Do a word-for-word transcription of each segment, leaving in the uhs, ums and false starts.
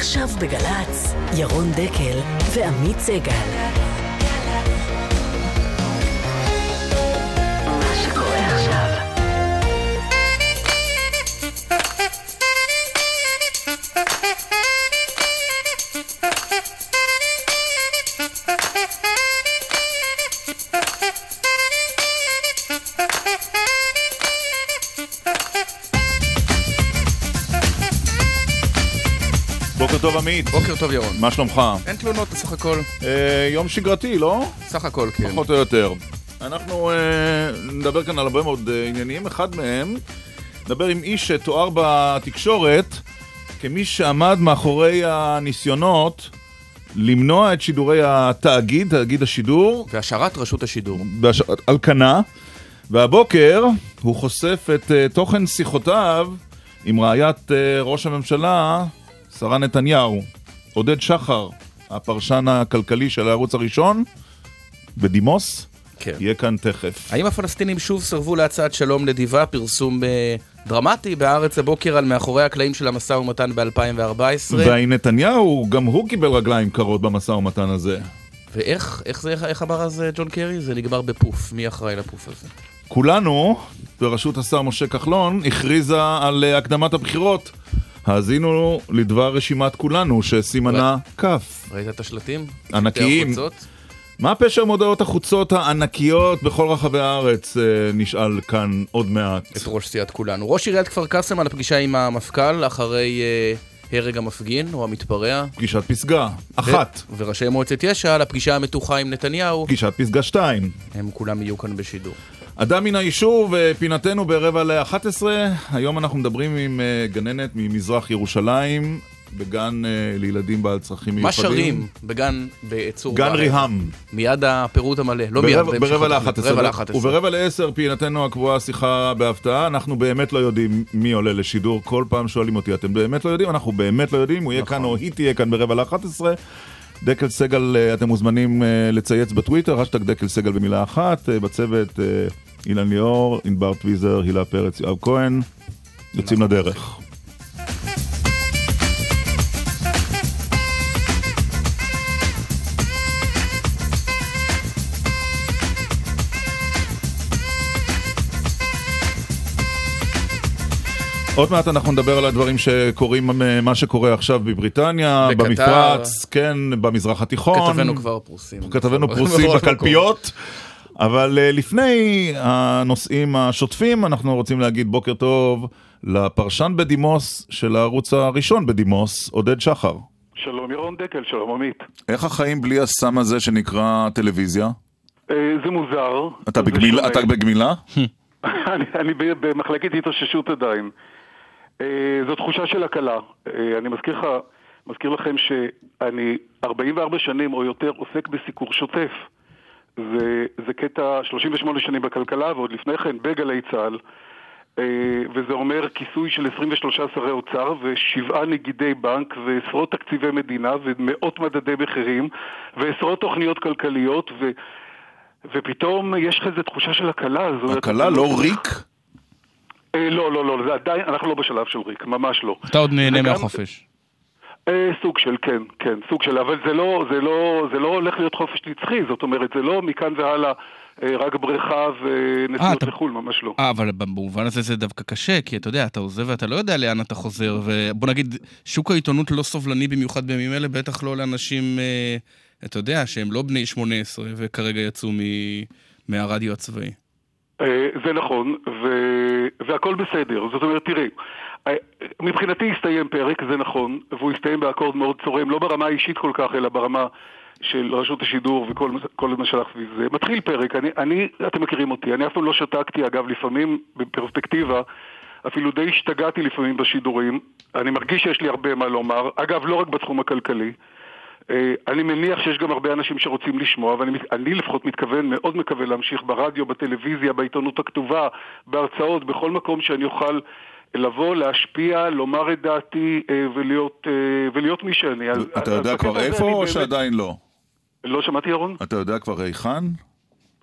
עכשיו בגלץ, ירון דקל ועמית סגל. בוקר טוב עמית. בוקר טוב ירון. מה שלומך? אין תלונות בסך הכל. אה, יום שגרתי, לא? סך הכל, כן. פחות או יותר. אנחנו אה, נדבר כאן על הרבה מאוד אה, עניינים. אחד מהם, נדבר עם איש שתואר בתקשורת כמי שעמד מאחורי הניסיונות למנוע את שידורי התאגיד, תאגיד השידור. והשארת רשות השידור. בהשארת, על כנה. והבוקר הוא חושף את אה, תוכן שיחותיו עם רעיית אה, ראש הממשלה, שרה נתניהו. עודד שחר, הפרשן הכלכלי של הערוץ הראשון, בדימוס, כן. יהיה כאן תכף. האם הפלסטינים שוב סרבו להצעת שלום נדיבה? פרסום דרמטי בהארץ הבוקר על מאחורי הקלעים של המשא ומתן ב-אלפיים וארבע עשרה. והאם נתניהו, גם הוא קיבל רגליים קרות במשא ומתן הזה. ואיך, איך זה, איך אמר אז ג'ון קרי? זה נגמר בפוף. מי אחראי לפוף הזה? כולנו, בראשות השר משה כחלון, הכריזה על הקדמת הבחירות. האזינו לדבר רשימת כולנו שסימנה כף. ראית את השלטים? ענקיים. מה פשר מודעות החוצות הענקיות בכל רחבי הארץ? נשאל כאן עוד מעט. את ראש סיעת כולנו. ראש עיריית כפר קאסם על הפגישה עם המפכ"ל אחרי אה, הרג המפגין או המתפרע. פגישת פסגה, אחת. ו- וראשי מועצת יש"ע על הפגישה המתוחה עם נתניהו. פגישת פסגה שתיים. הם כולם יהיו כאן בשידור. אדם מן היישוב, פינתנו ברבע ל-אחת עשרה. היום אנחנו מדברים עם גננת ממזרח ירושלים, בגן לילדים בעל צרכים מיוחדים. מה שרים? בגן בצור גן ריהם. מיד הפירוט המלא. לא ברבע, מיד. ברבע ל-אחת עשרה. וברבע ל-עשר פינתנו הקבועה שיחה בהפתעה. אנחנו באמת לא יודעים מי עולה לשידור. כל פעם שואלים אותי, אתם באמת לא יודעים? אנחנו באמת לא יודעים. הוא יהיה כאן או היא תהיה כאן ברבע ל-אחת עשרה. דקל סגל, אתם מוזמנים לצייץ בטוויטר, השטג דקל סגל במילה אחת, בצוות אילן ליאור, ענבר טוויזר, הילה פרץ, יואב כהן, יוצאים לדרך. עוד מעט אנחנו נדבר על הדברים שקורים, מה שקורה עכשיו בבריטניה, בקטר. במפרץ, כן, במזרח התיכון. כתבנו כבר פרוסים. כתבנו פרוסים בקלפיות. אבל לפני הנושאים השוטפים, אנחנו רוצים להגיד בוקר טוב לפרשן בדימוס של הערוץ הראשון בדימוס, עודד שחר. שלום ירון דקל, שלום עמית. איך החיים בלי הסם הזה שנקרא טלוויזיה? זה מוזר. אתה בגמילה? אתה בגמילה? אני במחלקת התאוששות עדיין. זו תחושה של הקלה. אני מזכיר לך, מזכיר לכם שאני ארבעים וארבע שנים או יותר עוסק בסיקור שוטף. זה, זה קטע שלושים ושמונה שנים בכלכלה, ועוד לפני כן בגלי צה"ל, וזה אומר כיסוי של עשרים ושלושה שרי אוצר ושבעה נגידי בנק ועשרות תקציבי מדינה ומאות מדדי מחירים ועשרות תוכניות כלכליות, ו, ופתאום יש לך איזו תחושה של הקלה. הקלה לא ריק? לא, לא, לא, זה עדיין, אנחנו לא בשלב של ריק, ממש לא. אתה עוד נהנה מהחופש. סוג של, כן, כן, סוג של, אבל זה לא, זה לא, זה לא הולך להיות חופש נצחי, זאת אומרת, זה לא מכאן והלאה רק בריכה ונסיעות לחול, ממש לא. אה, אבל במובן הזה זה דווקא קשה, כי אתה יודע, אתה עוזב ואתה לא יודע לאן אתה חוזר, ובוא נגיד, שוק העיתונות לא סובלני במיוחד בימים אלה, בטח לא לאנשים, אתה יודע, שהם לא בני שמונה עשרה וכרגע יצאו מהרדיו הצבאי. זה נכון, והכל בסדר, זאת אומרת, תראי, מבחינתי הסתיים פרק, זה נכון, והוא הסתיים באקורד מאוד צורם, לא ברמה האישית כל כך, אלא ברמה של רשות השידור וכל מה שלך סביב זה. מתחיל פרק, אני, אני, אתם מכירים אותי, אני אף פעם לא שתקתי, אגב, לפעמים בפרספקטיבה, אפילו די השתגעתי לפעמים בשידורים, אני מרגיש שיש לי הרבה מה לומר, אגב, לא רק בתחום הכלכלי, אני מניח שיש גם הרבה אנשים שרוצים לשמוע, ואני אני לפחות מתכוון, מאוד מקווה להמשיך ברדיו, בטלוויזיה, בעיתונות הכתובה, בהרצאות, בכל מקום שאני אוכל לבוא, להשפיע, לומר את דעתי ולהיות, ולהיות מי שאני. אתה יודע כבר איפה או שעדיין לא? לא שמעתי ירון? אתה יודע כבר היכן?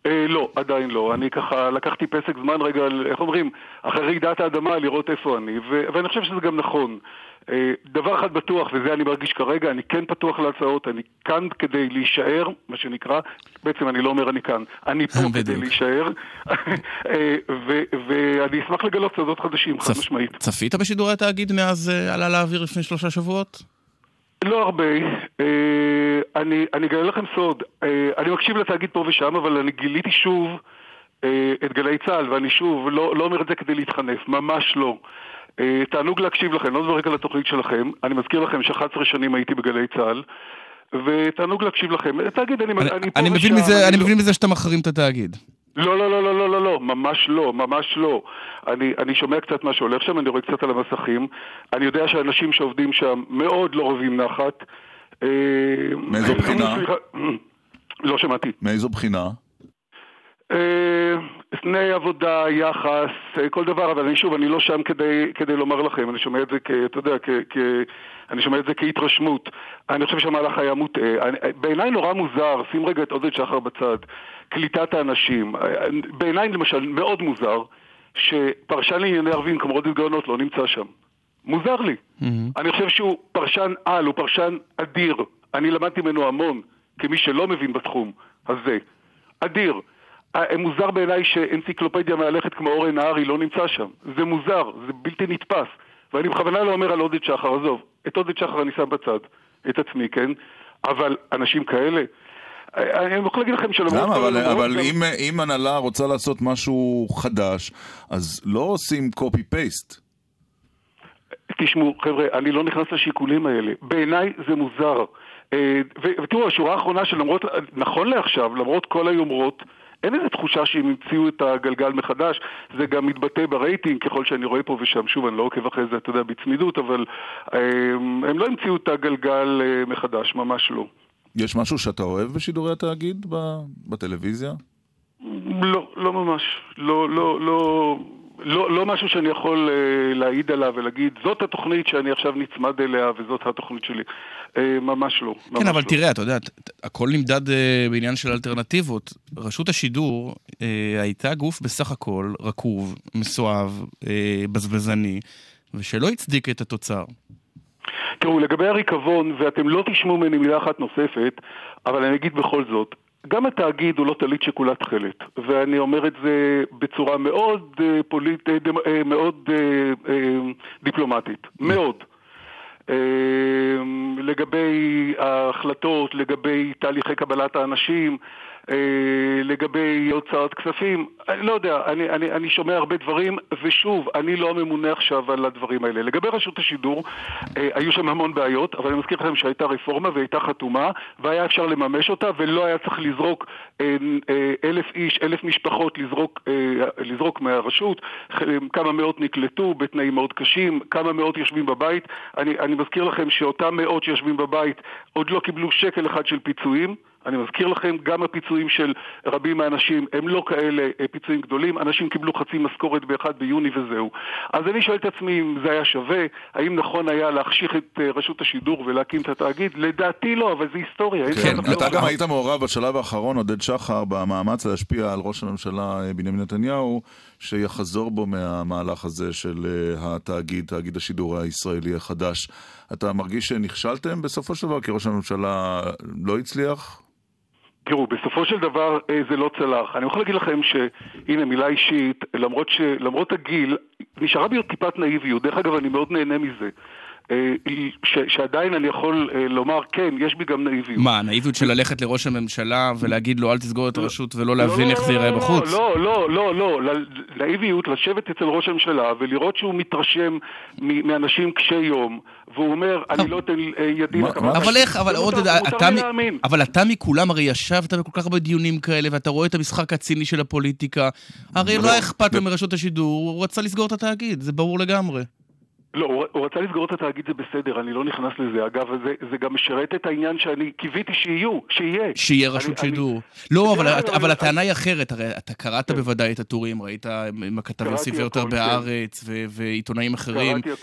אה, לא, עדיין לא. אני ככה לקחתי פסק זמן רגע, איך אומרים, אחרי רעידת האדמה, לראות איפה אני, ו- ואני חושב שזה גם נכון. אה, דבר אחד בטוח, וזה אני מרגיש כרגע, אני כן פתוח להצעות, אני כאן כדי להישאר, מה שנקרא, בעצם אני לא אומר אני כאן, אני פה כדי להישאר, אה, ו- ואני אשמח לגלות צעדות חדשים, חד משמעית. צפית בשידורי התאגיד מאז אה, עלה לאוויר לפני שלושה שבועות? לא הרבה, אה, אני, אני אגלה לכם סוד, אה, אני מקשיב לתאגיד פה ושם, אבל אני גיליתי שוב אה, את גלי צהל, ואני שוב לא, לא אומר את זה כדי להתחנף, ממש לא. אה, תענוג להקשיב לכם, לא מדבר רק על התוכנית שלכם, אני מזכיר לכם ש-אחת עשרה שנים הייתי בגלי צהל, ותענוג להקשיב לכם. תאגיד, אני, אני, אני פה אני ושם... מבין מזה, אני, אני מבין מזה שאתה מחרים את התאגיד. לא, לא, לא, לא, לא, לא, לא, ממש לא, ממש לא. אני, אני שומע קצת מה שהולך שם, אני רואה קצת על המסכים. אני יודע שאנשים שעובדים שם מאוד לא רבים נחת. מאיזו בחינה? לא שמעתי. מאיזו בחינה? תנאי עבודה, יחס, כל דבר, אבל אני שוב, אני לא שם כדי, כדי לומר לכם. אני שומע את זה כ, אתה יודע, כ, כ, אני שומע את זה כהתרשמות. אני חושב שהמהלך היה מוטעה. בעיניי נורא מוזר, שים רגע את עודד שחר בצד, קליטת האנשים. בעיניי למשל מאוד מוזר שפרשן לענייני ערבים כמו עודד גאונות לא נמצא שם. מוזר לי. Mm-hmm. אני חושב שהוא פרשן על, הוא פרשן אדיר. אני למדתי ממנו המון, כמי שלא מבין בתחום הזה. אדיר. מוזר בעיניי שאנציקלופדיה מהלכת כמו אורן נהרי לא נמצא שם. זה מוזר, זה בלתי נתפס. ואני בכוונה לא אומר על עודד שחר, עזוב. את עודד שחר אני שם בצד, את עצמי, כן? אבל אנשים כאלה... אני יכול להגיד לכם שלמרות... למה? אבל, אבל גם... אם, אם הנהלה רוצה לעשות משהו חדש, אז לא עושים copy-paste. תשמעו, חבר'ה, אני לא נכנס לשיקולים האלה. בעיניי זה מוזר. ותראו, השורה האחרונה שלמרות, נכון לעכשיו, למרות כל היומרות, אין איזו תחושה שהם המציאו את הגלגל מחדש. זה גם מתבטא ברייטינג, ככל שאני רואה פה ושם. שוב, אני לא עוקב אחרי זה, אתה יודע, בצמידות, אבל הם, הם לא המציאו את הגלגל מחדש, ממש לא. יש משהו שאתה אוהב בשידורי התאגיד בטלוויזיה? לא, לא ממש. לא, לא, לא... לא, לא משהו שאני יכול uh, להעיד עליו ולהגיד, זאת התוכנית שאני עכשיו נצמד אליה וזאת התוכנית שלי. Uh, ממש לא. ממש כן, אבל לא. תראה, אתה יודע, הכל נמדד uh, בעניין של אלטרנטיבות. רשות השידור uh, הייתה גוף בסך הכל רקוב, מסואב, uh, בזבזני, ושלא הצדיק את התוצר. תראו, לגבי הריקבון, ואתם לא תשמעו ממני מילה אחת נוספת, אבל אני אגיד בכל זאת, גם התאגיד הוא לא תליט שכולה תכלת, ואני אומר את זה בצורה מאוד פוליט, מאוד דיפלומטית, מאוד. לגבי ההחלטות, לגבי תהליכי קבלת האנשים, לגבי הוצאות כספים, אני לא יודע, אני, אני, אני שומע הרבה דברים, ושוב, אני לא ממונה עכשיו על הדברים האלה. לגבי רשות השידור, היו שם המון בעיות, אבל אני מזכיר לכם שהייתה רפורמה והייתה חתומה, והיה אפשר לממש אותה, ולא היה צריך לזרוק אלף איש, אלף משפחות לזרוק, לזרוק מהרשות, כמה מאות נקלטו בתנאים מאוד קשים, כמה מאות יושבים בבית. אני, אני מזכיר לכם שאותם מאות שיושבים בבית עוד לא קיבלו שקל אחד של פיצויים. אני מזכיר לכם, גם הפיצויים של רבים מהאנשים הם לא כאלה פיצויים גדולים, אנשים קיבלו חצי משכורת באחד ביוני וזהו. אז אני שואל את עצמי אם זה היה שווה, האם נכון היה להחשיך את רשות השידור ולהקים את התאגיד? לדעתי לא, אבל זה היסטוריה. כן, אתה גם היית מעורב בשלב האחרון, עודד שחר, במאמץ להשפיע על ראש הממשלה בנימין נתניהו, שיחזור בו מהמהלך הזה של התאגיד, תאגיד השידור הישראלי החדש. אתה מרגיש שנכשלתם בסופו של דבר, כי ראש הממשלה לא הצליח? תראו, בסופו של דבר זה לא צלח. אני יכול להגיד לכם שהנה מילה אישית, למרות, ש... למרות הגיל, נשארה בי עוד טיפת נאיביות. דרך אגב, אני מאוד נהנה מזה. ש... שעדיין אני יכול לומר, כן, יש בי גם נאיביות. מה, נאיביות של ללכת לראש הממשלה ולהגיד לו, אל תסגור את הרשות ולא להבין איך זה ייראה בחוץ? לא, לא, לא, לא. נאיביות, לשבת אצל ראש הממשלה ולראות שהוא מתרשם מאנשים קשי יום, והוא אומר, אני לא אתן ידי לקבל. אבל איך, אבל עוד, אבל אתה מכולם הרי ישבת בכל כך הרבה דיונים כאלה, ואתה רואה את המשחק הציני של הפוליטיקה, הרי לא אכפת לו מרשות השידור, הוא רצה לסגור את התאגיד, זה ברור לגמרי. לא, הוא רצה לסגור את התאגיד, זה בסדר, אני לא נכנס לזה. אגב, זה, זה גם משרת את העניין שאני קיוויתי שיהיו, שיהיה. שיהיה רשות שידור. לא, אבל הטענה היא אחרת, הרי אתה קראת בוודאי את הטורים, ראית עם הכתבי ספר יותר בארץ ועיתונאים אחרים. קראתי הכל.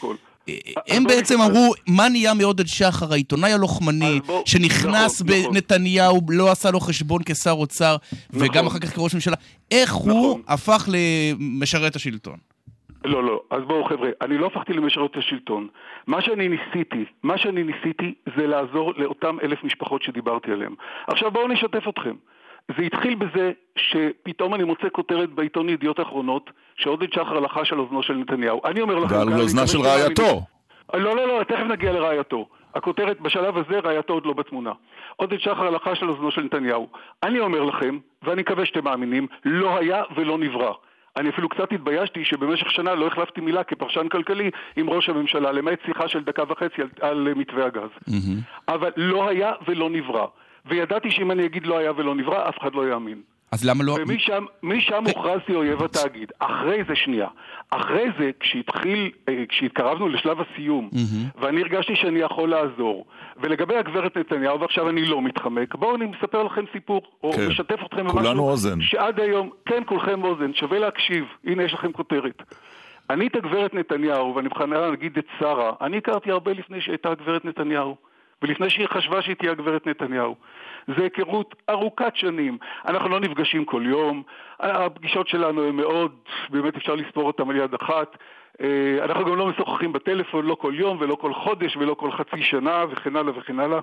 הם בעצם אמרו, מה נהיה מעודד שחר, העיתונאי הלוחמני, שנכנס בנתניהו, לא עשה לו חשבון כשר אוצר, וגם אחר כך כראש ממשלה, איך הוא הפך למשרת השלטון? לא, לא. אז בואו חבר'ה, אני לא הפכתי למשרת השלטון. מה שאני ניסיתי, מה שאני ניסיתי זה לעזור לאותם אלף משפחות שדיברתי עליהם. עכשיו בואו נשתף אתכם. זה התחיל בזה שפתאום אני מוצא כותרת בעיתון ידיעות אחרונות, שעודד שחר לחש על אוזנו של נתניהו. אני אומר לכם... ועל אוזנה של רעייתו. לא, לא, לא, תכף נגיע לרעייתו. הכותרת בשלב הזה, רעייתו עוד לא בתמונה. עודד שחר לחש על אוזנו של נתניהו. אני אומר לכם, ואני מקווה שאתם מאמינים, לא היה ולא נברא. אני אפילו קצת התביישתי שבמשך שנה לא החלפתי מילה כפרשן כלכלי עם ראש הממשלה, למעט שיחה של דקה וחצי על, על מתווה הגז. Mm-hmm. אבל לא היה ולא נברא. וידעתי שאם אני אגיד לא היה ולא נברא, אף אחד לא יאמין. אז למה לא... ומשם משם הוכרזתי אויב התאגיד. אחרי זה שנייה. אחרי זה, כשהתחיל, כשהתקרבנו לשלב הסיום, mm-hmm. ואני הרגשתי שאני יכול לעזור, ולגבי הגברת נתניהו, ועכשיו אני לא מתחמק, בואו אני מספר לכם סיפור, או כן. משתף אתכם כולנו אוזן. שעד היום, כן, כולכם אוזן, שווה להקשיב. הנה, יש לכם כותרת. אני את הגברת נתניהו, ואני בכוונה נגיד את שרה, אני הכרתי הרבה לפני שהייתה הגברת נתניהו. ולפני שהיא חשבה שהיא תהיה הגברת נתניהו. זה היכרות ארוכת שנים. אנחנו לא נפגשים כל יום. הפגישות שלנו הן מאוד, באמת אפשר לספור אותם על יד אחת. אנחנו גם לא משוחחים בטלפון, לא כל יום ולא כל חודש ולא כל חצי שנה וכן הלאה וכן הלאה.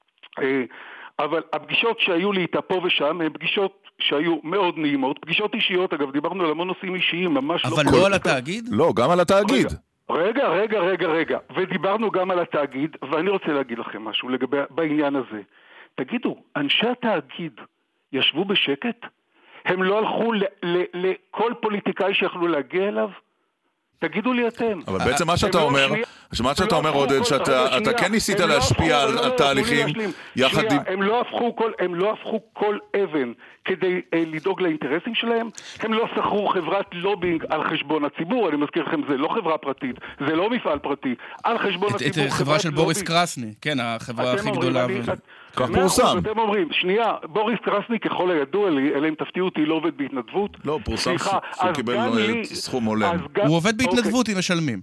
אבל הפגישות שהיו לי איתה פה ושם הן פגישות שהיו מאוד נעימות. פגישות אישיות, אגב, דיברנו על המון נושאים אישיים, ממש אבל לא... אבל לא על התאגיד? לא, גם על התאגיד. רגע. רגע, רגע, רגע, רגע. ודיברנו גם על התאגיד, ואני רוצה להגיד לכם משהו לגבי, בעניין הזה. תגידו, אנשי התאגיד ישבו בשקט? הם לא הלכו ל, ל, לכל פוליטיקאי שיכלו להגיע אליו? תגידו לי אתם. אבל בעצם מה שאתה אומר, מה שאתה אומר עודד, שאתה כן ניסית להשפיע על תהליכים יחד עם... הם לא הפכו כל אבן כדי לדאוג לאינטרסים שלהם, הם לא שכרו חברת לובינג על חשבון הציבור, אני מזכיר לכם, זה לא חברה פרטית, זה לא מפעל פרטי, על חשבון הציבור. את חברה של בוריס קרסני, כן, החברה הכי גדולה. כך פורסם. אתם אומרים, שנייה, בוריס קרסני ככל הידוע לי, אלא אם תפתיעו אותי, לא עובד בהתנדבות. לא, פורסם שהוא קיבל סכום הולם. הוא עובד בהתנדבות אם משלמים.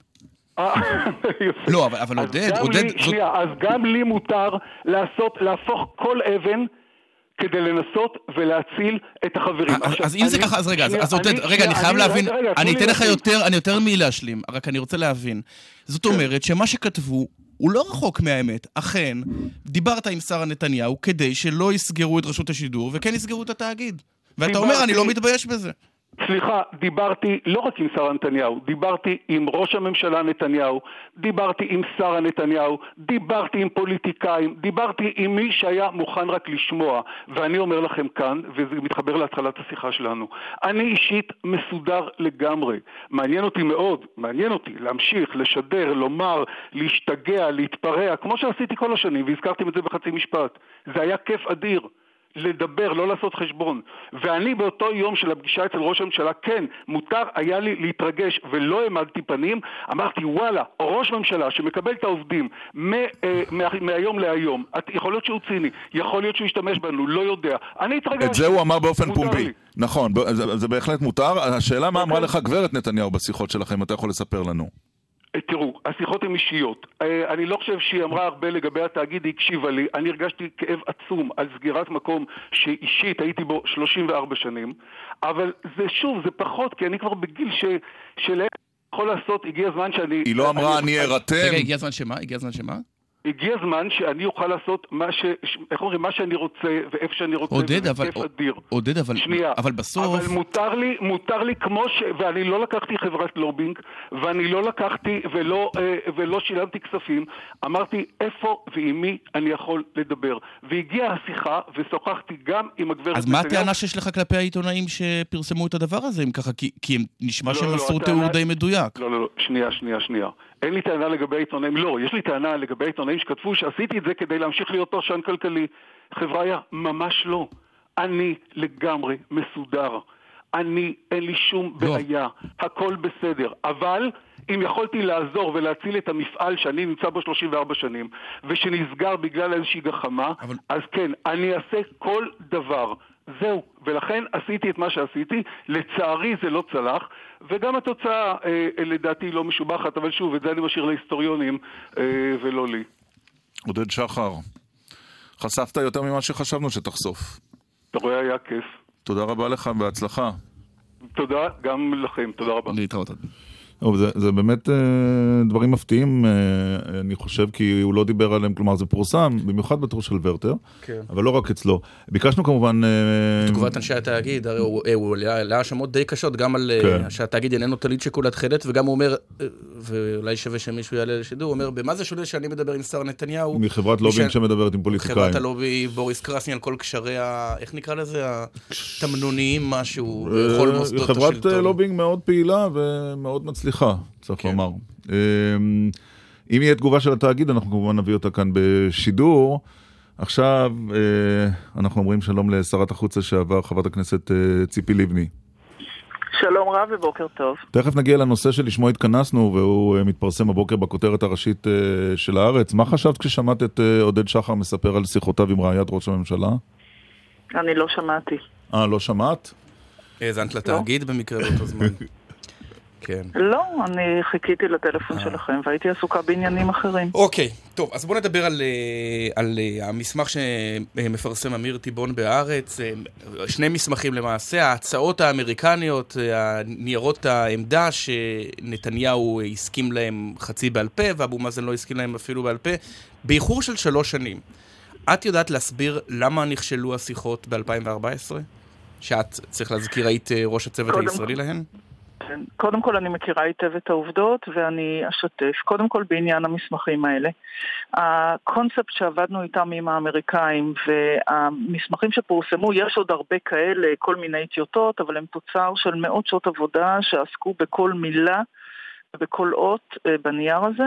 לא, אבל עודד, עודד... שנייה, אז גם לי מותר לעשות, להפוך כל אבן כדי לנסות ולהציל את החברים. אז אם זה ככה, אז רגע, אז עודד, רגע, אני חייב להבין, אני אתן לך יותר, אני יותר מי להשלים, רק אני רוצה להבין. זאת אומרת שמה שכתבו, הוא לא רחוק מהאמת. אכן, דיברת עם שרה נתניהו כדי שלא יסגרו את רשות השידור, וכן יסגרו את התאגיד. ואתה אומר, אני לא מתבייש בזה. סליחה, דיברתי לא רק עם שרה נתניהו, דיברתי עם ראש הממשלה נתניהו, דיברתי עם שרה נתניהו, דיברתי עם פוליטיקאים, דיברתי עם מי שהיה מוכן רק לשמוע, ואני אומר לכם כאן, וזה מתחבר להתחלת השיחה שלנו, אני אישית מסודר לגמרי, מעניין אותי מאוד, מעניין אותי להמשיך, לשדר, לומר, להשתגע, להתפרע, כמו שעשיתי כל השנים, והזכרתם את זה בחצי משפט, זה היה כיף אדיר. לדבר, לא לעשות חשבון. ואני באותו יום של הפגישה אצל ראש הממשלה, כן, מותר היה לי להתרגש ולא העמדתי פנים, אמרתי, וואלה, ראש ממשלה שמקבל את העובדים מה, מה, מהיום להיום, יכול להיות שהוא ציני, יכול להיות שהוא ישתמש בנו, לא יודע. אני התרגשתי. את זה הוא אמר באופן פומבי. לי. נכון, זה, זה בהחלט מותר. השאלה מה אמרה לך גברת נתניהו בשיחות שלכם, אתה יכול לספר לנו. תראו, השיחות הן אישיות. אני לא חושב שהיא אמרה הרבה לגבי התאגיד, היא הקשיבה לי. אני הרגשתי כאב עצום על סגירת מקום שאישית הייתי בו שלושים וארבע שנים. אבל זה שוב, זה פחות, כי אני כבר בגיל ש... של... יכול לעשות, הגיע הזמן שאני... היא לא אמרה, אני ארתם. רגע, הגיע הזמן שמה? הגיע הזמן שמה? הגיע הזמן שאני אוכל לעשות מה ש... איך אומרים? מה שאני רוצה ואיפה שאני רוצה. עודד, אבל... עודד, אבל... שנייה. אבל בסוף... אבל מותר לי, מותר לי כמו ש... ואני לא לקחתי חברת לובינג, ואני לא לקחתי ולא, ולא שילמתי כספים. אמרתי, איפה ועם מי אני יכול לדבר. והגיעה השיחה, ושוחחתי גם עם הגברת... אז מה הטענה שיש לך כלפי העיתונאים שפרסמו את הדבר הזה? אם ככה, כי, כי הם נשמע שהם מסרו תיאור די מדויק. לא, לא, לא. שנייה, שנייה, שנייה. אין לי טענה לגבי העיתונאים, לא, יש לי טענה לגבי העיתונאים שכתבו שעשיתי את זה כדי להמשיך להיות פרשן כלכלי. חבריה, ממש לא. אני לגמרי מסודר. אני, אין לי שום לא. בעיה. הכל בסדר. אבל אם יכולתי לעזור ולהציל את המפעל שאני נמצא בו שלושים וארבע שנים, ושנסגר בגלל איזושהי גחמה, אבל... אז כן, אני אעשה כל דבר זהו, ולכן עשיתי את מה שעשיתי, לצערי זה לא צלח, וגם התוצאה אה, לדעתי לא משובחת, אבל שוב, את זה אני משאיר להיסטוריונים אה, ולא לי. עודד שחר, חשפת יותר ממה שחשבנו שתחשוף. אתה רואה, היה כיף. תודה רבה לך, בהצלחה. תודה גם לכם, תודה רבה. להתראות. זה, זה באמת דברים מפתיעים, אני חושב, כי הוא לא דיבר עליהם, כלומר זה פורסם, במיוחד בתור של ורטר, כן. אבל לא רק אצלו. ביקשנו כמובן... תגובת אנשי התאגיד, הרי הוא, הוא עלה האשמות די קשות, גם על כן. שהתאגיד איננו תליד שיקול התחילת, וגם הוא אומר, ואולי שווה שמישהו יעלה לשידור, הוא אומר, במה זה שונה שאני מדבר עם שר נתניהו? מחברת לובינג ש... שמדברת עם פוליטיקאים. חברת הלובי, בוריס קרסני, על כל קשריה, איך נקרא לזה? התמנוניים, משהו, בכל מוסדות השלטון. חברת לובינג מאוד פעילה ומאוד מצליחה. צריך לומר. אם יהיה תגובה של התאגיד, אנחנו כמובן נביא אותה כאן בשידור. עכשיו אנחנו אומרים שלום לשרת החוץ לשעבר, חברת הכנסת ציפי לבני. שלום רב ובוקר טוב. תכף נגיע לנושא שלשמו התכנסנו, והוא מתפרסם הבוקר בכותרת הראשית של הארץ. מה חשבת כששמעת את עודד שחר מספר על שיחותיו עם רעיית ראש הממשלה? אני לא שמעתי. אה, לא שמעת? האזנת לתאגיד במקרה באותו זמן. כן. לא, אני חיכיתי לטלפון שלכם והייתי עסוקה בעניינים אחרים. אוקיי, טוב, אז בואו נדבר על, על המסמך שמפרסם אמיר טיבון בארץ, שני מסמכים למעשה, ההצעות האמריקניות, ניירות העמדה שנתניהו הסכים להם חצי בעל פה, ואבו מאזן לא הסכים להם אפילו בעל פה, באיחור של שלוש שנים. את יודעת להסביר למה נכשלו השיחות ב-אלפיים וארבע עשרה? שאת צריך להזכיר, היית ראש הצוות הישראלי להן? קודם כל אני מכירה היטב את העובדות ואני אשתף. קודם כל בעניין המסמכים האלה. הקונספט שעבדנו איתם עם האמריקאים והמסמכים שפורסמו, יש עוד הרבה כאלה, כל מיני טיוטות, אבל הם תוצר של מאות שעות עבודה שעסקו בכל מילה ובכל אות בנייר הזה.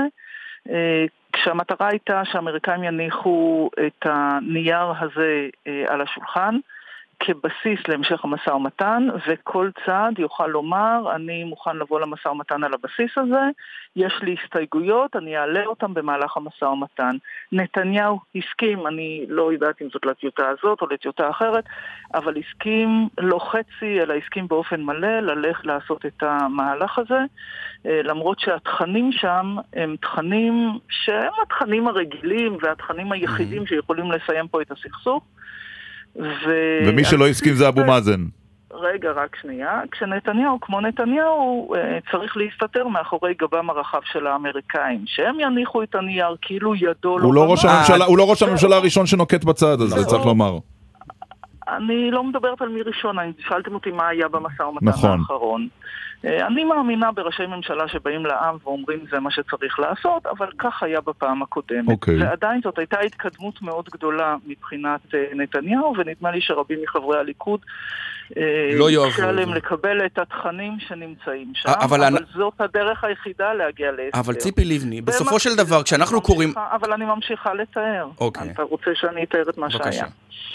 כשהמטרה הייתה שהאמריקאים יניחו את הנייר הזה על השולחן, כבסיס להמשך המשא ומתן, וכל צד יוכל לומר, אני מוכן לבוא למשא ומתן על הבסיס הזה, יש לי הסתייגויות, אני אעלה אותם במהלך המשא ומתן. נתניהו הסכים, אני לא יודעת אם זאת לטיוטה הזאת או לטיוטה אחרת, אבל הסכים לא חצי, אלא הסכים באופן מלא ללך לעשות את המהלך הזה, למרות שהתכנים שם הם תכנים שהם התכנים הרגילים והתכנים היחידים שיכולים לסיים פה את הסכסוך, ו... ומי שלא הסכים זה אבו מאזן. רגע, רק שנייה. כשנתניהו, כמו נתניהו, צריך להסתתר מאחורי גבם הרחב של האמריקאים, שהם יניחו את הנייר כאילו ידו לא... הוא לא ראש הממשלה, הוא לא ראש הממשלה הראשון שנוקט בצעד הזה, צריך לומר. אני לא מדברת על מי ראשון, שאלתם אותי מה היה במשא ומתן האחרון. אני מאמינה בראשי ממשלה שבאים לעם ואומרים זה מה שצריך לעשות, אבל כך היה בפעם הקודמת. Okay. ועדיין זאת הייתה התקדמות מאוד גדולה מבחינת נתניהו, ונדמה לי שרבים מחברי הליכוד לא יאהבו עליהם לקבל את התכנים שנמצאים שם, אבל, אבל אני... זאת הדרך היחידה להגיע להסדר. אבל ציפי לבני, בסופו של דבר, כשאנחנו קוראים... אבל אני ממשיכה לתאר. Okay. אתה רוצה שאני אתאר את מה בבקשה. שהיה.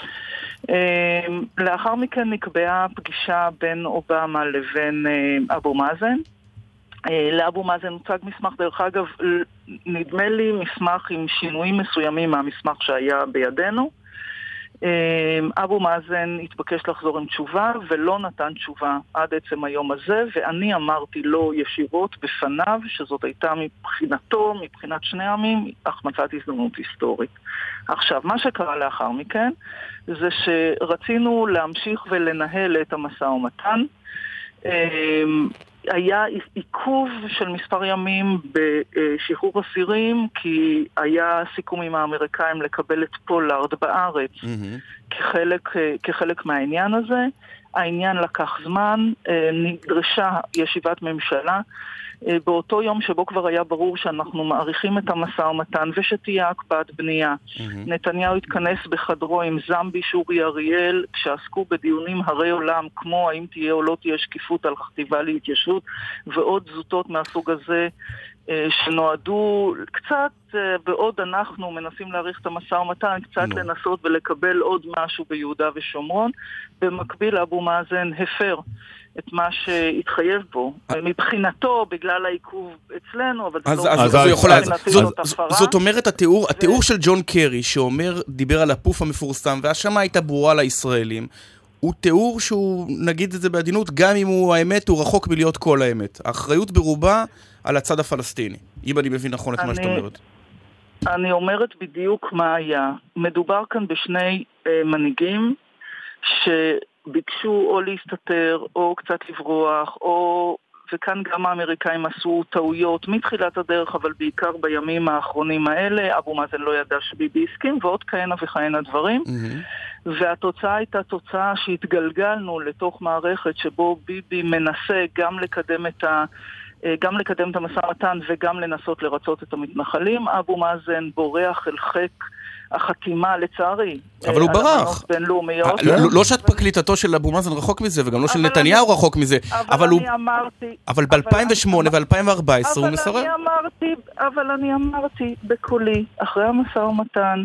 לאחר מכן נקבעה פגישה בין אובמה לבין אבו מאזן. לאבו מאזן הוצג מסמך, דרך אגב, נדמה לי מסמך עם שינויים מסוימים מהמסמך שהיה בידינו. אבו מאזן התבקש לחזור עם תשובה ולא נתן תשובה עד עצם היום הזה, ואני אמרתי לו ישירות בפניו שזאת הייתה מבחינתו, מבחינת שני עמים, החמצת הזדמנות היסטורית. עכשיו, מה שקרה לאחר מכן זה שרצינו להמשיך ולנהל את המשא ומתן. היה עיכוב של מספר ימים בשחרור אסירים, כי היה סיכום עם האמריקאים לקבל את פולארד בארץ mm-hmm. כחלק, כחלק מהעניין הזה. העניין לקח זמן, נדרשה ישיבת ממשלה, באותו יום שבו כבר היה ברור שאנחנו מעריכים את המשא ומתן ושתהיה הקפאת בנייה. Mm-hmm. נתניהו התכנס בחדרו עם זמבי שורי אריאל, כשעסקו בדיונים הרי עולם, כמו האם תהיה או לא תהיה שקיפות על חטיבה להתיישבות, ועוד זוטות מהסוג הזה, שנועדו קצת, בעוד אנחנו מנסים להאריך את המשא ומתן, קצת no. לנסות ולקבל עוד משהו ביהודה ושומרון. במקביל אבו מאזן הפר את מה שהתחייב בו. מבחינתו, בגלל העיכוב אצלנו, אבל זה לא... אז הוא יכול... זאת אומרת, התיאור של ג'ון קרי, שאומר, דיבר על הפוף המפורסם, והשמה הייתה ברורה לישראלים, הוא תיאור שהוא, נגיד את זה בעדינות, גם אם הוא האמת, הוא רחוק מלהיות כל האמת. האחריות ברובה על הצד הפלסטיני, אם אני מבין נכון את מה שאת אומרת. אני אומרת בדיוק מה היה. מדובר כאן בשני אה, מנהיגים שביקשו או להסתתר, או קצת לברוח, או... וכאן גם האמריקאים עשו טעויות מתחילת הדרך, אבל בעיקר בימים האחרונים האלה, אבו מאזן לא ידע שביבי הסכים, ועוד כהנה וכהנה דברים. Mm-hmm. והתוצאה הייתה תוצאה שהתגלגלנו לתוך מערכת שבו ביבי מנסה גם לקדם את ה... גם לקדם את המשא ומתן וגם לנסות לרצות את המתנחלים. אבו מאזן בורח אל חק החתימה, לצערי. אבל הוא ברח. לא שאת פרקליטתו של אבו מאזן רחוק מזה, וגם לא של נתניהו רחוק מזה. אבל אני אמרתי... אבל ב-אלפיים ושמונה ו-אלפיים וארבע עשרה הוא מסרב. אבל אני אמרתי בקולי, אחרי המשא ומתן,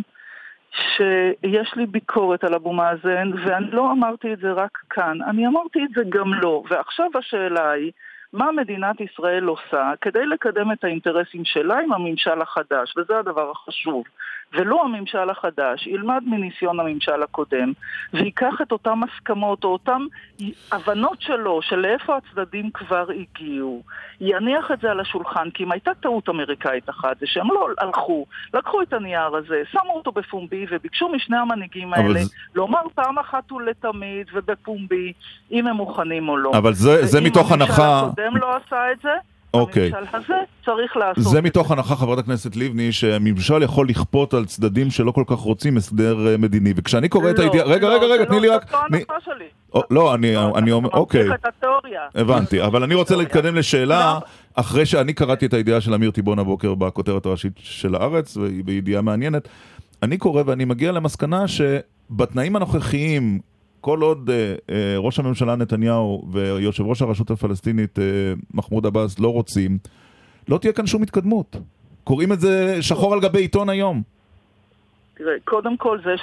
שיש לי ביקורת על אבו מאזן, ואני לא אמרתי את זה רק כאן, אני אמרתי את זה גם לא. ועכשיו השאלה היא, מה מדינת ישראל עושה כדי לקדם את האינטרסים שלה עם הממשל החדש, וזה הדבר החשוב. ולא הממשל החדש, ילמד מניסיון הממשל הקודם, ויקח את אותם הסכמות או אותם הבנות שלו, של איפה הצדדים כבר הגיעו, יניח את זה על השולחן, כי אם הייתה טעות אמריקאית אחת, זה שהם לא הלכו, לקחו את הנייר הזה, שמו אותו בפומבי, וביקשו משני המנהיגים האלה, זה... לומר פעם אחת ולתמיד, ובפומבי, אם הם מוכנים או לא. אבל זה, זה מתוך הנחה... הממשל הקודם לא עשה את זה, אוקיי. הממשל הזה צריך לעשות. זה מתוך הנחה, חברת הכנסת לבני, שהממשל יכול לכפות על צדדים שלא כל כך רוצים הסדר מדיני. וכשאני קורא את הידיעה... רגע, רגע, רגע, תני לי רק... זה לא הנחה שלי. לא, אני אומר... אוקיי. את התיאוריה. הבנתי, אבל אני רוצה להתקדם לשאלה, אחרי שאני קראתי את הידיעה של אמיר טיבון הבוקר בכותרת הראשית של הארץ, והיא בידיעה מעניינת, אני קורא ואני מגיע למסקנה שבתנאים הנוכחיים, כל עוד אה, אה, ראש הממשלה נתניהו ויושב ראש הרשות הפלסטינית אה, מחמוד עבאס לא רוצים, לא תהיה כאן שום התקדמות. קוראים את זה שחור על גבי עיתון היום. תראה, קודם כל זה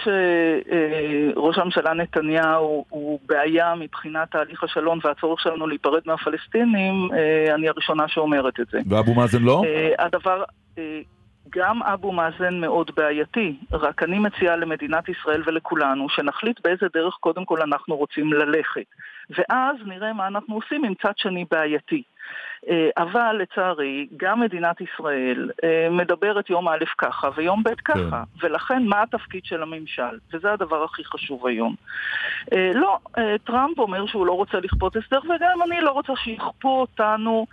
שראש הממשלה נתניהו הוא בעיה מבחינת תהליך השלום והצורך שלנו להיפרד מהפלסטינים, אה, אני הראשונה שאומרת את זה. ואבו מאזן לא? אה, הדבר... אה, גם אבו מאזן מאוד בעייתי, רק אני מציעה למדינת ישראל ולכולנו שנחליט באיזה דרך קודם כל אנחנו רוצים ללכת, ואז נראה מה אנחנו עושים עם צד שני בעייתי. אבל לצערי גם מדינת ישראל מדברת יום א' ככה ויום ב' ככה, ולכן מה התפקיד של הממשל? וזה הדבר הכי חשוב היום. לא, טראמפ אומר שהוא לא רוצה לכפות הסדר, וגם אני לא רוצה שיכפו אותנו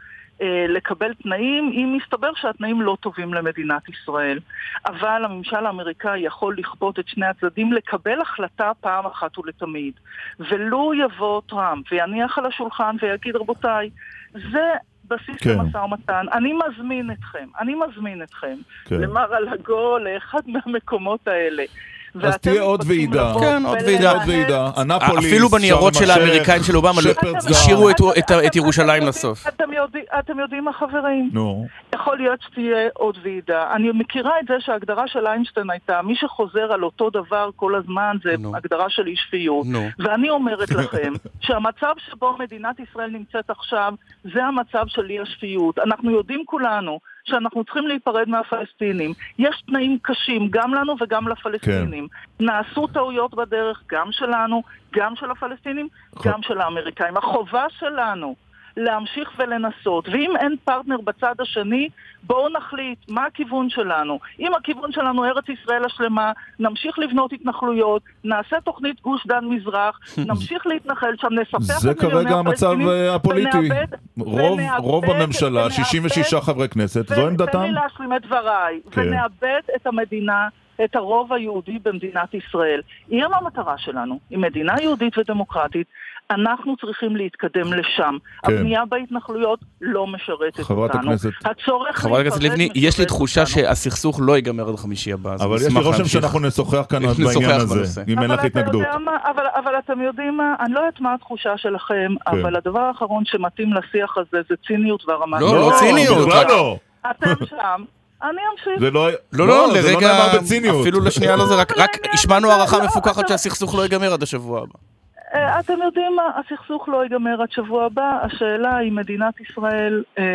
לקבל תנאים, אם מסתבר שהתנאים לא טובים למדינת ישראל. אבל הממשל האמריקאי יכול לכפות את שני הצדדים לקבל החלטה פעם אחת ולתמיד. ולא יבוא טראמפ ויניח על השולחן ויגיד, רבותיי, זה בסיס כן. למשא ומתן. אני מזמין אתכם, אני מזמין אתכם כן. למר הלגו לאחד מהמקומות האלה. אז תהיה עוד ועידה. כן, עוד ועידה. אפילו בניירות של האמריקאים של אובמה השאירו את ירושלים לסוף. אתם יודעים מה, חברים? יכול להיות שתהיה עוד ועידה. אני מכירה את זה שההגדרה של איינשטיין הייתה, מי שחוזר על אותו דבר כל הזמן זה הגדרה של אי שפיות. ואני אומרת לכם שהמצב שבו מדינת ישראל נמצאת עכשיו זה המצב של אי השפיות. אנחנו יודעים כולנו שאנחנו צריכים להיפרד מהפלסטינים. יש תנאים קשים גם לנו וגם לפלסטינים. כן. נעשו טעויות בדרך גם שלנו, גם של הפלסטינים, ח... גם של האמריקאים. החובה שלנו להמשיך ולנסות, ואם אין פרטנר בצד השני, בואו נחליט מה הכיוון שלנו. אם הכיוון שלנו ארץ ישראל השלמה, נמשיך לבנות התנחלויות, נעשה תוכנית גוש דן מזרח, נמשיך להתנחל שם, נספח זה כרגע המצב הפוליטי. רוב, רוב בממשלה, שישים ושישה חברי כנסת, זו עמדתם? תן לי להשלים את דבריי, כן. ונאבד את המדינה, את הרוב היהודי במדינת ישראל. היא המטרה שלנו, היא מדינה יהודית ודמוקרטית, אנחנו צריכים להתקדם לשם. כן. הבנייה בהתנחלויות לא משרתת חברת אותנו. הכנסת. חברת הכנסת לבני, יש לי תחושה אותנו. שהסכסוך לא ייגמר עד חמישי הבא. אבל יש לי רושם שאנחנו נשוחח כאן בעניין הזה, אם אין לך התנגדות. אבל, אבל אתם יודעים מה, אני לא יודעת מה התחושה שלכם, כן. אבל הדבר האחרון שמתאים לשיח הזה זה ציניות והרמה. לא, לא ציניות. לא. אתם שם. אני אמשיך. זה לא, לא, לא, לרגע, אפילו לשנייה לא זה, רק, רק השמענו הערכה מפוקחת שהסכסוך לא ייגמר עד השבוע הבא. אתם יודעים מה, הסכסוך לא ייגמר עד שבוע הבא, השאלה היא מדינת ישראל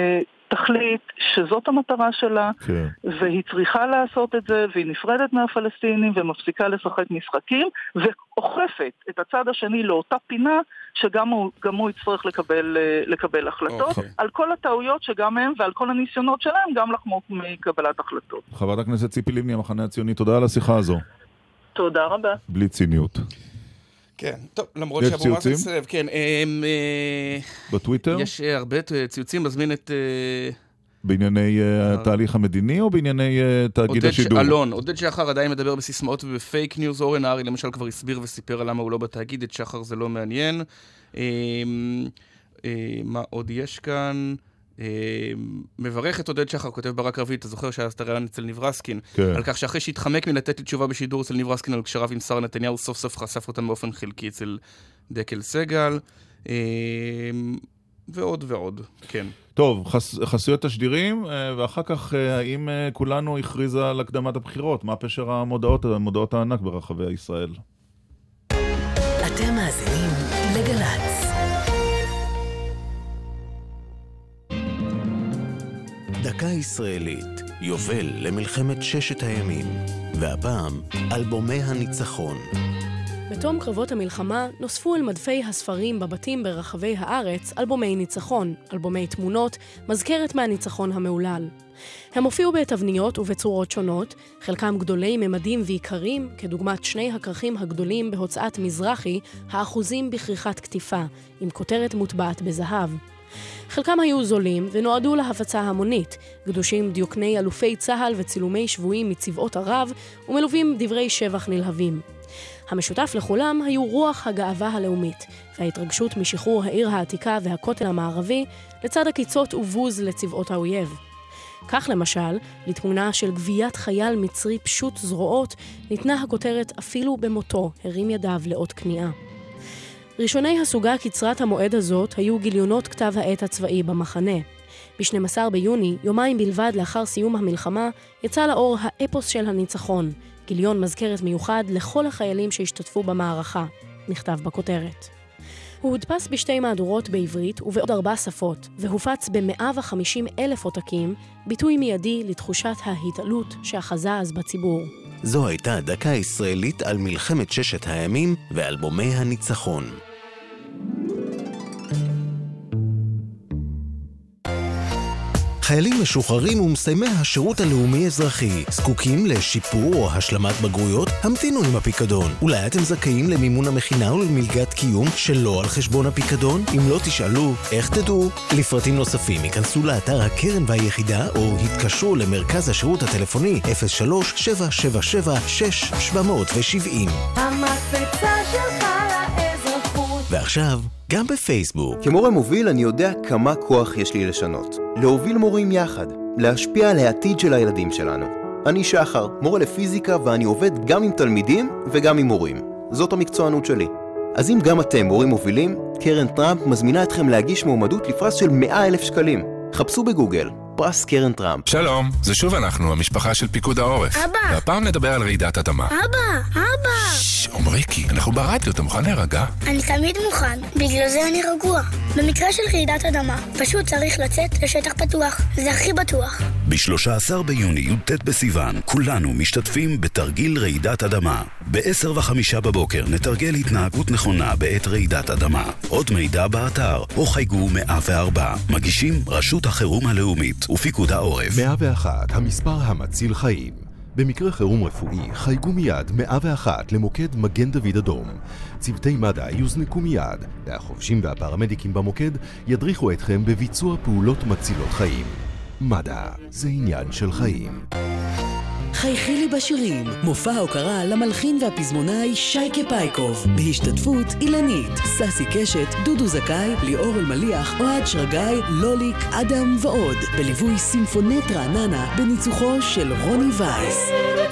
תחליט שזאת המטרה שלה, כן. והיא צריכה לעשות את זה, והיא נפרדת מהפלסטינים, ומפסיקה לשחק משחקים, ואוכפת את הצד השני לאותה פינה, שגם הוא, גם הוא יצטרך לקבל, לקבל החלטות, okay. על כל הטעויות שגם הם, ועל כל הניסיונות שלהם, גם לחמוק מקבלת החלטות. חברת הכנסת ציפי לבני, המחנה הציוני, תודה על השיחה הזו. תודה רבה. בלי ציניות. כן, טוב, למרות שאבו מאזן סירב, כן. בטוויטר? יש הרבה ציוצים, מזמין את... בענייני התהליך המדיני או בענייני תאגיד השידור? אלון, עודד שחר עדיין מדבר בסיסמאות ובפייק ניוז. אורן הארי למשל כבר הסביר וסיפר על למה הוא לא בתאגיד, את שחר זה לא מעניין. מה עוד יש כאן? מברך את עודד שחר, כותב ברק רביד, אתה זוכר שהיה סטריאן אצל ניברסקין, על כך שאחרי שהתחמק מלתת לי תשובה בשידור אצל ניברסקין על קשריו עם שר נתניהו, סוף סוף חשף אותם באופן חלקי אצל דקל סגל, ועוד ועוד, כן. טוב, חסויות תשדירים, ואחר כך האם כולנו הכריזה על הקדמת הבחירות, מה פשר המודעות, המודעות הענק ברחבי ישראל? אתם מאזינים לגל"צ. דקה ישראלית, יובל למלחמת ששת הימים, והפעם אלבומי הניצחון. בתום קרבות המלחמה נוספו אל מדפי הספרים בבתים ברחבי הארץ אלבומי ניצחון, אלבומי תמונות, מזכרת מהניצחון המעולל. הם הופיעו בתבניות ובצורות שונות, חלקם גדולי ממדים ועיקרים, כדוגמת שני הכרכים הגדולים בהוצאת מזרחי, האחוזים בכריכת כתיפה, עם כותרת מוטבעת בזהב. חלקם היו זולים ונועדו להפצה המונית, גדושים דיוקני אלופי צהל וצילומי שבויים מצבאות ערב ומלווים דברי שבח נלהבים. המשותף לכולם היו רוח הגאווה הלאומית וההתרגשות משחרור העיר העתיקה והכותל המערבי לצד הקיצות ובוז לצבאות האויב. כך למשל, לתמונה של גביית חייל מצרי פשוט זרועות ניתנה הכותרת אפילו במותו הרים ידיו לאות כניעה. ראשוני הסוגה קצרת המועד הזאת היו גיליונות כתב העת הצבאי במחנה. ב-שנים עשר ביוני, יומיים בלבד לאחר סיום המלחמה, יצא לאור האפוס של הניצחון, גיליון מזכרת מיוחד לכל החיילים שהשתתפו במערכה, נכתב בכותרת. הוא הודפס בשתי מהדורות בעברית ובעוד ארבע שפות, והופץ ב-מאה וחמישים אלף עותקים, ביטוי מיידי לתחושת ההתעלות שאחזה אז בציבור. זו הייתה דקה ישראלית על מלחמת ששת הימים ואלבומי הניצחון. חיילים משוחררים ומסיימי השירות הלאומי-אזרחי זקוקים לשיפור או השלמת בגרויות? המתינו עם הפיקדון. אולי אתם זכאים למימון המכינה ולמלגת קיום שלא על חשבון הפיקדון? אם לא תשאלו, איך תדעו? לפרטים נוספים ייכנסו לאתר הקרן והיחידה או התקשרו למרכז השירות הטלפוני אפס שלוש שבע שבע שבע שש שבע שבע אפס. המקפצה שלך לאזרחות. ועכשיו, גם בפייסבוק. כמורה מוביל אני יודע כמה כוח יש לי לשנות. להוביל מורים יחד, להשפיע על העתיד של הילדים שלנו. אני שחר, מורה לפיזיקה, ואני עובד גם עם תלמידים וגם עם מורים. זאת המקצוענות שלי. אז אם גם אתם מורים מובילים, קרן טראמפ מזמינה אתכם להגיש מועמדות לפרס של מאה אלף שקלים. חפשו בגוגל, פרס קרן טראמפ. שלום, זה שוב אנחנו, המשפחה של פיקוד העורף. אבא! והפעם נדבר על רעידת אדמה. אבא! אבא! ששש, עומריקי, אנחנו ברדיו, אתה מוכן להירגע? אני תמיד מוכן, בגלל זה אני רגוע. במקרה של רעידת אדמה, פשוט צריך לצאת לשטח פתוח, זה הכי בטוח. ב-שלושה עשר ביוני, י"ט בסיוון, כולנו משתתפים בתרגיל רעידת אדמה. ב-עשר וחמישה בבוקר נתרגל התנהגות נכונה בעת רעידת אדמה. עוד מידע באתר, או חייגו מאה וארבע. מגישים רשות החירום הלאומית ופיקוד העורף. מאה ואחת, המספר המציל חיים. במקרה חירום רפואי, חייגו מיד מאה ואחת למוקד מגן דוד אדום. צוותי מד"א יוזנקו מיד, והחובשים והפרמדיקים במוקד ידריכו אתכם בביצוע פעולות מצילות חיים. מד"א, זה עניין של חיים. חייכי לי בשירים, מופע הוקרה למלחין והפזמונאי שייקה פייקוב, בהשתתפות אילנית, ססי קשת, דודו זכאי, ליאור אלמליח, אוהד שרגאי, לוליק, אדם ועוד, בליווי סימפונט רעננה בניצוחו של רוני וייס.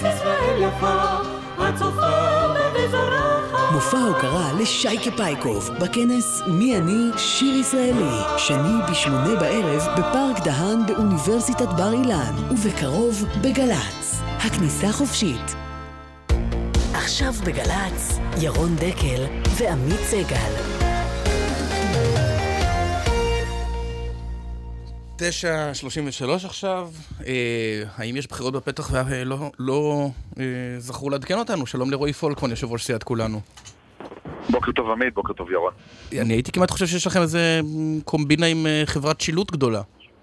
מופע הוקרה לשייקה פייקוב בכנס מי אני שיר ישראלי, שני בשמונה בערב בפארק דהן באוניברסיטת בר אילן, ובקרוב בגל"צ. הכניסה חופשית. עכשיו בגל"צ, ירון דקל ועמית סגל. תשע שלושים ושלוש עכשיו. אה, האם יש בחירות בפתח ולא לא, אה, זכרו לעדכן אותנו? שלום לרועי פולקמן, יושב ראש סיעת כולנו. בוקר טוב עמית, בוקר טוב ירון. אני הייתי כמעט חושב שיש לכם איזה קומבינה עם אה, חברת שילוט גדולה.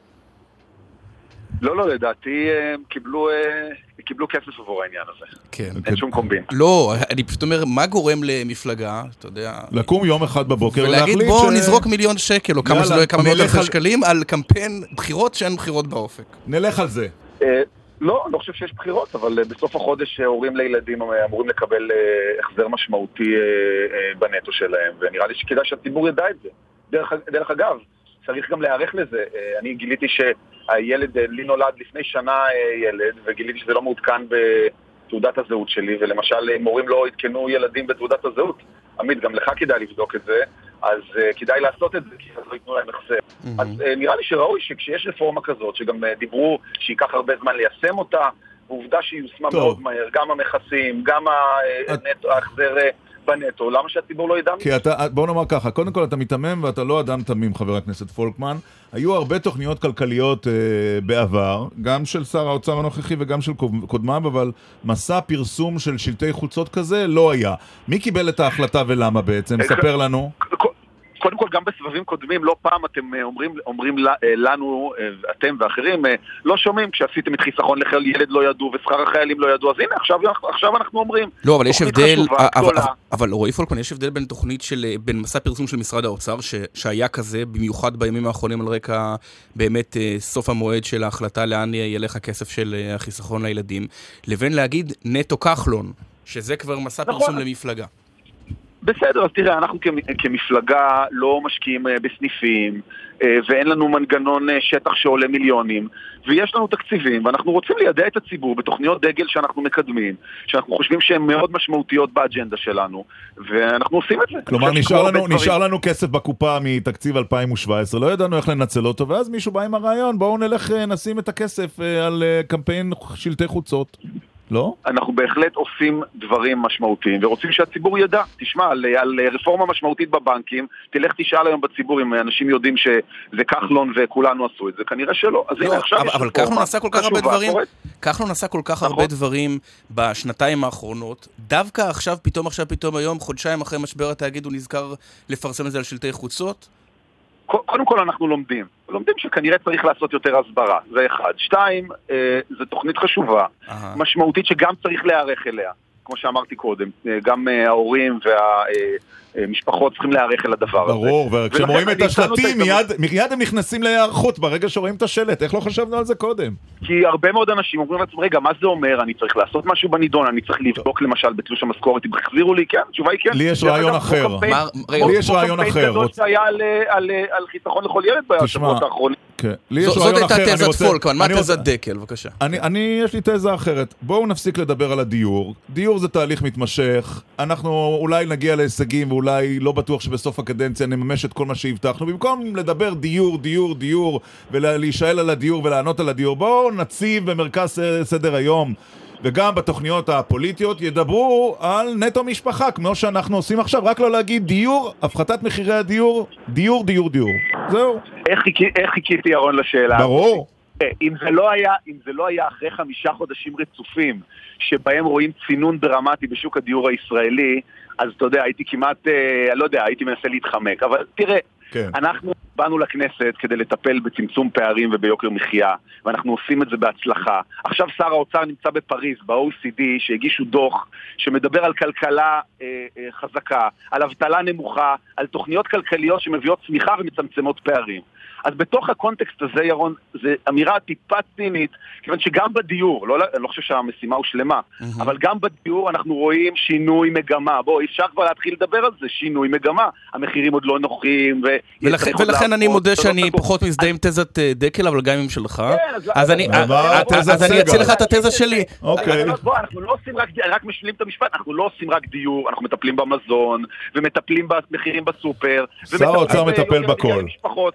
לא, לא, לדעתי הם קיבלו, קיבלו כסף עבור העניין הזה. כן. אין שום קומבין. לא, אני פשוט אומר, מה גורם למפלגה, אתה יודע... לקום יום אחד בבוקר ולהגיד בואו נזרוק מיליון שקל, או כמה שלא, כמה מאות אלפי שקלים, על קמפיין בחירות שאין בחירות באופק. נלך על זה. לא, אני לא חושב שיש בחירות, אבל בסוף החודש הורים לילדים אמורים לקבל החזר משמעותי בנטו שלהם, ונראה לי שכדאי שהציבור ידע את זה. דרך אגב, צריך גם להיערך לזה. אני גיליתי שהילד, לי נולד לפני שנה ילד, וגיליתי שזה לא מעודכן בתעודת הזהות שלי, ולמשל מורים לא התקנו ילדים בתעודת הזהות. עמית, גם לך כדאי לבדוק את זה, אז כדאי לעשות את זה, כי אז לא ייתנו להם החזר. אז נראה לי שראוי שכשיש רפורמה כזאת, שגם דיברו שייקח הרבה זמן ליישם אותה, ועובדה שהיא יושמה מאוד מהר, גם המכסים, גם ההחזר בנטו, למה שהציבור לא ידע? כי אתה, בוא נאמר ככה, קודם כל אתה מתמם ואתה לא אדם תמים, חבר הכנסת פולקמן. היו הרבה תוכניות כלכליות אה, בעבר, גם של שר האוצר הנוכחי וגם של קודמיו, אבל מסע פרסום של שלטי חוצות כזה לא היה. מי קיבל את ההחלטה ולמה בעצם? ספר לנו. קודם כל, גם בסבבים קודמים, לא פעם אתם אומרים, אומרים לנו, אתם ואחרים, לא שומעים, כשעשיתם את חיסכון לכל ילד לא ידעו, ושכר החיילים לא ידעו, אז הנה, עכשיו, עכשיו אנחנו אומרים. לא, אבל יש הבדל, אבל, אבל רועי פולקמן, יש הבדל בין תוכנית של, בין מסע פרסום של משרד האוצר, ש, שהיה כזה, במיוחד בימים האחרונים על רקע, באמת, סוף המועד של ההחלטה לאן ילך הכסף של החיסכון לילדים, לבין להגיד נטו כחלון, שזה כבר מסע פרסום למפלגה. בסדר, אז תראה, אנחנו כמפלגה לא משקיעים בסניפים, ואין לנו מנגנון שטח שעולה מיליונים, ויש לנו תקציבים, ואנחנו רוצים לידע את הציבור בתוכניות דגל שאנחנו מקדמים, שאנחנו חושבים שהן מאוד משמעותיות באג'נדה שלנו, ואנחנו עושים את זה. כלומר, נשאר לנו, נשאר לנו כסף בקופה מתקציב אלפיים שבע עשרה, לא ידענו איך לנצל אותו, ואז מישהו בא עם הרעיון, בואו נלך נשים את הכסף על קמפיין שלטי חוצות. לא? אנחנו בהחלט עושים דברים משמעותיים, ורוצים שהציבור ידע. תשמע, על, על רפורמה משמעותית בבנקים, תלך תשאל היום בציבור אם אנשים יודעים שזה כחלון וכולנו עשו את זה, כנראה שלא. אז לא, הנה, עכשיו אבל, אבל כחלון עשה כל כך הרבה דברים, כחלון עשה כל כך הרבה דברים בשנתיים האחרונות, דווקא עכשיו, פתאום עכשיו, פתאום היום, חודשיים אחרי משבר התאגיד, הוא נזכר לפרסם את זה על שלטי חוצות? קודם כל אנחנו לומדים. לומדים שכנראה צריך לעשות יותר הסברה. זה אחד. שתיים, אה, זו תוכנית חשובה, Aha. משמעותית שגם צריך להיערך אליה. כמו שאמרתי קודם, גם אה, ההורים והמשפחות צריכים להיערך אל הדבר הזה. ברור, וכשהם רואים את השלטים, מיד, מיד הם נכנסים להיערכות ברגע שרואים את השלט. איך לא חשבנו על זה קודם? כי הרבה מאוד אנשים אומרים לעצמם, רגע, מה זה אומר? אני צריך לעשות משהו בנידון, אני צריך לבדוק למשל בתלוש המשכורת, אם החזירו לי, כן? התשובה היא כן. לי יש רעיון אחר. לי יש רעיון אחר. קמפיין כזאת שהיה על חיסכון לכל ילד בשבועות האחרונים. זאת הייתה תזת פולקמן, מה תזת דקל, בבקשה. אני, יש לי תזה אחרת. בואו נפסיק לדבר על הדיור. דיור זה תהליך מתמשך. אנחנו אולי נגיע להישגים, ואולי לא בטוח שבסוף הקדנציה נממש את כל מה שהבטחנו. במקום לדבר דיור, דיור, דיור, ולהישאל על הדיור ולענות על הדיור, בואו נציב במרכז סדר היום, וגם בתוכניות הפוליטיות ידברו על נטו משפחה, כמו שאנחנו עושים עכשיו, רק לא להגיד דיור, הפחתת מחירי הדיור, דיור, דיור, דיור. זהו. איך, איך חיכיתי ירון לשאלה? ברור. אם זה לא היה, אם זה לא היה אחרי חמישה חודשים רצופים, שבהם רואים צינון דרמטי בשוק הדיור הישראלי, אז אתה יודע, הייתי כמעט, אה, לא יודע, הייתי מנסה להתחמק, אבל תראה, כן. אנחנו באנו לכנסת כדי לטפל בצמצום פערים וביוקר מחיה, ואנחנו עושים את זה בהצלחה. עכשיו שר האוצר נמצא בפריז, ב-או אי סי די, שהגישו דוח שמדבר על כלכלה אה, אה, חזקה, על אבטלה נמוכה, על תוכניות כלכליות שמביאות צמיחה ומצמצמות פערים. אז בתוך הקונטקסט הזה, ירון, זה אמירה טיפה צינית, כיוון שגם בדיור, לא, אני לא חושב שהמשימה הוא שלמה, mm-hmm. אבל גם בדיור אנחנו רואים שינוי מגמה. בוא, אפשר כבר להתחיל לדבר על זה, שינוי מגמה. המחירים עוד לא נוחים. ולכן, ולכן אני מודה שאני פחות מזדהה עם תזת דקל, אבל גם עם שלך. אז אני אציע לך את התזה שלי. אוקיי. בוא, אנחנו לא עושים רק, רק משלים את המשפט, אנחנו לא עושים רק דיור, אנחנו מטפלים במזון, ומטפלים במחירים בסופר. שר האוצר מטפל בכל.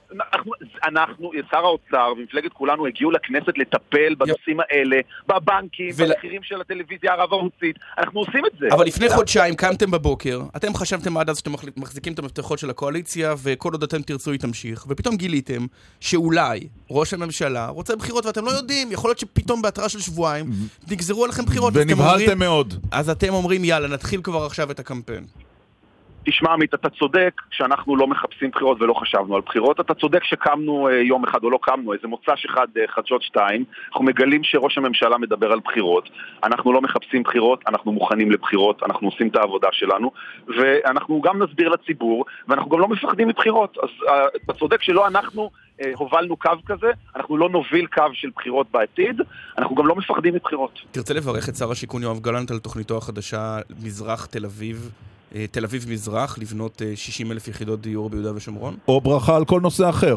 אנחנו, אנחנו, שר האוצר ומפלגת כולנו הגיעו לכנסת לטפל בנושאים האלה, בבנקים, ול... במחירים של הטלוויזיה הרב-ערוצית. אנחנו עושים את זה. אבל לפני חודשיים קמתם בבוקר, אתם חשבתם עד אז שאתם מחזיקים את המפתחות של הקואליציה, וכל עוד אתם תרצו היא תמשיך, ופתאום גיליתם שאולי ראש הממשלה רוצה בחירות ואתם לא יודעים, יכול להיות שפתאום בהתראה של שבועיים נגזרו עליכם בחירות. ונבהלתם מאוד. אז אתם אומרים, יאללה, נתחיל כבר עכשיו את הקמפיין. תשמע עמית, אתה צודק שאנחנו לא מחפשים בחירות ולא חשבנו על בחירות, אתה צודק שקמנו יום אחד או לא קמנו, איזה מוצ"ש אחד, חדשות שתיים, אנחנו מגלים שראש הממשלה מדבר על בחירות, אנחנו לא מחפשים בחירות, אנחנו מוכנים לבחירות, אנחנו עושים את העבודה שלנו, ואנחנו גם נסביר לציבור, ואנחנו גם לא מפחדים מבחירות, אז אתה צודק שלא אנחנו הובלנו קו כזה, אנחנו לא נוביל קו של בחירות בעתיד, אנחנו גם לא מפחדים מבחירות. תרצה לברך את שר השיכון יואב גלנט על תוכניתו החדשה מזרח תל אביב, תל אביב מזרח, לבנות שישים אלף יחידות דיור ביהודה ושומרון? או ברכה על כל נושא אחר.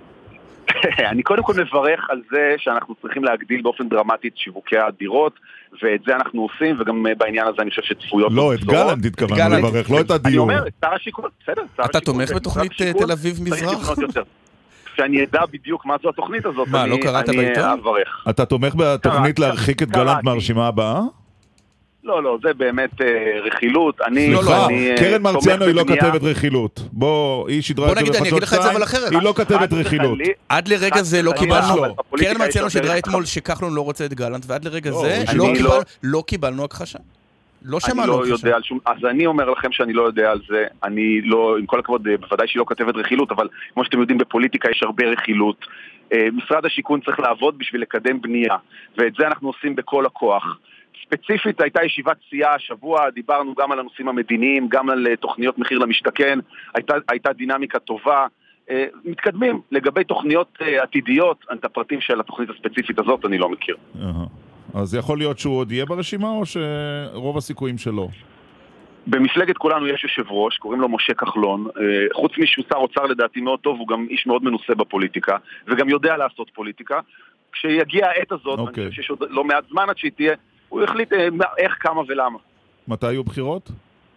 אני קודם כל מברך על זה שאנחנו צריכים להגדיל באופן דרמטי את שיווקי הדירות, ואת זה אנחנו עושים, וגם בעניין הזה אני חושב שצפויות... לא, את גלנט התכוונו לברך, לא את הדיור. אני אומר, שר השיכון, בסדר. אתה תומך בתוכנית תל אביב מזרח? שאני ידע בדיוק מה זו התוכנית הזאת. מה, לא קראת בעיתון? אתה תומך בתוכנית להרחיק את גלנט מהרשימה הבאה? לא, לא, זה באמת רכילות. סליחה, קרן מרציאנו היא לא כתבת רכילות. בוא, היא שידרה את זה בחדשות שתיים, היא לא כתבת רכילות. עד לרגע זה לא קיבלנו, קרן מרציאנו שידרה אתמול שכחלון לא רוצה את גלנט, ועד לרגע זה לא קיבלנו הכחשה. לא שמענו הכחשה. אז אני אומר לכם שאני לא יודע על זה, אני לא, עם כל הכבוד, בוודאי שהיא לא כתבת רכילות, אבל כמו שאתם יודעים, בפוליטיקה יש הרבה רכילות. משרד השיכון צריך לעבוד בשביל לקדם בנייה, ואת זה אנחנו עושים בכל הכוח. ספציפית הייתה ישיבת סיעה השבוע, דיברנו גם על הנושאים המדיניים, גם על תוכניות מחיר למשתכן, הייתה, הייתה דינמיקה טובה, מתקדמים. לגבי תוכניות עתידיות, את הפרטים של התוכנית הספציפית הזאת אני לא מכיר. אז יכול להיות שהוא עוד יהיה ברשימה או שרוב הסיכויים שלו? במפלגת כולנו יש יושב ראש, קוראים לו משה כחלון, חוץ משהו שר אוצר לדעתי מאוד טוב, הוא גם איש מאוד מנוסה בפוליטיקה, וגם יודע לעשות פוליטיקה. כשיגיע העת הזאת, okay. אני חושב שיש עוד לא מעט זמן עד שהיא תהיה, הוא החליט איך, כמה ולמה. מתי היו בחירות?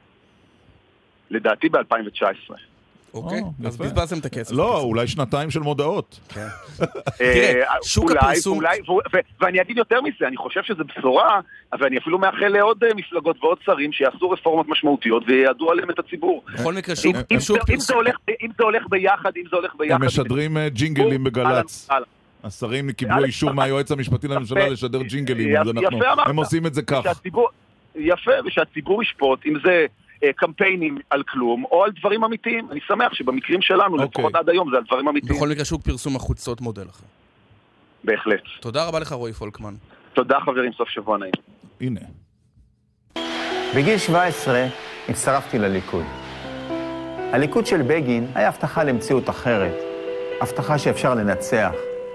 לדעתי ב-אלפיים תשע עשרה. אוקיי, אז בזבזתם את הכסף. לא, אולי שנתיים של מודעות. תראה, שוק הפרסום... ואני אגיד יותר מזה, אני חושב שזה בשורה, ואני אפילו מאחל לעוד מפלגות ועוד שרים שיעשו רפורמות משמעותיות ויעדו עליהם את הציבור. בכל מקרה, שוק פרסום... אם זה הולך ביחד, אם זה הולך ביחד... הם משדרים ג'ינגלים בגלץ. השרים קיבלו אישור מהיועץ המשפטי לממשלה לשדר ג'ינגלים, אז הם עושים את זה כך. יפה, ושהציבור ישפוט, אם זה קמפיינים על כלום, או על דברים אמיתיים. אני שמח שבמקרים שלנו, לפחות עד היום, זה על דברים אמיתיים. בכל מקרה, שוק פרסום החוצות מודל לכם. בהחלט. תודה רבה לך, רועי פולקמן. תודה, חברים, סוף שבוע נעים. הנה. בגיל שבע עשרה הצטרפתי לליכוד. הליכוד של בגין היה הבטחה למציאות אחרת, הבטחה שאפשר לנצח.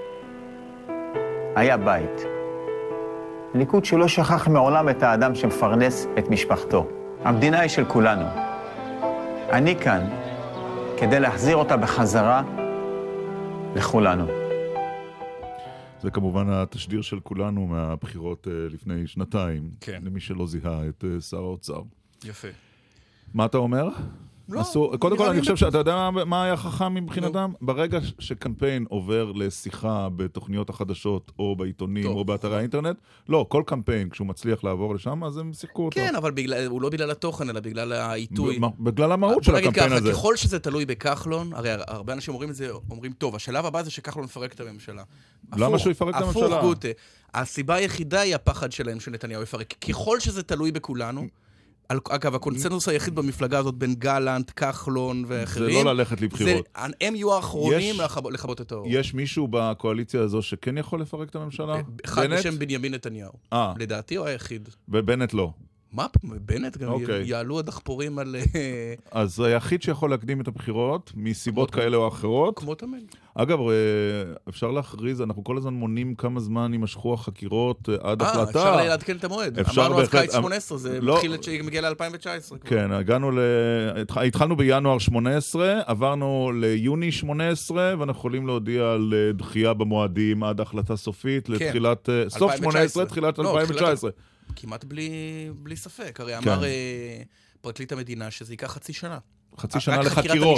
היה בית. ליכוד שלא שכח מעולם את האדם שמפרנס את משפחתו. המדינה היא של כולנו. אני כאן כדי להחזיר אותה בחזרה לכולנו. זה כמובן התשדיר של כולנו מהבחירות לפני שנתיים, כן. למי שלא זיהה את שר האוצר. יפה. מה אתה אומר? לא, אסור, קודם כל אני חושב שאתה יודע מה היה חכם מבחינתם? ברגע שקמפיין עובר לשיחה בתוכניות החדשות או בעיתונים או באתרי האינטרנט, לא, כל קמפיין כשהוא מצליח לעבור לשם אז הם שיחקו אותו. כן, אבל הוא לא בגלל התוכן אלא בגלל העיתוי. בגלל המהות של הקמפיין הזה. ככל שזה תלוי בכחלון, הרי הרבה אנשים אומרים את זה, אומרים טוב, השלב הבא זה שכחלון מפרק את הממשלה. למה שהוא יפרק את הממשלה? הפוך גוטה. הסיבה היחידה היא הפחד שלהם שנתניהו יפרק. ככל שזה תלוי בכולנו, אגב, הקונצנזוס היחיד במפלגה הזאת בין גלנט, כחלון ואחרים, זה לא ללכת לבחירות. הם יהיו האחרונים לכבות את האור. יש מישהו בקואליציה הזו שכן יכול לפרק את הממשלה? אחד בשם בנימין נתניהו. לדעתי הוא היחיד. ובנט לא. מה? בנט גם יעלו הדחפורים על... אז היחיד שיכול להקדים את הבחירות, מסיבות כאלה או אחרות. כמו תמיד. אגב, אפשר להכריז, אנחנו כל הזמן מונים כמה זמן יימשכו החקירות עד החלטה. אפשר לעדכן את המועד. אמרנו אז קיץ שמונה עשרה, זה מגיע ל-אלפיים תשע עשרה. כן, הגענו ל... התחלנו בינואר שמונה עשרה, עברנו ליוני שמונה עשרה, ואנחנו יכולים להודיע על דחייה במועדים עד החלטה סופית, לתחילת... סוף שמונה עשרה, תחילת אלפיים תשע עשרה. כמעט בלי, בלי ספק. הרי אמר פרקליט המדינה שזה ייקח חצי שנה. חצי שנה לחקירות,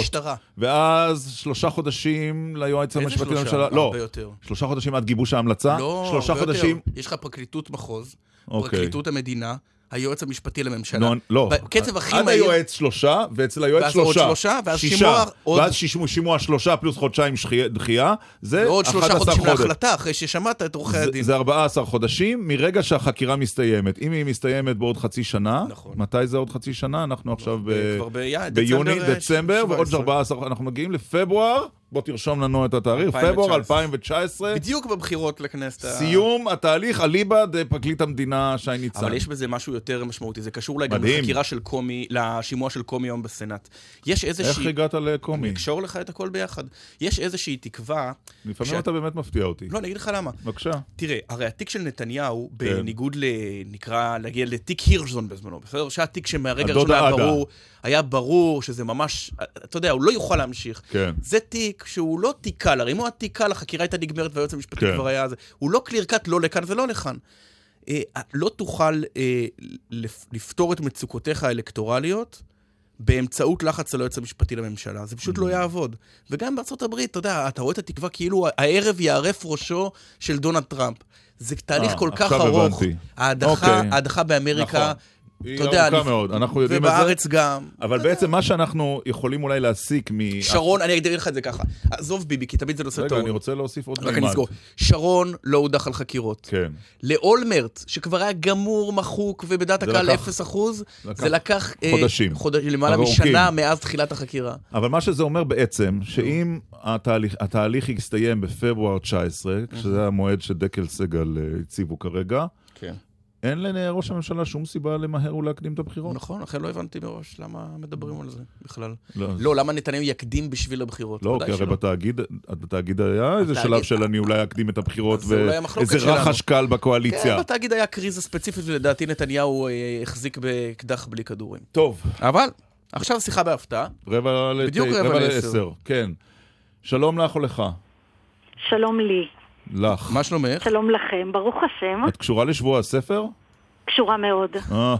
ואז שלושה חודשים ליועץ המשפטי לממשלה, לא, שלושה חודשים עד גיבוש ההמלצה, שלושה חודשים... יש לך פרקליטות מחוז, פרקליטות המדינה, היועץ המשפטי לממשלה. לא, עד היועץ שלושה, ואצל היועץ שלושה, שישה, ואז שימוע שלושה פלוס חודשיים דחייה, זה ועוד אחד עשר שלושה חודשים חודש. להחלטה, אחרי ששמעת את עורכי הדין. זה ארבעה עשר חודשים, מרגע שהחקירה מסתיימת. אם היא מסתיימת בעוד חצי שנה, מתי זה עוד חצי שנה? אנחנו עכשיו ביוני, דצמבר, ועוד ארבעה עשר, אנחנו מגיעים לפברואר, בוא תרשום לנו את התאריך, פברואר אלפיים תשע עשרה. בדיוק בבחירות לכנסת. סיום התהליך, אליבא דפרקליט המדינה שי ניצן. אבל יש בזה משהו יותר משמעותי, זה קשור אולי גם לחקירה של קומי, לשימוע של קומי היום בסנאט. יש איזושהי... איך הגעת לקומי? נקשור לך את הכל ביחד. יש איזושהי תקווה... לפעמים אתה באמת מפתיע אותי. לא, אני אגיד לך למה. בבקשה. תראה, הרי התיק של נתניהו, בניגוד לנקרא, להגיע לתיק הירשזון בזמנו, בסדר? שהתיק שמהרגע ראשון היה ברור, היה ברור שזה ממש, אתה יודע, הוא לא יוכל להמשיך. כן. זה תיק שהוא לא תיקל, הרי אם הוא התיקל, החקירה הייתה נגמרת והיועץ המשפטי כן. כבר היה זה. הוא לא קליר קאט, לא לכאן ולא לכאן. אה, לא תוכל אה, לפתור את מצוקותיך האלקטורליות באמצעות לחץ על היועץ המשפטי לממשלה. זה פשוט לא יעבוד. וגם בארצות הברית, אתה יודע, אתה רואה את התקווה כאילו הערב יערף ראשו של דונלד טראמפ. זה תהליך כל כך ארוך. ההדחה באמריקה, היא ארוכה מאוד, אנחנו יודעים את זה. ובארץ גם. אבל בעצם מה שאנחנו יכולים אולי להסיק מ... שרון, אני אגדיר לך את זה ככה. עזוב ביבי, כי תמיד זה נושא טוב. רגע, אני רוצה להוסיף עוד מימד. שרון לא הודח על חקירות. כן. לאולמרט, שכבר היה גמור, מחוק, ובדעת הקהל אפס אחוז, זה לקח... חודשים. למעלה משנה מאז תחילת החקירה. אבל מה שזה אומר בעצם, שאם התהליך יסתיים בפברואר תשע עשרה, שזה המועד שדקל סגל הציבו כרגע, כן. אין לראש הממשלה שום סיבה למהר ולהקדים את הבחירות. נכון, אחרי לא הבנתי מראש למה מדברים על זה בכלל. לא, למה נתניהו יקדים בשביל הבחירות? לא, כי הרי בתאגיד היה איזה שלב של אני אולי אקדים את הבחירות ואיזה רחש קל בקואליציה. כן, בתאגיד היה קריזה ספציפית ולדעתי נתניהו החזיק בקדח בלי כדורים. טוב. אבל, עכשיו שיחה בהפתעה. רבע לעשר, כן. שלום לך או לך? שלום לי. לך. מה שלומך? שלום לכם, ברוך השם. את קשורה לשבוע הספר? קשורה מאוד.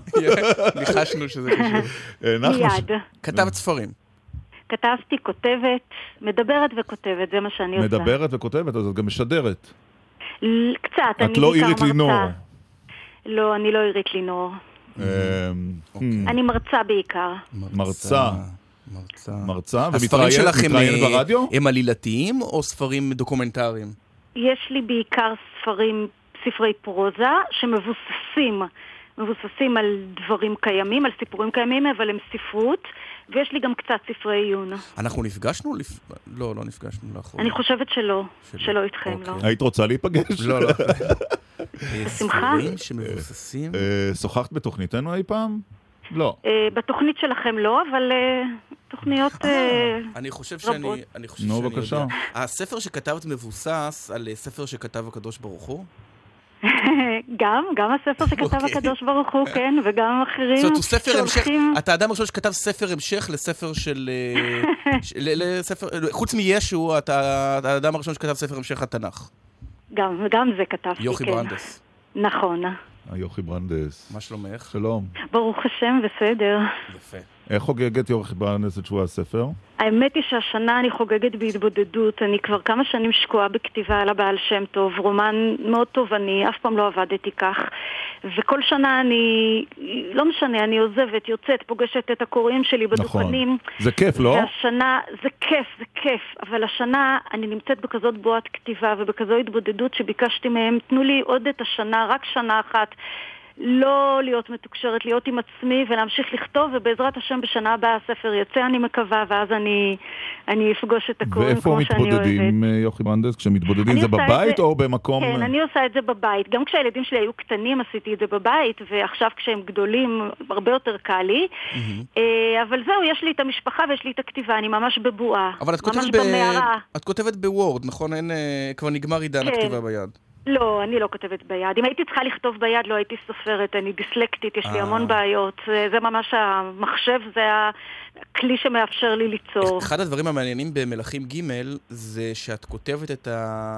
ניחשנו שזה קשור. מיד. כתבת ספרים. כתבתי, כותבת, מדברת וכותבת, זה מה שאני עושה. מדברת וכותבת, אז את גם משדרת. קצת, אני את לא עירית לינור. לא, אני לא עירית לינור. אני מרצה בעיקר. מרצה. מרצה. מרצה, הספרים שלכם הם עלילתיים או ספרים דוקומנטריים? יש לי בעיקר ספרים, ספרי פרוזה, שמבוססים, מבוססים על דברים קיימים, על סיפורים קיימים, אבל הם ספרות, ויש לי גם קצת ספרי עיון. אנחנו נפגשנו? לא, לא נפגשנו לאחרונה. אני חושבת שלא, שלא איתכם, לא. היית רוצה להיפגש? לא, לא. בשמחה. ספרים שמבוססים? שוחחת בתוכניתנו אי פעם? לא. בתוכנית שלכם לא, אבל תוכניות רבות. אני חושב שאני... נו, בבקשה. הספר שכתבת מבוסס על ספר שכתב הקדוש ברוך הוא? גם, גם הספר שכתב הקדוש ברוך הוא, כן, וגם אחרים. זאת אומרת, הוא ספר המשך, אתה האדם הראשון שכתב ספר המשך לספר של... חוץ מישו, אתה האדם הראשון שכתב ספר המשך התנ"ך. גם, וגם זה כתבתי, כן. יוכי ברנדס. נכון. יוכי ברנדס. מה שלומך? שלום. ברוך השם, בסדר. יפה. איך חוגגת יוכי ברנדס את שבוע הספר? האמת היא שהשנה אני חוגגת בהתבודדות. אני כבר כמה שנים שקועה בכתיבה על הבעל שם טוב, רומן מאוד טוב, אני אף פעם לא עבדתי כך. וכל שנה אני, לא משנה, אני עוזבת, יוצאת, פוגשת את הקוראים שלי בדוכנים. נכון. זה כיף, לא? והשנה, זה כיף, זה כיף. אבל השנה אני נמצאת בכזאת בועת כתיבה ובכזו התבודדות שביקשתי מהם, תנו לי עוד את השנה, רק שנה אחת. לא להיות מתוקשרת, להיות עם עצמי ולהמשיך לכתוב, ובעזרת השם בשנה הבאה הספר יצא, אני מקווה, ואז אני, אני אפגוש את הקוראים כמו שאני אוהבת. ואיפה מתבודדים, יוכי ברנדס? כשמתבודדים זה בבית זה, או במקום? כן, אני עושה את זה בבית. גם כשהילדים שלי היו קטנים עשיתי את זה בבית, ועכשיו כשהם גדולים הרבה יותר קל לי. Mm-hmm. אבל זהו, יש לי את המשפחה ויש לי את הכתיבה, אני ממש בבועה. אבל את כותבת, ב... את כותבת בוורד, נכון? אין, כבר נגמר עידן כן. הכתיבה ביד. לא, אני לא כותבת ביד. אם הייתי צריכה לכתוב ביד, לא הייתי סופרת. אני דיסלקטית, יש לי המון בעיות. זה ממש המחשב, זה, ה... כלי שמאפשר לי ליצור. אחד הדברים המעניינים במלכים ג' זה שאת כותבת את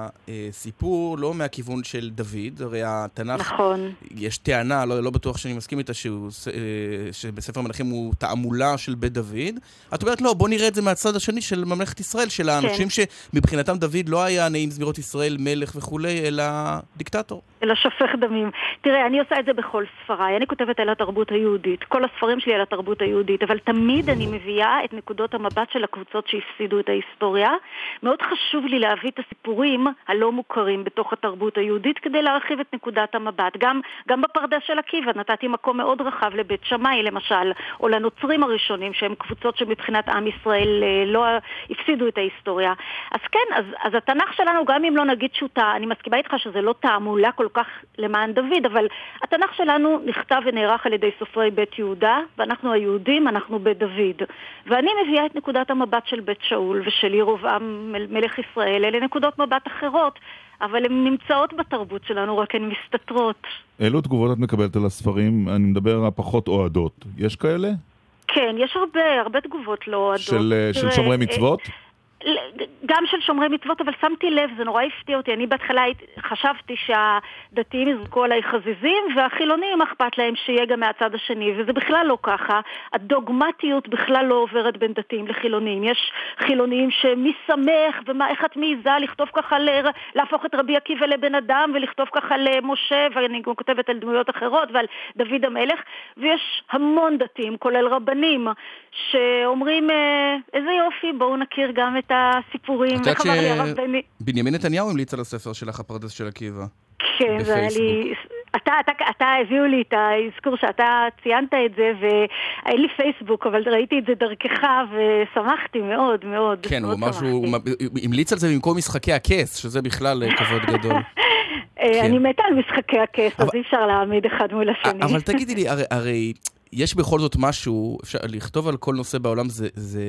הסיפור לא מהכיוון של דוד, הרי התנ"ך, נכון. יש טענה, לא, לא בטוח שאני מסכים איתה, שהוא, שבספר מלכים הוא תעמולה של בית דוד. את אומרת, לא, בוא נראה את זה מהצד השני של ממלכת ישראל, של האנשים כן. שמבחינתם דוד לא היה נעים זמירות ישראל, מלך וכולי, אלא דיקטטור. אלא שופך דמים. תראה, אני עושה את זה בכל ספריי. אני כותבת על התרבות היהודית. כל הספרים שלי על התרבות היהודית, אבל תמיד אני מביאה את נקודות המבט של הקבוצות שהפסידו את ההיסטוריה. מאוד חשוב לי להביא את הסיפורים הלא מוכרים בתוך התרבות היהודית כדי להרחיב את נקודת המבט. גם, גם בפרדס של עקיבא נתתי מקום מאוד רחב לבית שמאי למשל, או לנוצרים הראשונים שהם קבוצות שמבחינת עם ישראל לא הפסידו את ההיסטוריה. אז כן, אז, אז התנ"ך שלנו, גם אם לא נגיד שהוא תא, אני מסכימה איתך שזה לא תעמולה כל כך למען דוד, אבל התנ"ך שלנו נכתב ונערך על ידי סופרי בית יהודה, ואנחנו היהודים, אנחנו בית דוד. ואני מביאה את נקודת המבט של בית שאול ושל ירבעם מלך ישראל, אלה נקודות מבט אחרות, אבל הן נמצאות בתרבות שלנו, רק הן מסתתרות. אילו תגובות את מקבלת על הספרים? אני מדבר הפחות אוהדות. יש כאלה? כן, יש הרבה, הרבה תגובות לא אוהדות. של, של שומרי מצוות? גם של שומרי מצוות, אבל שמתי לב, זה נורא הפתיע אותי. אני בהתחלה חשבתי שהדתיים יזרקו עליי חזיזים, והחילונים אכפת להם שיהיה גם מהצד השני, וזה בכלל לא ככה. הדוגמטיות בכלל לא עוברת בין דתיים לחילונים. יש חילונים שמי שמח, ומה, איך את מעיזה לכתוב ככה, להפוך את רבי עקיבא לבן אדם, ולכתוב ככה למשה, ואני גם כותבת על דמויות אחרות, ועל דוד המלך, ויש המון דתיים, כולל רבנים, שאומרים, איזה יופי, בואו נכיר גם את הסיפורים. את יודעת שבנימין נתניהו המליץ על הספר שלך, הפרדס של עקיבא. כן, זה היה לי... אתה, אתה, אתה הביאו לי את האזכור שאתה ציינת את זה, ואין לי פייסבוק, אבל ראיתי את זה דרכך, ושמחתי מאוד, מאוד. כן, הוא אמר שהוא המליץ על זה במקום משחקי הכס, שזה בכלל כבוד גדול. אני מתה על משחקי הכס, אז אי אפשר להעמיד אחד מול השני. אבל תגידי לי, הרי יש בכל זאת משהו, אפשר לכתוב על כל נושא בעולם, זה...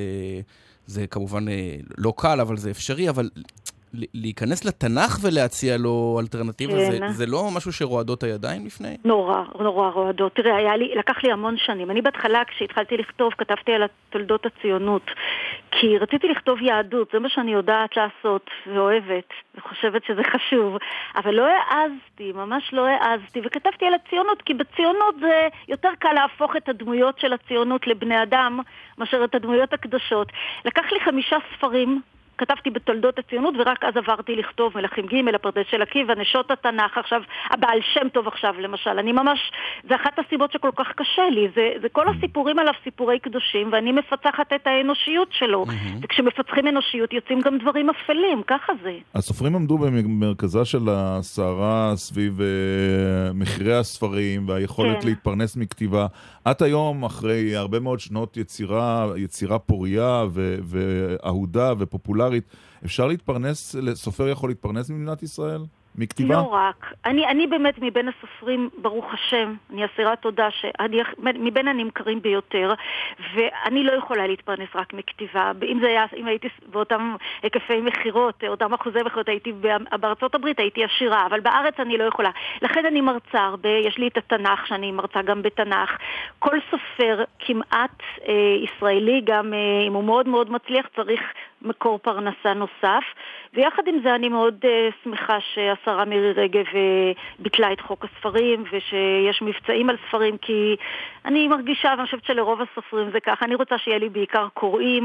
זה כמובן לא קל, אבל זה אפשרי, אבל להיכנס לתנ"ך ולהציע לו אלטרנטיבה, כן. זה, זה לא משהו שרועדות הידיים לפני? נורא, נורא רועדות. תראה, היה לי, לקח לי המון שנים. אני בהתחלה, כשהתחלתי לכתוב, כתבתי על תולדות הציונות, כי רציתי לכתוב יהדות, זה מה שאני יודעת לעשות ואוהבת, וחושבת שזה חשוב, אבל לא העזתי, ממש לא העזתי, וכתבתי על הציונות, כי בציונות זה יותר קל להפוך את הדמויות של הציונות לבני אדם, מאשר את הדמויות הקדושות. לקח לי חמישה ספרים, כתבתי בתולדות הציונות, ורק אז עברתי לכתוב מלכים ג', הפרדס של עקיבא, נשות התנ"ך, עכשיו, הבעל שם טוב עכשיו, למשל. אני ממש, זה אחת הסיבות שכל כך קשה לי. זה, זה כל הסיפורים עליו סיפורי קדושים, ואני מפצחת את האנושיות שלו. וכשמפצחים אנושיות, יוצאים גם דברים אפלים, ככה זה. הסופרים עמדו במרכזה של הסערה סביב uh, מחירי הספרים, והיכולת כן. להתפרנס מכתיבה. את היום, אחרי הרבה מאוד שנות יצירה, יצירה פוריה ו- ואהודה ופופולרית, אפשר להתפרנס, סופר יכול להתפרנס במדינת ישראל? מכתיבה? לא רק. אני, אני באמת מבין הסופרים, ברוך השם, אני אסירת תודה, שאני, מבין הנמכרים ביותר, ואני לא יכולה להתפרנס רק מכתיבה. אם זה היה, אם הייתי באותם היקפי מחירות, אותם אחוזי מחירות, הייתי בארצות הברית, הייתי עשירה, אבל בארץ אני לא יכולה. לכן אני מרצה הרבה, יש לי את התנ"ך, שאני מרצה גם בתנ"ך. כל סופר כמעט אה, ישראלי, גם אה, אם הוא מאוד מאוד מצליח, צריך מקור פרנסה נוסף, ויחד עם זה אני מאוד uh, שמחה שהשרה מירי רגב uh, ביטלה את חוק הספרים, ושיש מבצעים על ספרים, כי אני מרגישה, ואני חושבת שלרוב הסופרים זה ככה, אני רוצה שיהיה לי בעיקר קוראים,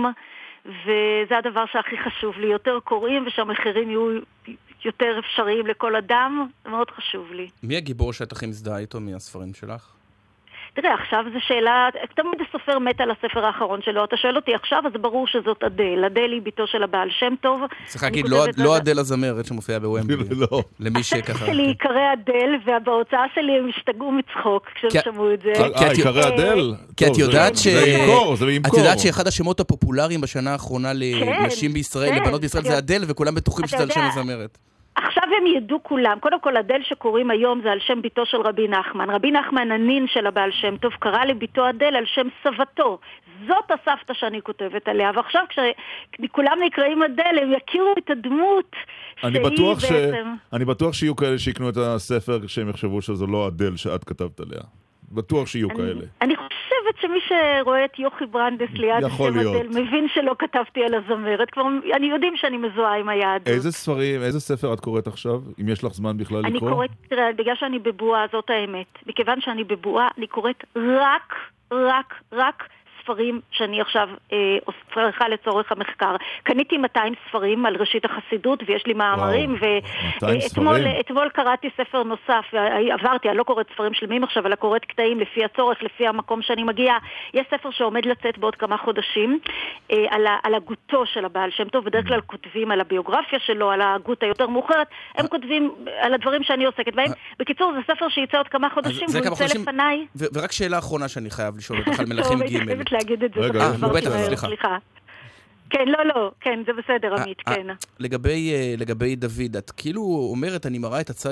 וזה הדבר שהכי חשוב לי, יותר קוראים, ושהמחירים יהיו יותר אפשריים לכל אדם, זה מאוד חשוב לי. מי הגיבור שאת הכי מזדהה איתו מהספרים שלך? תראה, עכשיו זו שאלה, תמיד הסופר מת על הספר האחרון שלו, אתה שואל אותי עכשיו, אז ברור שזאת אדל. אדל היא ביתו של הבעל שם טוב. צריך להגיד, לא אדל הזמרת שמופיעה בוומבלי. לא. למי שככה... הטקסט שלי יקרא אדל, ובהוצאה שלי הם השתגעו מצחוק כשהם שמעו את זה. אה, יקרא אדל? כי את יודעת ש... זה ימכור, זה ימכור. את יודעת שאחד השמות הפופולריים בשנה האחרונה לנשים בישראל, לבנות בישראל, זה אדל, וכולם בטוחים שזה על שם הזמרת. עכשיו הם ידעו כולם. קודם כל, אדל שקוראים היום זה על שם ביתו של רבי נחמן. רבי נחמן, הנין של הבעל שם טוב, קרא לביתו אדל על שם סבתו. זאת הסבתא שאני כותבת עליה. ועכשיו כשכולם נקראים אדל, הם יכירו את הדמות אני בטוח, ש... אני בטוח שיהיו כאלה שיקנו את הספר כשהם יחשבו שזו לא אדל שאת כתבת עליה. בטוח שיהיו אני, כאלה. אני חושבת חושבת שמי שרואה את יוכי ברנדס ליד השם אדל מבין שלא כתבתי על הזמרת. כבר אני יודעים שאני מזוהה עם היהדות. איזה ספרים, איזה ספר את קוראת עכשיו? אם יש לך זמן בכלל לקרוא? אני קוראת, תראה, בגלל שאני בבועה, זאת האמת. מכיוון שאני בבועה, אני קוראת רק, רק, רק ספרים שאני עכשיו אה, צריכה לצורך המחקר. קניתי מאתיים ספרים על ראשית החסידות, ויש לי מאמרים, ואתמול קראתי ספר נוסף, עברתי, אני לא קוראת ספרים שלמים עכשיו, אלא קוראת קטעים לפי הצורך, לפי המקום שאני מגיעה. יש ספר שעומד לצאת בעוד כמה חודשים, אה, על, על הגותו של הבעל שם טוב, בדרך כלל כותבים על הביוגרפיה שלו, על הגות היותר מאוחרת, הם כותבים על הדברים שאני עוסקת בהם. בקיצור, זה ספר שיצא עוד כמה חודשים, והוא יצא לפניי. ורק שאלה אחרונה שאני חייב לשאול אותך על מלכים ג' להגיד את זה. רגע, בטח, סליחה. כן, לא, לא, כן, זה בסדר, עמית, כן. לגבי דוד, את כאילו אומרת, אני מראה את הצד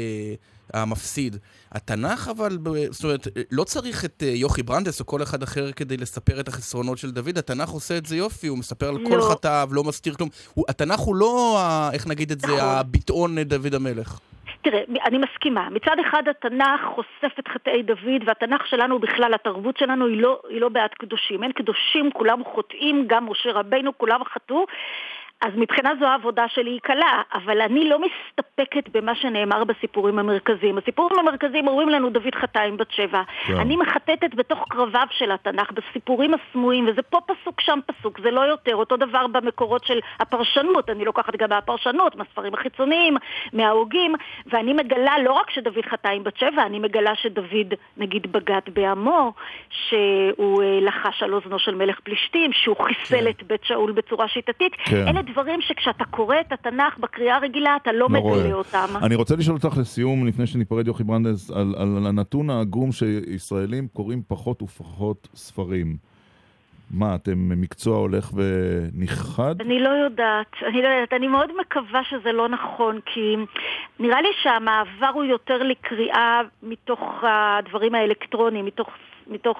המפסיד. התנ"ך, אבל, זאת אומרת, לא צריך את יוכי ברנדס או כל אחד אחר כדי לספר את החסרונות של דוד. התנ"ך עושה את זה יופי, הוא מספר על כל חטאיו, לא מסתיר כלום. התנ"ך הוא לא, איך נגיד את זה, הביטאון דוד המלך. תראה, אני מסכימה. מצד אחד התנ"ך חושף את חטאי דוד, והתנ"ך שלנו בכלל, התרבות שלנו היא לא, היא לא בעד קדושים. אין קדושים, כולם חוטאים, גם משה רבינו, כולם חטאו. אז מבחינה זו העבודה שלי היא קלה, אבל אני לא מסתפקת במה שנאמר בסיפורים המרכזיים. הסיפורים המרכזיים אומרים לנו דוד חטא עם בת שבע. Yeah. אני מחטטת בתוך קרביו של התנ"ך, בסיפורים הסמויים, וזה פה פסוק, שם פסוק, זה לא יותר. אותו דבר במקורות של הפרשנות, אני לוקחת גם מהפרשנות, מהספרים החיצוניים, מההוגים, ואני מגלה לא רק שדוד חטא עם בת שבע, אני מגלה שדוד, נגיד, בגד בעמו, שהוא לחש על אוזנו של מלך פלישתים, שהוא חיסל את בית שאול בצורה שיטתית. אלה דברים שכשאתה קורא את התנ"ך בקריאה רגילה, אתה לא מגלה אותם. אני רוצה לשאול אותך לסיום, לפני שניפרד יוכי ברנדס, על, על הנתון העגום שישראלים קוראים פחות ופחות ספרים. מה, אתם מקצוע הולך ונכחד? אני לא יודעת, אני לא יודעת, אני מאוד מקווה שזה לא נכון, כי נראה לי שהמעבר הוא יותר לקריאה מתוך הדברים האלקטרוניים, מתוך מתוך,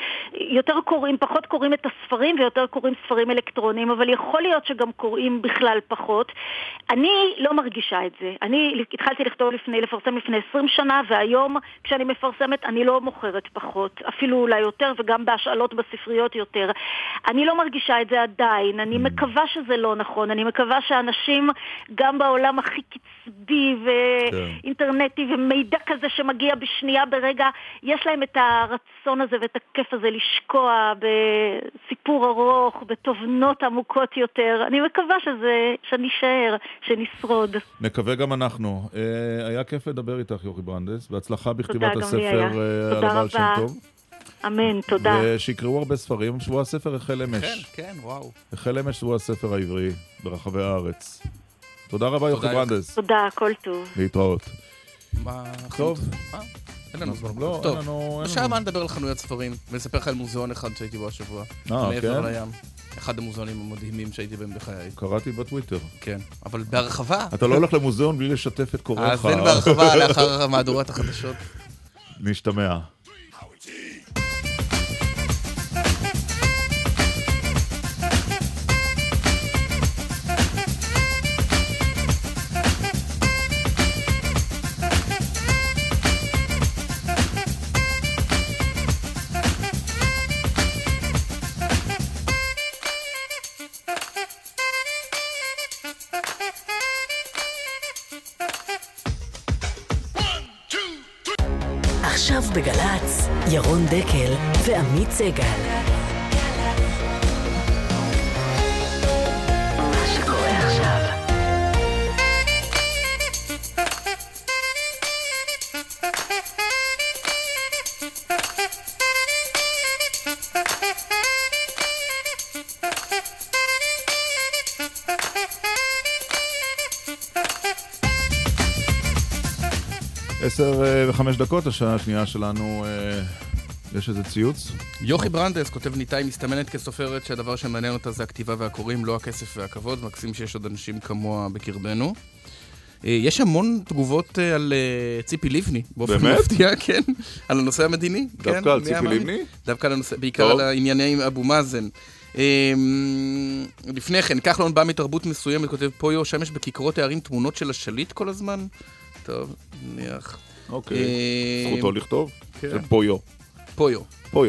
יותר קוראים, פחות קוראים את הספרים ויותר קוראים ספרים אלקטרוניים, אבל יכול להיות שגם קוראים בכלל פחות. אני לא מרגישה את זה. אני התחלתי לכתוב לפני, לפרסם לפני עשרים שנה, והיום כשאני מפרסמת אני לא מוכרת פחות, אפילו אולי יותר, וגם בהשאלות בספריות יותר. אני לא מרגישה את זה עדיין. אני מקווה שזה לא נכון. אני מקווה שאנשים גם בעולם הכי קצבי ואינטרנטי ומידע כזה שמגיע בשנייה ברגע, יש להם את הרצון הזה ואת הכיף הזה לשקוע בסיפור ארוך, בתובנות עמוקות יותר. אני מקווה שזה, שנשאר, שנשרוד. נקווה גם אנחנו. אה, היה כיף לדבר איתך, יוכי ברנדס, בהצלחה בכתיבת הספר אה, על הבעל שם טוב. אמן, תודה. ושיקראו הרבה ספרים. שבוע הספר החל אמש. כן, כן, וואו. החל אמש שבוע הספר העברי ברחבי הארץ. תודה רבה, יוכי ברנדס. תודה, הכל טוב. להתראות. טוב. אין לנו זמן. לא, אין לנו... בשעה מה נדבר על חנויות ספרים, ונספר לך על מוזיאון אחד שהייתי בו השבוע. מעבר לים. אחד המוזיאונים המדהימים שהייתי בהם בחיי. קראתי בטוויטר. כן, אבל בהרחבה. אתה לא הולך למוזיאון בלי לשתף את קוראיך. אז אין בהרחבה לאחר מהדורת החדשות. נשתמע. עכשיו בגלץ, ירון דקל ועמית סגל. מה שקורה עכשיו. עשר וחמש דקות, השעה השנייה שלנו, יש איזה ציוץ? יוכי ברנדס כותב ניתאי, מסתמנת כסופרת שהדבר שמעניין אותה זה הכתיבה והקוראים, לא הכסף והכבוד. מקסים שיש עוד אנשים כמוה בקרבנו. יש המון תגובות על ציפי לבני, באופן מפתיע, כן, על הנושא המדיני. דווקא על ציפי לבני? דווקא על הנושא, בעיקר על הענייני עם אבו מאזן. לפני כן, כחלון בא מתרבות מסוימת, כותב פויו, שם יש בכיכרות הערים תמונות של השליט כל הזמן. טוב, נניח. אוקיי, זכותו לכתוב? זה פויו. פויו. פויו.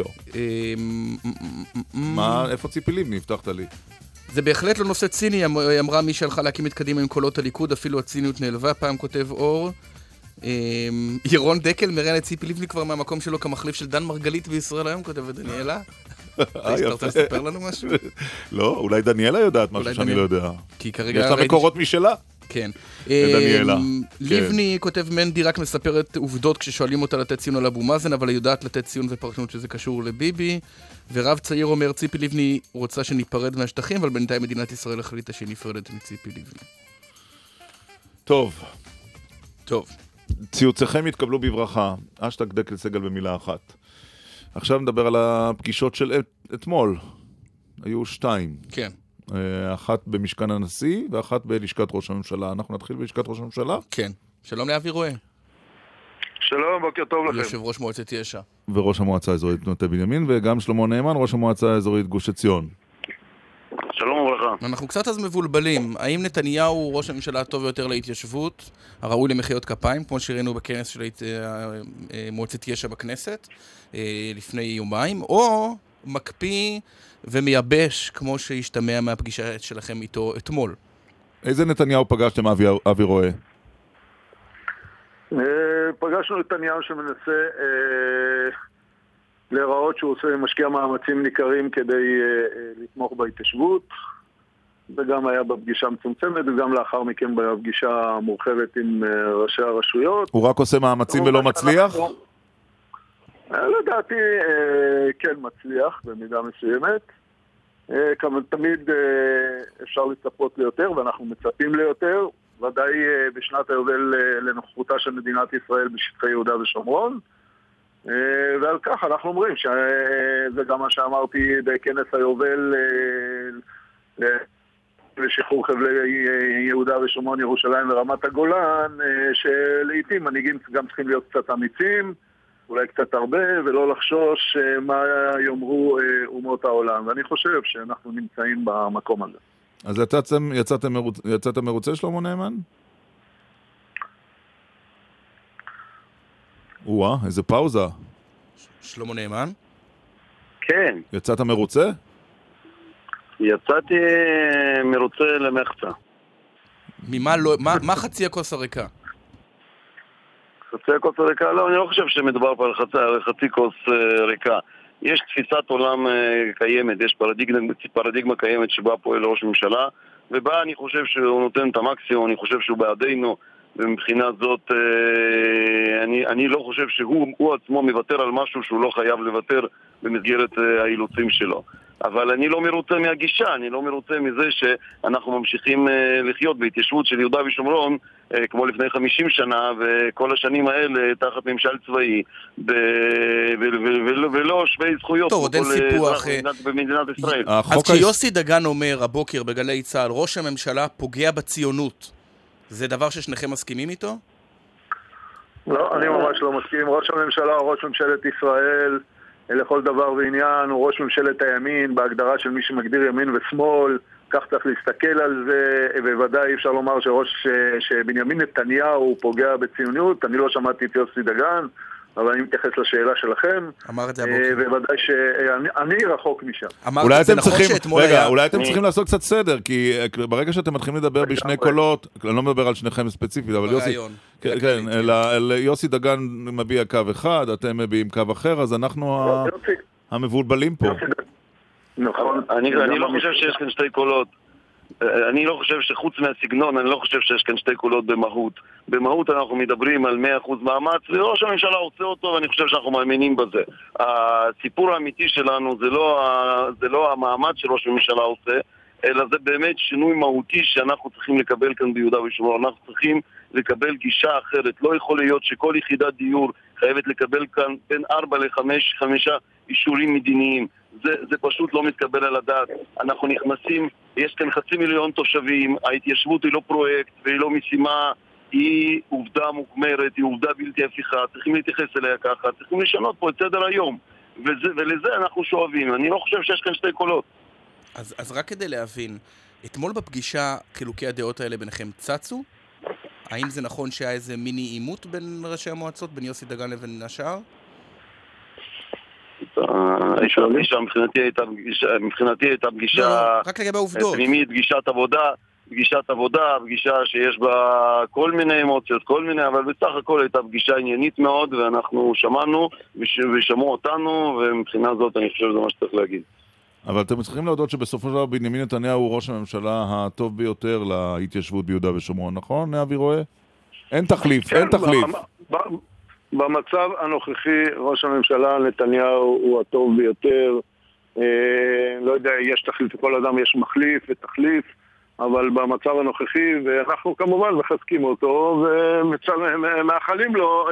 מה, איפה ציפי לבני? הבטחת לי. זה בהחלט לא נושא ציני, היא אמרה מי שהלכה להקים את קדימה עם קולות הליכוד, אפילו הציניות נעלבה, פעם כותב אור. ירון דקל מראיין את ציפי לבני כבר מהמקום שלו כמחליף של דן מרגלית בישראל היום, כותבת דניאלה. אתה רוצה לספר לנו משהו? לא, אולי דניאלה יודעת משהו שאני לא יודע. יש לה מקורות משלה. כן. דניאלה. לבני כותב מנדי רק מספרת עובדות כששואלים אותה לתת ציון על אבו מאזן, אבל היא יודעת לתת ציון ופרשנות שזה קשור לביבי. ורב צעיר אומר, ציפי לבני רוצה שניפרד מהשטחים, אבל בינתיים מדינת ישראל החליטה שהיא נפרדת מציפי לבני. טוב. טוב. ציוציכם התקבלו בברכה. אשטג דקל סגל במילה אחת. עכשיו נדבר על הפגישות של אתמול. היו שתיים. כן. אחת במשכן הנשיא ואחת בלשכת ראש הממשלה. אנחנו נתחיל בלשכת ראש הממשלה? כן. שלום לאבי רואה. שלום, בוקר טוב לכם. יושב ראש מועצת יש"ע. וראש המועצה האזורית מטה בנימין, וגם שלמה נאמן, ראש המועצה האזורית גוש עציון. שלום וברכה. אנחנו קצת אז מבולבלים. האם נתניהו ראש הממשלה הטוב יותר להתיישבות, הראוי למחיאות כפיים, כמו שראינו בכנס של מועצת יש"ע בכנסת לפני יומיים, או מקפיא ומייבש, כמו שהשתמע מהפגישה שלכם איתו אתמול? איזה נתניהו פגשתם, אבי, אבי רואה? פגשנו נתניהו שמנסה להיראות שהוא עושה משקיע מאמצים ניכרים כדי לתמוך בהתיישבות, וגם היה בפגישה מצומצמת, וגם לאחר מכן בפגישה מורחבת עם ראשי הרשויות. הוא רק עושה מאמצים ולא מצליח? לדעתי כן מצליח במידה מסוימת. כמה תמיד אפשר לצפות ליותר, ואנחנו מצפים ליותר, ודאי בשנת היובל לנוכחותה של מדינת ישראל בשטחי יהודה ושומרון. ועל כך אנחנו אומרים שזה גם מה שאמרתי בכנס היובל לשחרור חבלי יהודה ושומרון, ירושלים ורמת הגולן, שלעיתים מנהיגים גם צריכים להיות קצת אמיצים, אולי קצת הרבה, ולא לחשוש מה יאמרו אומות העולם. ואני חושב שאנחנו נמצאים במקום הזה. אז יצאתם, יצאתם, מרוצ... יצאתם מרוצה, שלמה נאמן? וואה, איזה פאוזה. שלמה נאמן? כן. יצאת מרוצה? יצאתי מרוצה למחצה. ממה לא, מה, מה חצי הכוס הריקה? חצי הכוס הריקה? לא, אני לא חושב שמדובר פה על חצי, חצי כוס ריקה. יש תפיסת עולם קיימת, יש פרדיגמה, פרדיגמה קיימת שבה פועל ראש ממשלה, ובה אני חושב שהוא נותן את המקסימום, אני חושב שהוא בעדינו, ומבחינה זאת אני, אני לא חושב שהוא עצמו מוותר על משהו שהוא לא חייב לוותר במסגרת האילוצים שלו. אבל אני לא מרוצה מהגישה, אני לא מרוצה מזה שאנחנו ממשיכים לחיות בהתיישבות של יהודה ושומרון כמו לפני חמישים שנה, וכל השנים האלה תחת ממשל צבאי ולא שווי זכויות במדינת ישראל. אז כשיוסי דגן אומר הבוקר בגלי צהל, ראש הממשלה פוגע בציונות, זה דבר ששניכם מסכימים איתו? לא, אני ממש לא מסכים. ראש הממשלה הוא ראש ממשלת ישראל לכל דבר ועניין, הוא ראש ממשלת הימין בהגדרה של מי שמגדיר ימין ושמאל, כך צריך להסתכל על זה, ובוודאי אפשר לומר שראש, שבנימין נתניהו פוגע בציונות. אני לא שמעתי את יוסי דגן, אבל אני מתייחס לשאלה שלכם. אמר את זה הבוקר. ובוודאי שאני רחוק משם. אולי אתם צריכים, רגע, אולי אתם צריכים לעשות קצת סדר, כי ברגע שאתם מתחילים לדבר בשני קולות, אני לא מדבר על שניכם ספציפית, אבל יוסי, כן, יוסי דגן מביע קו אחד, אתם מביעים קו אחר, אז אנחנו המבולבלים פה. נכון. אני לא חושב שיש כאן שתי קולות. אני לא חושב שחוץ מהסגנון, אני לא חושב שיש כאן שתי קולות במהות. במהות אנחנו מדברים על מאה אחוז מאמץ, וראש הממשלה עושה אותו, ואני חושב שאנחנו מאמינים בזה. הסיפור האמיתי שלנו זה לא, זה לא המאמץ שראש הממשלה עושה, אלא זה באמת שינוי מהותי שאנחנו צריכים לקבל כאן ביהודה ושומרון. אנחנו צריכים לקבל גישה אחרת. לא יכול להיות שכל יחידת דיור חייבת לקבל כאן בין ארבע לחמש, חמישה אישורים מדיניים. זה, זה פשוט לא מתקבל על הדעת. אנחנו נכנסים, יש כאן חצי מיליון תושבים, ההתיישבות היא לא פרויקט והיא לא משימה, היא עובדה מוגמרת, היא עובדה בלתי הפיכה, צריכים להתייחס אליה ככה, צריכים לשנות פה את סדר היום, וזה, ולזה אנחנו שואבים. אני לא חושב שיש כאן שתי קולות. אז, אז רק כדי להבין, אתמול בפגישה חילוקי הדעות האלה ביניכם צצו? האם זה נכון שהיה איזה מיני עימות בין ראשי המועצות, בין יוסי דגן לבין השאר? מבחינתי הייתה פגישה פנימית, פגישת עבודה, פגישת עבודה, פגישה שיש בה כל מיני אמוציות, כל מיני, אבל בסך הכל הייתה פגישה עניינית מאוד, ואנחנו שמענו ושמעו אותנו, ומבחינה זאת אני חושב שזה מה שצריך להגיד. אבל אתם צריכים להודות שבסופו של דבר בנימין נתניהו הוא ראש הממשלה הטוב ביותר להתיישבות ביהודה ושומרון, נכון, אבי רואה? אין תחליף, אין תחליף. במצב הנוכחי ראש הממשלה נתניהו הוא הטוב ביותר. לא יודע, יש תחליף, לכל אדם יש מחליף ותחליף, אבל במצב הנוכחי, ואנחנו כמובן מחזקים אותו ומאחלים לו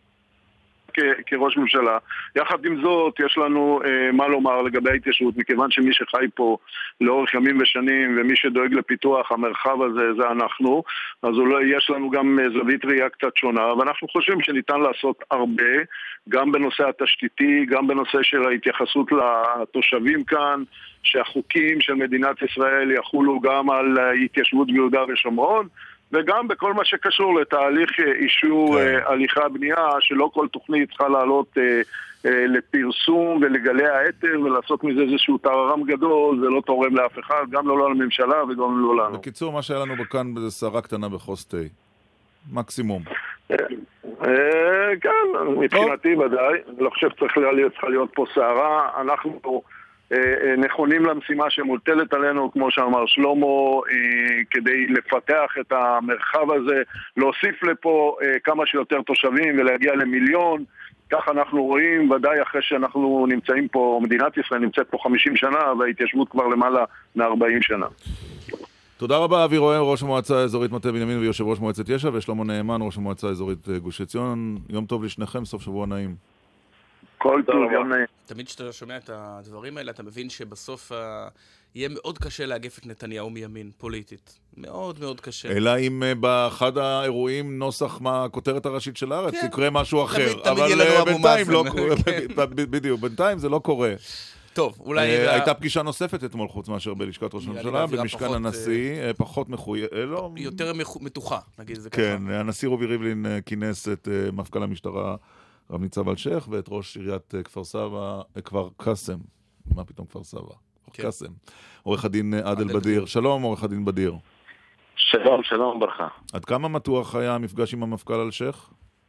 כראש ממשלה. יחד עם זאת, יש לנו אה, מה לומר לגבי ההתיישבות, מכיוון שמי שחי פה לאורך ימים ושנים, ומי שדואג לפיתוח המרחב הזה, זה אנחנו, אז אולי יש לנו גם זווית ראייה קצת שונה, ואנחנו חושבים שניתן לעשות הרבה, גם בנושא התשתיתי, גם בנושא של ההתייחסות לתושבים כאן, שהחוקים של מדינת ישראל יחולו גם על התיישבות ביהודה ושומרון, וגם בכל מה שקשור לתהליך אישור כן. הליכה בנייה, שלא כל תוכנית צריכה לעלות אה, אה, לפרסום ולגלי האתר ולעשות מזה איזשהו טררם גדול, זה לא תורם לאף אחד, גם לא לממשלה וגם לא לנו. בקיצור, מה שהיה לנו כאן זה שרה קטנה בחוסטי. מקסימום. אה, אה, כן, מבחינתי ודאי. אני לא חושב שצריך להיות, צריכה להיות פה שרה. אנחנו נכונים למשימה שמוטלת עלינו, כמו שאמר שלמה, כדי לפתח את המרחב הזה, להוסיף לפה כמה שיותר תושבים ולהגיע למיליון. כך אנחנו רואים, ודאי אחרי שאנחנו נמצאים פה, מדינת ישראל נמצאת פה חמישים שנה, וההתיישבות כבר למעלה מ-ארבעים שנה. תודה רבה, אבי רואה, ראש המועצה האזורית מטה בנימין ויושב ראש מועצת יש"ע, ושלמה נאמן, ראש המועצה האזורית גוש עציון. יום טוב לשניכם, סוף שבוע נעים. כל טוב, יום נעים. תמיד כשאתה שומע את הדברים האלה, אתה מבין שבסוף ה... יהיה מאוד קשה להגף את נתניהו מימין, פוליטית. מאוד מאוד קשה. אלא אם באחד האירועים נוסח מה הכותרת הראשית של הארץ, כן. יקרה משהו אחר. תמיד, תמיד אבל בינתיים לא קורה. בדיוק, בינתיים זה לא קורה. טוב, אולי... הייתה פגישה נוספת אתמול, חוץ מאשר בלשכת ראש הממשלה, במשכן הנשיא, פחות מחויה... יותר מתוחה, נגיד זה ככה. כן, הנשיא רובי ריבלין כינס את מפכ"ל המשטרה רב ניצב אלשיך, ואת ראש עיריית כפר סבא, כפר קאסם. מה פתאום כפר סבא? קאסם. עורך הדין עדל בדיר. שלום, עורך הדין בדיר. שלום, שלום, ברכה. עד כמה מתוח היה המפגש עם המפכ"ל אלשיך?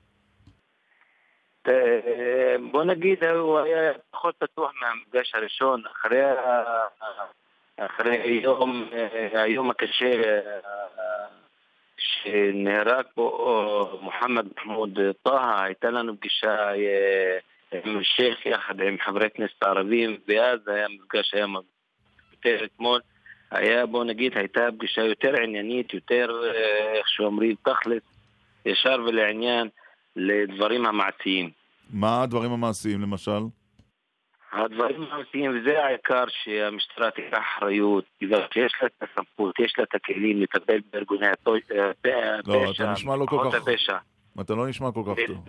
בוא נגיד, הוא היה פחות פתוח מהמפגש הראשון, אחרי אחרי היום, היום הקשה שנהרג בו מוחמד מחמוד טאהא, הייתה לנו פגישה עם אלשיך יחד עם חברי כנסת הערבים, ואז היה מפגש, היה יותר אתמול, היה, בוא נגיד, הייתה פגישה יותר עניינית, יותר, איך שאומרים, תכלס, ישר ולעניין, לדברים המעשיים. מה הדברים המעשיים, למשל? הדברים המעשיים, וזה העיקר שהמשטרה תיקח אחריות, יש לה את הסמכות, יש לה את הכלים לטפל בארגוני הפשע. לא, אתה נשמע לא כל כך... אתה לא נשמע כל כך טוב.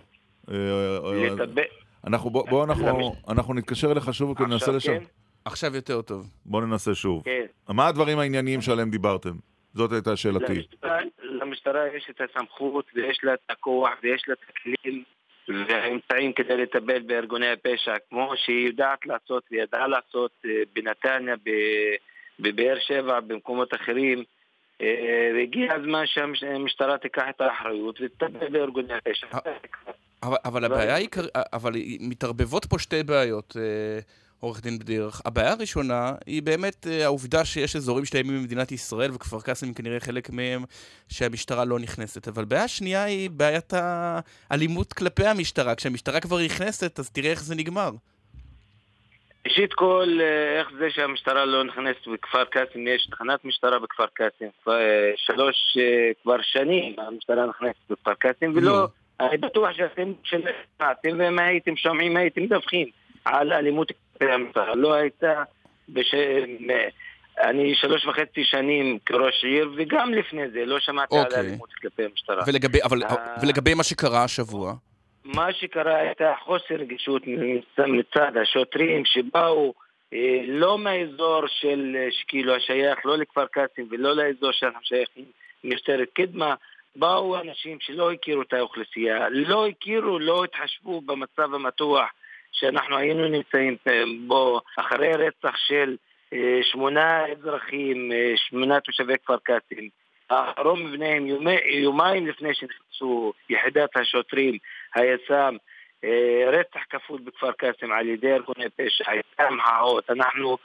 אנחנו, בוא, אנחנו, אנחנו נתקשר אליך שוב וננסה לשם. עכשיו יותר טוב. בוא ננסה שוב. מה הדברים הענייניים שעליהם דיברתם? זאת הייתה שאלתי. למשטרה יש את הסמכות ויש לה את הכוח ויש לה את הכלים והאמצעים כדי לטפל בארגוני הפשע, כמו שהיא יודעת לעשות וידעה לעשות בנתניה, בבאר שבע, במקומות אחרים. והגיע הזמן שהמשטרה תיקח את האחריות ותטפל בארגוני הפשע. אבל, אבל הבעיה היא, אבל מתערבבות פה שתי בעיות, עורך דין בדיר. הבעיה הראשונה היא באמת העובדה שיש אזורים שלמים במדינת ישראל, וכפר קאסם כנראה חלק מהם שהמשטרה לא נכנסת. אבל בעיה השנייה היא בעיית האלימות כלפי המשטרה. כשהמשטרה כבר נכנסת, אז תראה איך זה נגמר. ראשית כל, איך זה שהמשטרה לא נכנסת בכפר קאסם, יש תחנת משטרה בכפר קאסם. שלוש כבר שנים המשטרה נכנסת בכפר קאסם, ולא... אני בטוח שאתם שמעתם ומה הייתם שומעים, הייתם מדווחים על אלימות כלפי המשטרה. לא הייתה, בש... אני שלוש וחצי שנים כראש עיר, וגם לפני זה לא שמעתי okay. על אלימות כלפי המשטרה. ולגבי, אבל, uh... ולגבי מה שקרה השבוע? מה שקרה הייתה חוסר רגישות מצד השוטרים שבאו אה, לא מהאזור של שכאילו השייך, לא לכפר קאסם ולא לאזור שאנחנו שייכים משטרת קדמה, באו אנשים שלא הכירו את האוכלוסייה, לא הכירו, לא התחשבו במצב המתוח שאנחנו היינו נמצאים בו אחרי רצח של שמונה אזרחים, שמונה תושבי כפר קאסם. האחרון מבניהם יומיים לפני שנכנסו יחידת השוטרים, היס"מ, רצח כפול בכפר קאסם על ידי ארגוני פשע, הייתה מחאות, אנחנו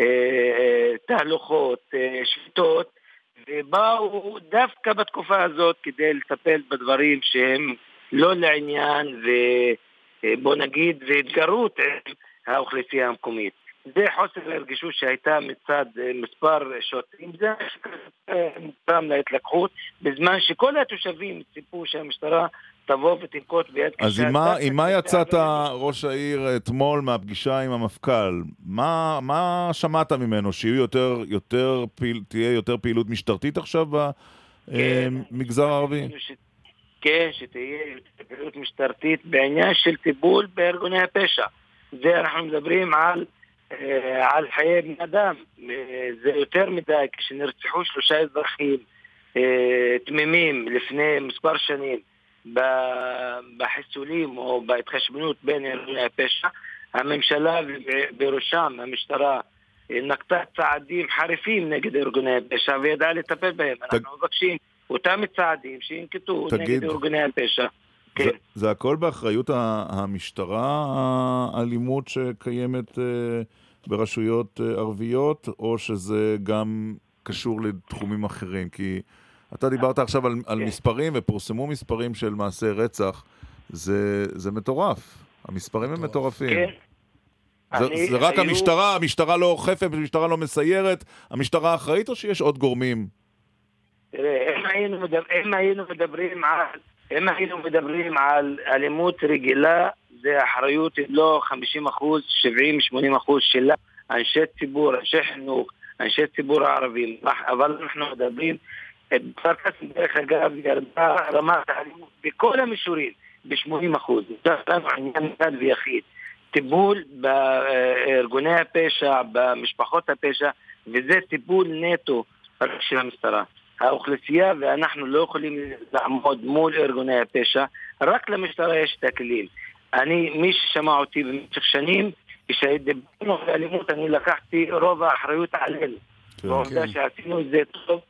תהלוכות, שביתות, ובאו דווקא בתקופה הזאת כדי לטפל בדברים שהם לא לעניין, ובוא נגיד, והתגרות עם האוכלוסייה המקומית. זה חוסר הרגישות שהייתה מצד מספר שוטרים, זה מוקם להתלקחות, בזמן שכל התושבים ציפו שהמשטרה תבוא ותנקוט ביד קשה. אז עם מה יצאת ראש העיר אתמול מהפגישה עם המפכ"ל? מה, מה שמעת ממנו? שיהיו יותר, יותר, תהיה יותר פעילות משטרתית עכשיו במגזר הערבי? כן, שתהיה פעילות משטרתית בעניין של טיפול בארגוני הפשע. זה אנחנו מדברים על על חיי בני אדם. זה יותר מדי, כשנרצחו שלושה אזרחים תמימים לפני מספר שנים בחיסולים או בהתחשבנות בין ארגוני הפשע, הממשלה ובראשם המשטרה נקטה צעדים חריפים נגד ארגוני הפשע וידעה לטפל בהם. אנחנו מבקשים אותם צעדים שינקטו נגד ארגוני הפשע. זה, זה הכל באחריות המשטרה, האלימות שקיימת ברשויות ערביות, או שזה גם קשור לתחומים אחרים? כי אתה דיברת עכשיו על, על מספרים, ופורסמו מספרים של מעשי רצח. זה, זה מטורף. המספרים הם מטורפים. כן. זה, אני, זה רק היו... המשטרה, המשטרה לא אוכפת, המשטרה לא מסיירת, המשטרה אחראית, או שיש עוד גורמים? תראה, אם היינו, מדבר, אם היינו מדברים על אם היינו מדברים על אלימות רגילה, זה אחריות לא חמישים אחוז, שבעים שמונים אחוז שלה, אנשי ציבור, אנשי חינוך, אנשי ציבור הערבים. אבל אנחנו מדברים, בכפר קאסם דרך אגב ירדה רמת האלימות בכל המישורים, ב-שמונים אחוז. זה עניין אחד ויחיד. טיפול בארגוני הפשע, במשפחות הפשע, וזה טיפול נטו של המשטרה. האוכלוסייה, ואנחנו לא יכולים לעמוד מול ארגוני הפשע, רק למשטרה יש את הכלים. אני, מי ששמע אותי במשך שנים, כשהתדברנו על אלימות, אני לקחתי רוב האחריות עלינו. ועובדה שעשינו את זה טוב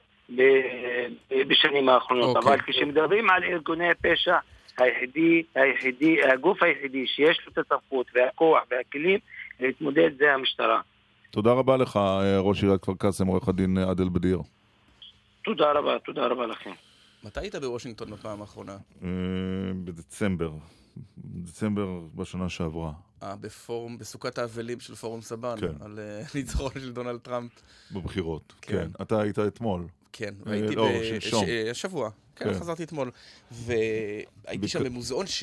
בשנים האחרונות. אבל כשמדברים על ארגוני הפשע, היחידי, היחידי, הגוף היחידי שיש לו את הסמכות והכוח והכלים להתמודד זה המשטרה. תודה רבה לך, ראש עיריית כפר קאסם, עורך הדין עדל בדיר. תודה רבה, תודה רבה לכם. מתי היית בוושינגטון בפעם האחרונה? בדצמבר. דצמבר בשנה שעברה. אה, בפורום, בסוכת האבלים של פורום סבן, על ניצחון של דונלד טראמפ. בבחירות, כן. אתה היית אתמול. כן, והייתי בשבוע. כן, חזרתי אתמול. והייתי שם במוזיאון ש...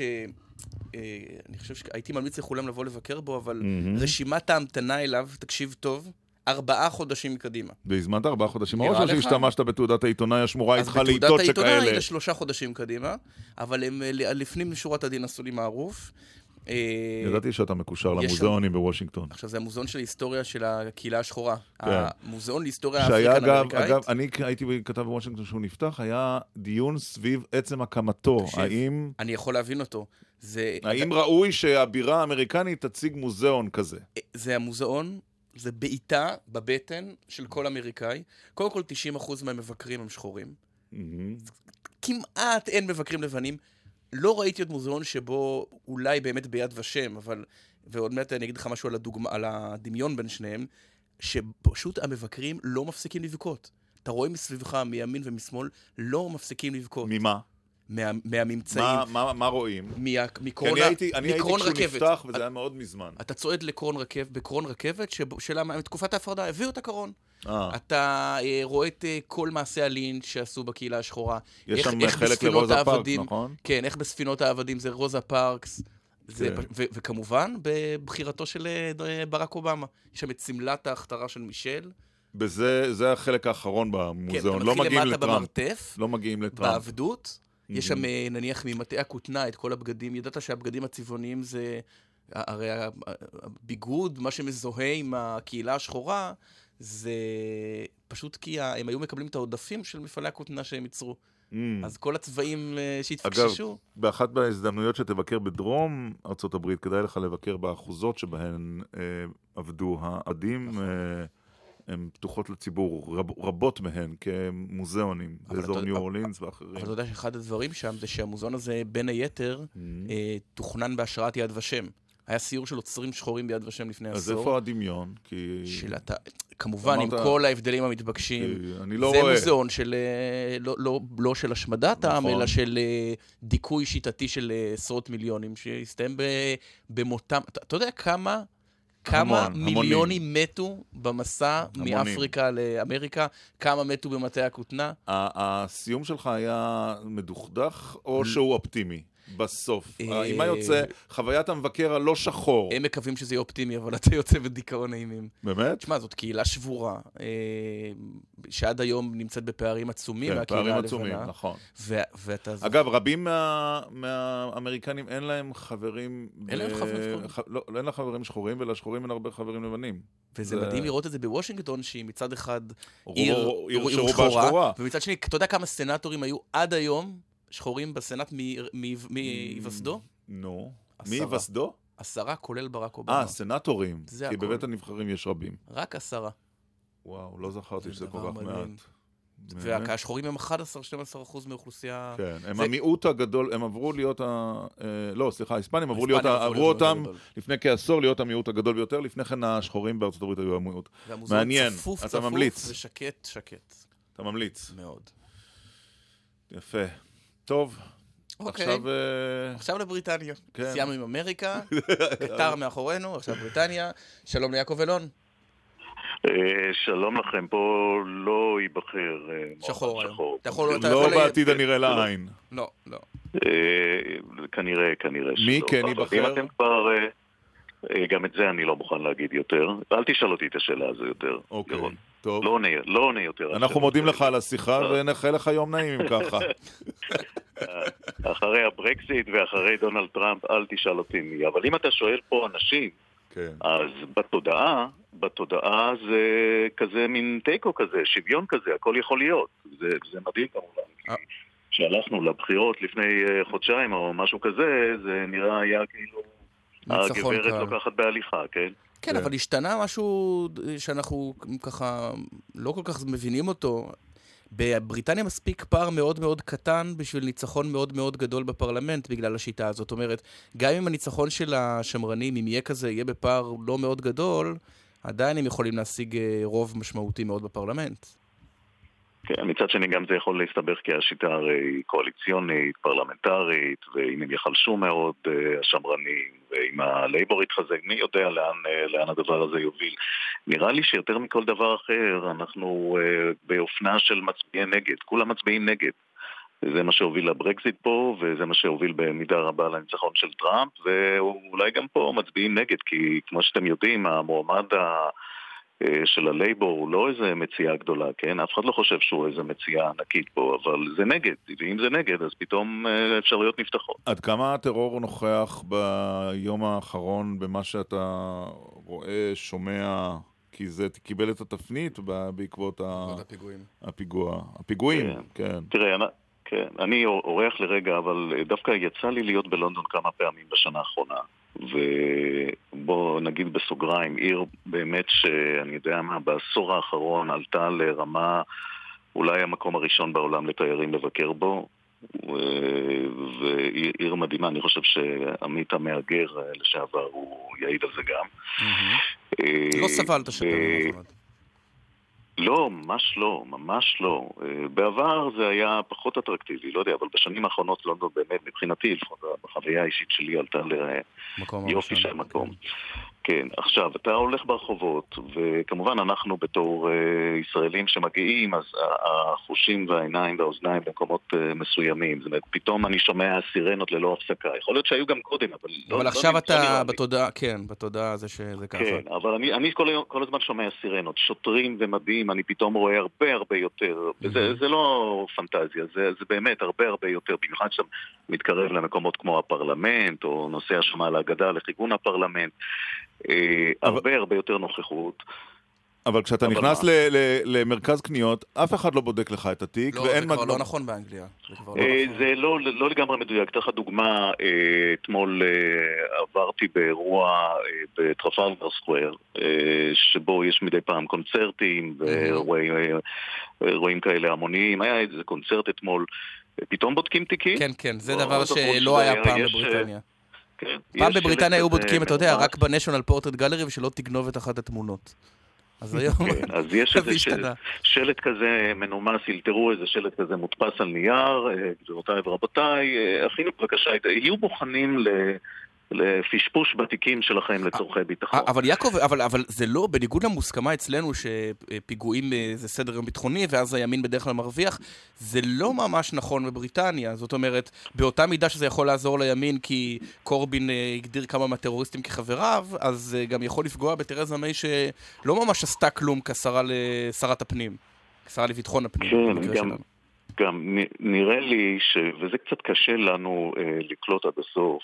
אני חושב שהייתי ממליץ לכולם לבוא לבקר בו, אבל רשימת ההמתנה אליו, תקשיב טוב, ארבעה חודשים מקדימה. והזמנת ארבעה חודשים. או שהשתמשת בתעודת העיתונאי השמורה איתך לעיתות שכאלה. אז בתעודת העיתונאי היא לשלושה חודשים קדימה, אבל הם לפנים משורת הדין עשו לי מערוף. ידעתי שאתה מקושר למוזיאונים בוושינגטון. עכשיו, זה המוזיאון של ההיסטוריה של הקהילה השחורה. המוזיאון להיסטוריה האפריקן-אמריקאית. אגב, אני הייתי כתב בוושינגטון שהוא נפתח, היה דיון סביב עצם הקמתו. האם... אני יכול להבין אותו. האם ראוי שהבירה האמריקנית תציג מוזיאון כזה? זה המוזיאון, זה בעיטה בבטן של כל אמריקאי. קודם כל, תשעים אחוז מהמבקרים הם שחורים. כמעט אין מבקרים לבנים. לא ראיתי עוד מוזיאון שבו אולי באמת ביד ושם, אבל, ועוד מעט אני אגיד לך משהו על, הדוגמה, על הדמיון בין שניהם, שפשוט המבקרים לא מפסיקים לבכות. אתה רואה מסביבך, מימין ומשמאל, לא מפסיקים לבכות. ממה? מה, מהממצאים. מה, מה, מה רואים? מה, מקרון, אני הייתי, אני מקרון הייתי רכבת. כשהוא נפתח, וזה היה מאוד מזמן. אתה צועד לקרון רכבת, בקרון רכבת, שלה, מתקופת ההפרדה, הביאו את הקרון. אתה רואה את כל מעשי הלינץ' שעשו בקהילה השחורה. יש שם חלק לרוזה פארקס, נכון? כן, איך בספינות העבדים זה רוזה פארקס. וכמובן, בבחירתו של ברק אובמה. יש שם את סמלת ההכתרה של מישל. זה החלק האחרון במוזיאון. כן, אתה מתחיל למטה במרתף. לא מגיעים לטראמפ. בעבדות. יש שם, נניח, ממטה הכותנה, את כל הבגדים. ידעת שהבגדים הצבעוניים זה... הרי הביגוד, מה שמזוהה עם הקהילה השחורה, זה פשוט כי הם היו מקבלים את העודפים של מפעלי הכותנה שהם ייצרו. אז כל הצבעים שהתפקששו. אגב, באחת מההזדמנויות שתבקר בדרום ארצות הברית, כדאי לך לבקר באחוזות שבהן אה, עבדו העדים, נכון. אה, הן פתוחות לציבור, רב, רבות מהן כמוזיאונים, באזור ניו אורלינס ואחרים. אבל אתה יודע שאחד הדברים שם זה שהמוזיאון הזה בין היתר mm-hmm. אה, תוכנן בהשראת יד ושם. היה סיור של אוצרים שחורים ביד ושם לפני עשור. אז איפה הדמיון? כי... של אתה... כמובן, עם כל ההבדלים המתבקשים. אני לא זה רואה. מוזיאון של, לא, לא, לא של השמדת העם, אלא של דיכוי שיטתי של עשרות מיליונים, שהסתיים במותם. אתה, אתה יודע כמה, כמה המון, מיליונים המונים. מתו במסע המונים. מאפריקה לאמריקה? כמה מתו במטה הכותנה? הסיום שלך היה מדוכדך או שהוא אופטימי? בסוף. אם יוצא חוויית המבקר הלא שחור. הם מקווים שזה יהיה אופטימי, אבל אתה יוצא בדיכאון נעימים. באמת? תשמע, זאת קהילה שבורה, שעד היום נמצאת בפערים עצומים מהקהילה הלבנה. כן, פערים עצומים, נכון. אגב, רבים מהאמריקנים אין להם חברים... אין להם חברים שחורים. לא, אין להם חברים שחורים, ולשחורים אין הרבה חברים לבנים. וזה מדהים לראות את זה בוושינגטון, שהיא מצד אחד עיר שחורה, ומצד שני, אתה יודע כמה סנטורים היו עד היום שחורים בסנאט מיווסדו? נו, מיווסדו? עשרה, כולל ברק אובמה. אה, סנטורים. כי בבית הנבחרים יש רבים. רק עשרה. וואו, לא זכרתי שזה כל כך מעט. והשחורים הם אחד עשר עד שנים עשר אחוז מאוכלוסייה... כן, הם המיעוט הגדול, הם עברו להיות ה... לא, סליחה, ההיספנים עברו להיות... עברו אותם לפני כעשור להיות המיעוט הגדול ביותר, לפני כן השחורים בארצות הברית היו המיעוט. מעניין, אתה ממליץ. ושקט, שקט. אתה ממליץ. מאוד. יפה. טוב, עכשיו... עכשיו לבריטניה. סיימנו עם אמריקה, קטר מאחורינו, עכשיו בריטניה. שלום ליעקב אלון. שלום לכם, פה לא ייבחר שחור היום. לא בעתיד הנראה לעין. לא, לא. כנראה, כנראה שלא. מי כן ייבחר? אם אתם כבר... גם את זה אני לא מוכן להגיד יותר. אל תשאל אותי את השאלה הזו יותר. אוקיי, טוב. לא עונה יותר. אנחנו מודים לך על השיחה ונאחל לך יום נעים אם ככה. אחרי הברקסיט ואחרי דונלד טראמפ, אל תשאל אותי מי. אבל אם אתה שואל פה אנשים, אז בתודעה, בתודעה זה כזה מין טקו כזה, שוויון כזה, הכל יכול להיות. זה מדהים כמובן. כשהלכנו לבחירות לפני חודשיים או משהו כזה, זה נראה היה כאילו... הגברת לוקחת בהליכה, כן? כן, אבל השתנה משהו שאנחנו ככה לא כל כך מבינים אותו. בבריטניה מספיק פער מאוד מאוד קטן בשביל ניצחון מאוד מאוד גדול בפרלמנט בגלל השיטה הזאת. זאת אומרת, גם אם הניצחון של השמרנים, אם יהיה כזה, יהיה בפער לא מאוד גדול, עדיין הם יכולים להשיג רוב משמעותי מאוד בפרלמנט. כן, מצד שני גם זה יכול להסתבך כי השיטה הרי קואליציונית, פרלמנטרית, ואם הם יחלשו מאוד השמרנים, ואם הלייבור יתחזק, מי יודע לאן, לאן הדבר הזה יוביל. נראה לי שיותר מכל דבר אחר, אנחנו באופנה של מצביעי נגד, כולם מצביעים נגד. זה מה שהוביל לברקזיט פה, וזה מה שהוביל במידה רבה לניצחון של טראמפ, ואולי גם פה מצביעים נגד, כי כמו שאתם יודעים, המועמד ה... של הלייבור הוא לא איזה מציאה גדולה, כן? אף אחד לא חושב שהוא איזה מציאה ענקית פה, אבל זה נגד, ואם זה נגד, אז פתאום אפשרויות נפתחות. עד כמה הטרור נוכח ביום האחרון במה שאתה רואה, שומע, כי זה קיבל את התפנית בעקבות הפיגוע. הפיגועים, כן. תראה, כן, אני אורח לרגע, אבל דווקא יצא לי להיות בלונדון כמה פעמים בשנה האחרונה. ובוא נגיד בסוגריים, עיר באמת שאני יודע מה, בעשור האחרון עלתה לרמה אולי המקום הראשון בעולם לתיירים לבקר בו, ועיר מדהימה, אני חושב שעמית המאגר לשעבר הוא יעיד על זה גם. לא סבלת שפעמים אחרות. לא, ממש לא, ממש לא. בעבר זה היה פחות אטרקטיבי, לא יודע, אבל בשנים האחרונות לונדון באמת, מבחינתי, לפחות בחוויה האישית שלי, עלתה ליופי של מקום. כן, עכשיו, אתה הולך ברחובות, וכמובן אנחנו בתור uh, ישראלים שמגיעים, אז החושים והעיניים והאוזניים במקומות uh, מסוימים. זאת אומרת, פתאום אני שומע סירנות ללא הפסקה. יכול להיות שהיו גם קודם, אבל לא... אבל עכשיו לא אתה בתודעה, כן, בתודעה זה שזה ככה. כן, אבל אני, אני כל, כל הזמן שומע סירנות, שוטרים ומדים, אני פתאום רואה הרבה הרבה יותר. וזה, זה לא פנטזיה, זה, זה באמת הרבה הרבה יותר. במיוחד שאתה מתקרב למקומות כמו הפרלמנט, או נוסע שמה להגדה לכיוון הפרלמנט. הרבה הרבה יותר נוכחות. אבל כשאתה נכנס למרכז קניות, אף אחד לא בודק לך את התיק, לא, זה כבר לא נכון באנגליה. זה לא לגמרי מדויק. תחת דוגמה, אתמול עברתי באירוע בטרפלגר סקוואר, שבו יש מדי פעם קונצרטים, ואירועים כאלה המוניים. היה איזה קונצרט אתמול, פתאום בודקים תיקים. כן, כן, זה דבר שלא היה פעם בבריטניה. פעם בבריטניה היו בודקים, אתה יודע, רק בנשיונל פורטרט גלרי, ושלא תגנוב את אחת התמונות. אז היום... אז יש איזה שלט כזה מנומס, ילתרו איזה שלט כזה מודפס על נייר, גבירותיי ורבותיי, הכינו בבקשה, יהיו מוכנים לפשפוש בתיקים שלכם לצורכי ביטחון. אבל יעקב, אבל, אבל זה לא, בניגוד למוסכמה אצלנו שפיגועים זה סדר יום ביטחוני, ואז הימין בדרך כלל מרוויח, זה לא ממש נכון בבריטניה. זאת אומרת, באותה מידה שזה יכול לעזור לימין, כי קורבין הגדיר כמה מהטרוריסטים כחבריו, אז גם יכול לפגוע בתרזה מיי שלא ממש עשתה כלום כשרה לשרת הפנים, כשרה לביטחון הפנים. כן, גם... גם נראה לי, ש... וזה קצת קשה לנו אה, לקלוט עד הסוף,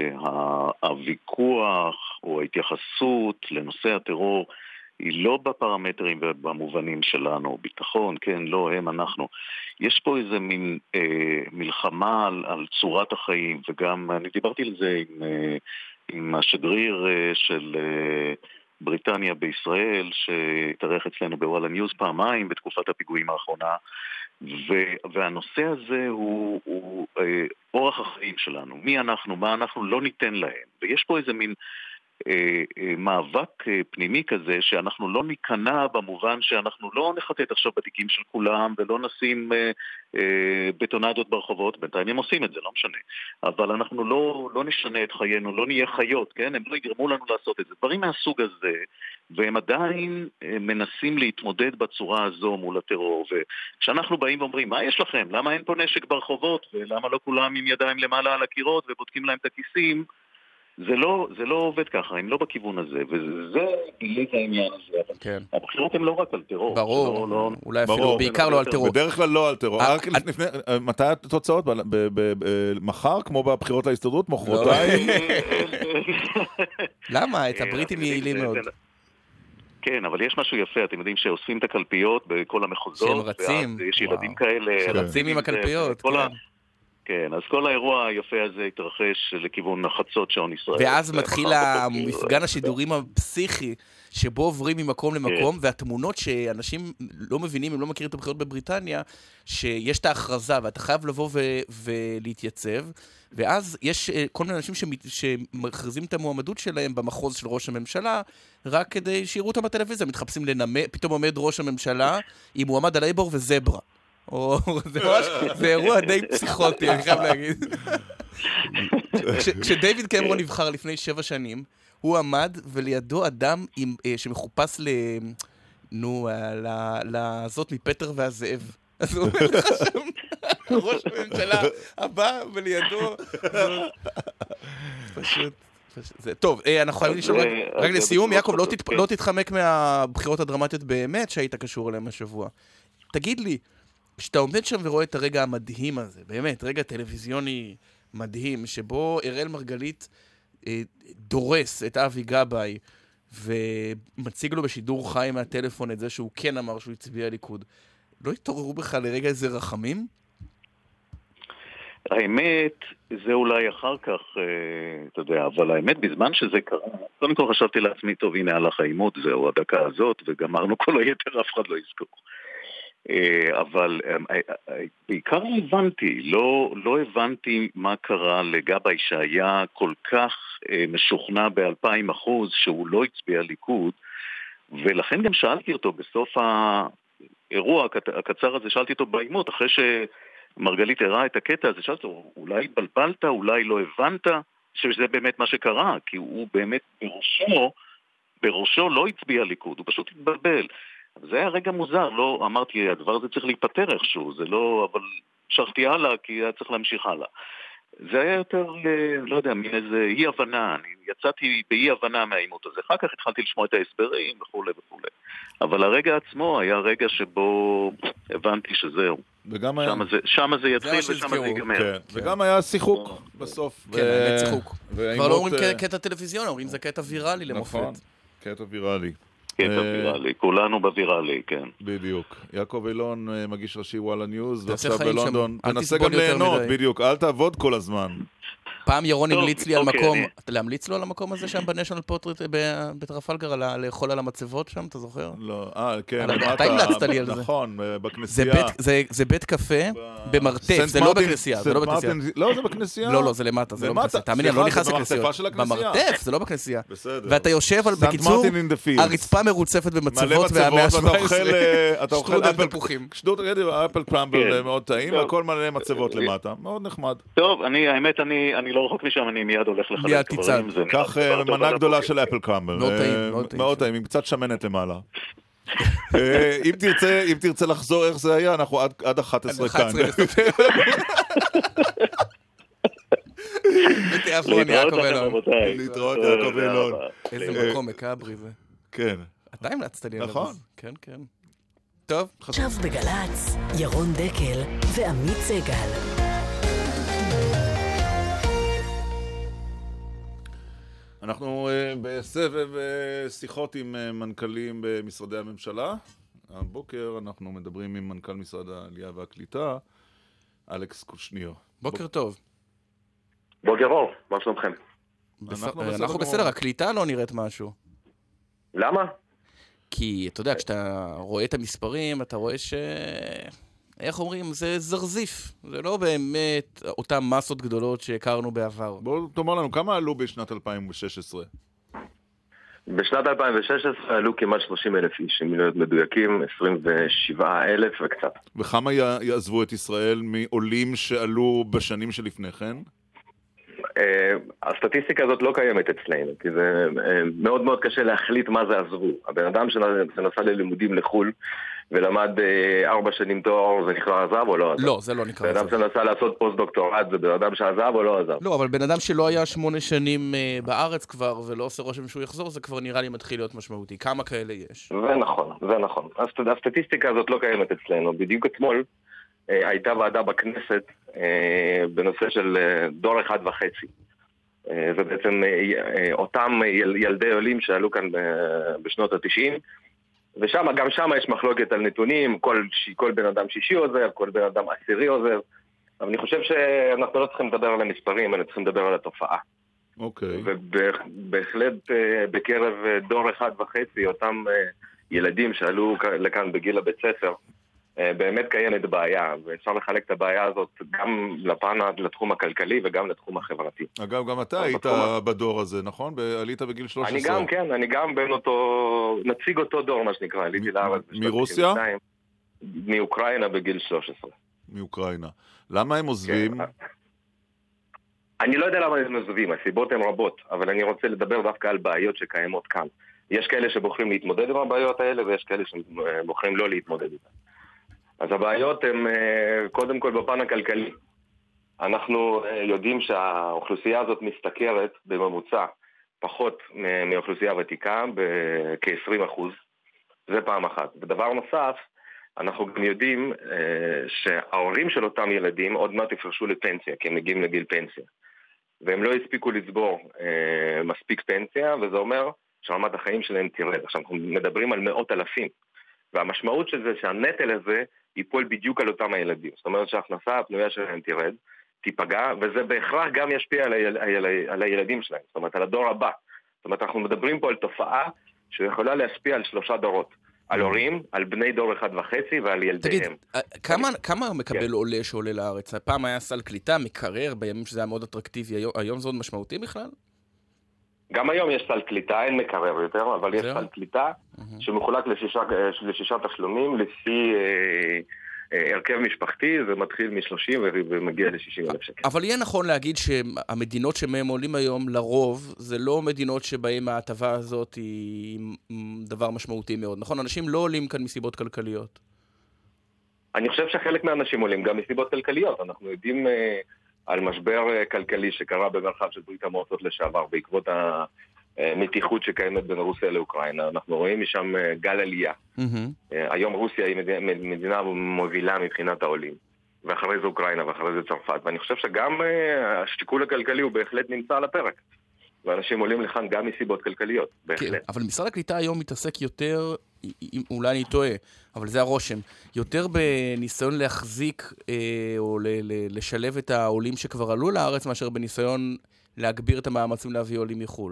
שהוויכוח או ההתייחסות לנושא הטרור היא לא בפרמטרים ובמובנים שלנו, ביטחון, כן, לא הם, אנחנו. יש פה איזה מין אה, מלחמה על, על צורת החיים, וגם אני דיברתי על זה עם, אה, עם השגריר אה, של... אה, בריטניה בישראל, שהתארח אצלנו בוואלה ניוז פעמיים בתקופת הפיגועים האחרונה, ו- והנושא הזה הוא, הוא אה, אורח החיים שלנו. מי אנחנו, מה אנחנו לא ניתן להם. ויש פה איזה מין אה, אה, מאבק אה, פנימי כזה, שאנחנו לא ניכנע במובן שאנחנו לא נחטט עכשיו בתיקים של כולם, ולא נשים אה, אה, בטונדות ברחובות. בינתיים הם עושים את זה, לא משנה. אבל אנחנו לא, לא נשנה את חיינו, לא נהיה חיות, כן? הם לא יגרמו לנו לעשות את זה. דברים מהסוג הזה, והם עדיין מנסים להתמודד בצורה הזו מול הטרור. וכשאנחנו באים ואומרים, מה יש לכם? למה אין פה נשק ברחובות? ולמה לא כולם עם ידיים למעלה על הקירות ובודקים להם את הכיסים? זה לא, זה לא עובד ככה, הם לא בכיוון הזה, וזה גילית העניין הזה. כן. הבחירות הן לא רק על טרור. ברור, לא, לא, אולי אפילו ברור, בעיקר לא על טרור. בדרך כלל לא על טרור. רק לפני, מתי התוצאות? מחר, כמו בבחירות להסתדרות, מחרתיים? למה? את הבריטים יעילים מאוד. כן, אבל יש משהו יפה, אתם יודעים שאוספים את הקלפיות בכל המחוזות. שהם רצים. יש ילדים כאלה. שרצים עם הקלפיות, כן. כן, אז כל האירוע היפה הזה התרחש לכיוון החצות שעון ישראל. ואז מתחיל המפגן השידורים הפסיכי, שבו עוברים ממקום למקום, והתמונות שאנשים לא מבינים, הם לא מכירים את הבחירות בבריטניה, שיש את ההכרזה, ואתה חייב לבוא ולהתייצב, ואז יש כל מיני אנשים שמכריזים את המועמדות שלהם במחוז של ראש הממשלה, רק כדי שיראו אותם בטלוויזיה, מתחפשים לנמא, פתאום עומד ראש הממשלה, עם מועמד הלייבור וזברה. זה אירוע די פסיכוטי, אני חייב להגיד. כשדייוויד קמרון נבחר לפני שבע שנים, הוא עמד ולידו אדם שמחופש ל... נו, לזאת מפטר והזאב. אז הוא אומר לך שם, ראש הממשלה הבא ולידו... פשוט... טוב, אנחנו חייבים לשאול רק לסיום, יעקב, לא תתחמק מהבחירות הדרמטיות באמת שהיית קשור אליהם השבוע. תגיד לי, כשאתה עומד שם ורואה את הרגע המדהים הזה, באמת, רגע טלוויזיוני מדהים, שבו אראל מרגלית אה, דורס את אבי גבאי, ומציג לו בשידור חי מהטלפון את זה שהוא כן אמר שהוא הצביע ליכוד, לא התעוררו בך לרגע איזה רחמים? האמת, זה אולי אחר כך, אה, אתה יודע, אבל האמת, בזמן שזה קרה, קודם כל חשבתי לעצמי, טוב, הנה הלך העימות, זהו הדקה הזאת, וגמרנו כל היתר, אף אחד לא יזכור. אבל בעיקר לא הבנתי, לא, לא הבנתי מה קרה לגבי שהיה כל כך משוכנע באלפיים אחוז שהוא לא הצביע ליכוד, ולכן גם שאלתי אותו בסוף האירוע הקצר הזה, שאלתי אותו בעימות, אחרי שמרגלית הראה את הקטע הזה, שאלתי אותו, אולי בלבלת, אולי לא הבנת שזה באמת מה שקרה, כי הוא באמת בראשו, בראשו לא הצביע ליכוד, הוא פשוט התבלבל. זה היה רגע מוזר, לא אמרתי, הדבר הזה צריך להיפטר איכשהו, זה לא, אבל שרתי הלאה, כי היה צריך להמשיך הלאה. זה היה יותר, לא יודע, מין איזה אי הבנה, אני יצאתי באי הבנה מהעימות הזה, אחר כך התחלתי לשמוע את ההסברים וכו' וכו'. אבל הרגע עצמו היה רגע שבו הבנתי שזהו. וגם היה... שם זה יתחיל ושם זה ייגמר. וגם היה שיחוק בסוף. כן, האמת שיחוק. כבר לא אומרים קטע טלוויזיון, אומרים זה קטע ויראלי למופת. נכון, קטע ויראלי. קטע ויראלי, כולנו בוויראלי, כן. בדיוק. יעקב אילון, מגיש ראשי וואלה ניוז, ועכשיו בלונדון. תנסה גם ליהנות, בדיוק, אל תעבוד כל הזמן. פעם ירון המליץ לי על מקום, אתה להמליץ לו על המקום הזה שם בנשיונל פורטרט בטרפלגר, לאכול על המצבות שם, אתה זוכר? לא, אה, כן. אתה המלצת לי על זה. נכון, בכנסייה. זה בית קפה במרתף, זה לא בכנסייה, זה לא בכנסייה. לא, זה בכנסייה. לא, לא, זה למטה, זה לא בכנסייה. תאמין לי, אני לא נכנס לכנסיות. במרתף, זה לא בכנסייה. ואתה יושב על, בקיצור, הרצפה מרוצפת במצבות והמאה שבע עשרה. אתה אוכל שטות אפל קרמבל מאוד טעים, והכל מלא מצבות למטה. מאוד נחמד. טוב, האמת, אני לא רחוק משם, אני מיד הולך לחלק דברים. כך מנה גדולה של אפל קרמבל. מאוד טעים, עם קצת שמנת למעלה. אם תרצה לחזור איך זה היה, אנחנו עד אחת עשרה כאן. בתיאבון, יעקב אילון. להתראות, יעקב אילון. איזה מקום מקאברי זה. כן. אתה המלצת לי. נכון. כן, כן. טוב. עכשיו בגלץ, ירון דקל ועמית סגל. אנחנו בסבב שיחות עם מנכ"לים במשרדי הממשלה. הבוקר אנחנו מדברים עם מנכ"ל משרד העלייה והקליטה, אלכס קושניר. בוקר טוב. בוקר אור, מה שלומכם? אנחנו בסדר, הקליטה לא נראית משהו. למה? כי, אתה יודע, כשאתה רואה את המספרים, אתה רואה ש... איך אומרים? זה זרזיף. זה לא באמת אותן מסות גדולות שהכרנו בעבר. בואו תאמר לנו, כמה עלו בשנת אלפיים ושש עשרה? בשנת אלפיים ושש עשרה עלו כמעט שלושים אלף איש, עם מילויות מדויקים, עשרים ושבעה אלף וקצת. וכמה יעזבו את ישראל מעולים שעלו בשנים שלפני כן? הסטטיסטיקה הזאת לא קיימת אצלנו, כי זה מאוד מאוד קשה להחליט מה זה עזבו. הבן אדם שנסע ללימודים לחול, ולמד ארבע שנים תואר, זה נקרא עזב או לא עזב? לא, זה לא נקרא עזב. בן אדם שנסע לעשות פוסט-דוקטורט, זה בן אדם שעזב או לא עזב? לא, אבל בן אדם שלא היה שמונה שנים בארץ כבר, ולא עושה רושם שהוא יחזור, זה כבר נראה לי מתחיל להיות משמעותי. כמה כאלה יש? זה נכון, זה נכון. הסטטיסטיקה הזאת לא קיימת אצלנו. בדיוק אתמול הייתה ועדה בכנסת בנושא של דור אחד וחצי. זה בעצם אותם ילדי עולים שעלו כאן בשנות ה-תשעים, ושם, גם שם יש מחלוקת על נתונים, כל, כל בן אדם שישי עוזב, כל בן אדם עשירי עוזב, אבל אני חושב שאנחנו לא צריכים לדבר על המספרים, אנחנו צריכים לדבר על התופעה. אוקיי. ובהחלט בקרב דור אחד וחצי, אותם ילדים שעלו לכאן בגיל הבית ספר, באמת קיימת בעיה, ואפשר לחלק את הבעיה הזאת גם לפן, לתחום הכלכלי וגם לתחום החברתי. אגב, גם אתה היית בדור הזה, נכון? עלית בגיל שלוש עשרה. אני גם, כן, אני גם בין אותו, נציג אותו דור, מה שנקרא, עליתי לארץ. מרוסיה? מאוקראינה בגיל שלוש עשרה. מאוקראינה. למה הם עוזבים? אני לא יודע למה הם עוזבים, הסיבות הן רבות, אבל אני רוצה לדבר דווקא על בעיות שקיימות כאן. יש כאלה שבוחרים להתמודד עם הבעיות האלה, ויש כאלה שבוחרים לא להתמודד איתן. אז הבעיות הן קודם כל בפן הכלכלי. אנחנו יודעים שהאוכלוסייה הזאת מסתכרת בממוצע פחות מאוכלוסייה ותיקה בכ-עשרים אחוז. זה פעם אחת. ודבר נוסף, אנחנו גם יודעים שההורים של אותם ילדים עוד מעט יפרשו לפנסיה, כי הם מגיעים לגיל פנסיה. והם לא הספיקו לצבור מספיק פנסיה, וזה אומר שרמת החיים שלהם תרד. עכשיו אנחנו מדברים על מאות אלפים. והמשמעות של זה שהנטל הזה ייפול בדיוק על אותם הילדים. זאת אומרת שההכנסה הפנויה שלהם תירד, תיפגע, וזה בהכרח גם ישפיע על, היל, על, על הילדים שלהם, זאת אומרת על הדור הבא. זאת אומרת אנחנו מדברים פה על תופעה שיכולה להשפיע על שלושה דורות. על הורים, על בני דור אחד וחצי ועל ילדיהם. תגיד, כמה, כמה מקבל עולה שעולה לארץ? פעם היה סל קליטה, מקרר, בימים שזה היה מאוד אטרקטיבי, היום, היום זה עוד משמעותי בכלל? גם היום יש סל קליטה, אין מקרר יותר, אבל יש סל קליטה שמחולק לשישה, לשישה תשלומים לפי אה, אה, הרכב משפחתי, זה מתחיל מ-שלושים ומגיע ל-שישים אלף שקל. אבל יהיה נכון להגיד שהמדינות שמהם עולים היום לרוב, זה לא מדינות שבהם ההטבה הזאת היא דבר משמעותי מאוד, נכון? אנשים לא עולים כאן מסיבות כלכליות. אני חושב שחלק מהאנשים עולים גם מסיבות כלכליות, אנחנו יודעים... אה, על משבר כלכלי שקרה במרחב של ברית המועצות לשעבר בעקבות המתיחות שקיימת בין רוסיה לאוקראינה. אנחנו רואים משם גל עלייה. Mm-hmm. היום רוסיה היא מדינה מובילה מבחינת העולים, ואחרי זה אוקראינה ואחרי זה צרפת. ואני חושב שגם השיקול הכלכלי הוא בהחלט נמצא על הפרק. ואנשים עולים לכאן גם מסיבות כלכליות, בהחלט. כן, אבל משרד הקליטה היום מתעסק יותר, אולי אני טועה, אבל זה הרושם, יותר בניסיון להחזיק אה, או ל- ל- לשלב את העולים שכבר עלו לארץ, מאשר בניסיון להגביר את המאמצים להביא עולים מחול.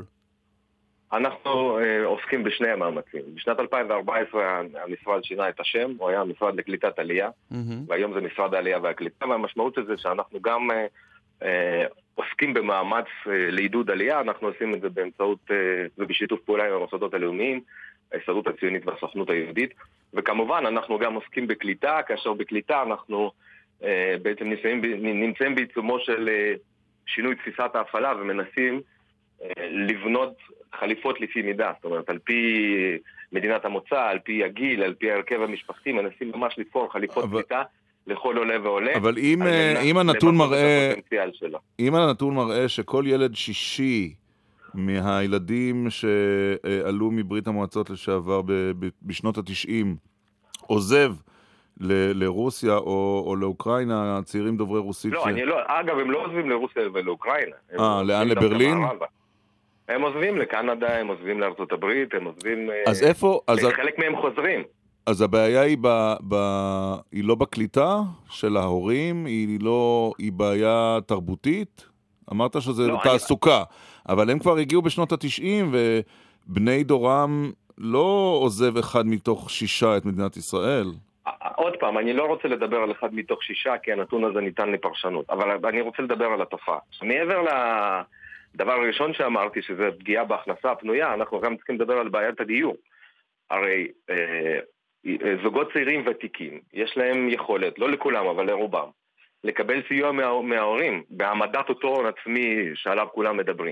אנחנו אה, עוסקים בשני המאמצים. בשנת אלפיים וארבע עשרה המשרד שינה את השם, הוא היה המשרד לקליטת עלייה, mm-hmm. והיום זה משרד העלייה והקליטה, והמשמעות של זה שאנחנו גם אה, אה, עוסקים במאמץ אה, לעידוד עלייה, אנחנו עושים את זה באמצעות אה, ובשיתוף פעולה עם המוסדות הלאומיים, ההסתדרות הציונית והסוכנות היהודית, וכמובן אנחנו גם עוסקים בקליטה, כאשר בקליטה אנחנו אה, בעצם נמצאים, נמצאים בעיצומו של אה, שינוי תפיסת ההפעלה ומנסים לבנות חליפות לפי מידה, זאת אומרת, על פי מדינת המוצא, על פי הגיל, על פי הרכב המשפחתי, מנסים ממש לתפור חליפות אבל... קליטה לכל עולה ועולה. אבל אם, אם הנתון מראה, אם הנתון מראה שכל ילד שישי מהילדים שעלו מברית המועצות לשעבר בשנות התשעים עוזב ל- לרוסיה או, או לאוקראינה, צעירים דוברי רוסית. לא, ש... אני לא, אגב, הם לא עוזבים לרוסיה ולאוקראינה. אה, לאן? לברלין? הם עוזבים לקנדה, הם עוזבים לארצות הברית, הם עוזבים... אז אה, איפה? אז חלק מהם חוזרים. אז הבעיה היא, ב, ב, היא לא בקליטה של ההורים, היא, לא, היא בעיה תרבותית? אמרת שזה לא, תעסוקה, אני... אבל הם כבר הגיעו בשנות התשעים, ובני דורם לא עוזב אחד מתוך שישה את מדינת ישראל. עוד פעם, אני לא רוצה לדבר על אחד מתוך שישה, כי הנתון הזה ניתן לפרשנות, אבל אני רוצה לדבר על התופעה. מעבר לדבר הראשון שאמרתי, שזה פגיעה בהכנסה הפנויה, אנחנו גם צריכים לדבר על בעיית הדיור. הרי אה, זוגות צעירים ותיקים, יש להם יכולת, לא לכולם, אבל לרובם, לקבל סיוע מה, מההורים, בהעמדת אותו הון עצמי שעליו כולם מדברים.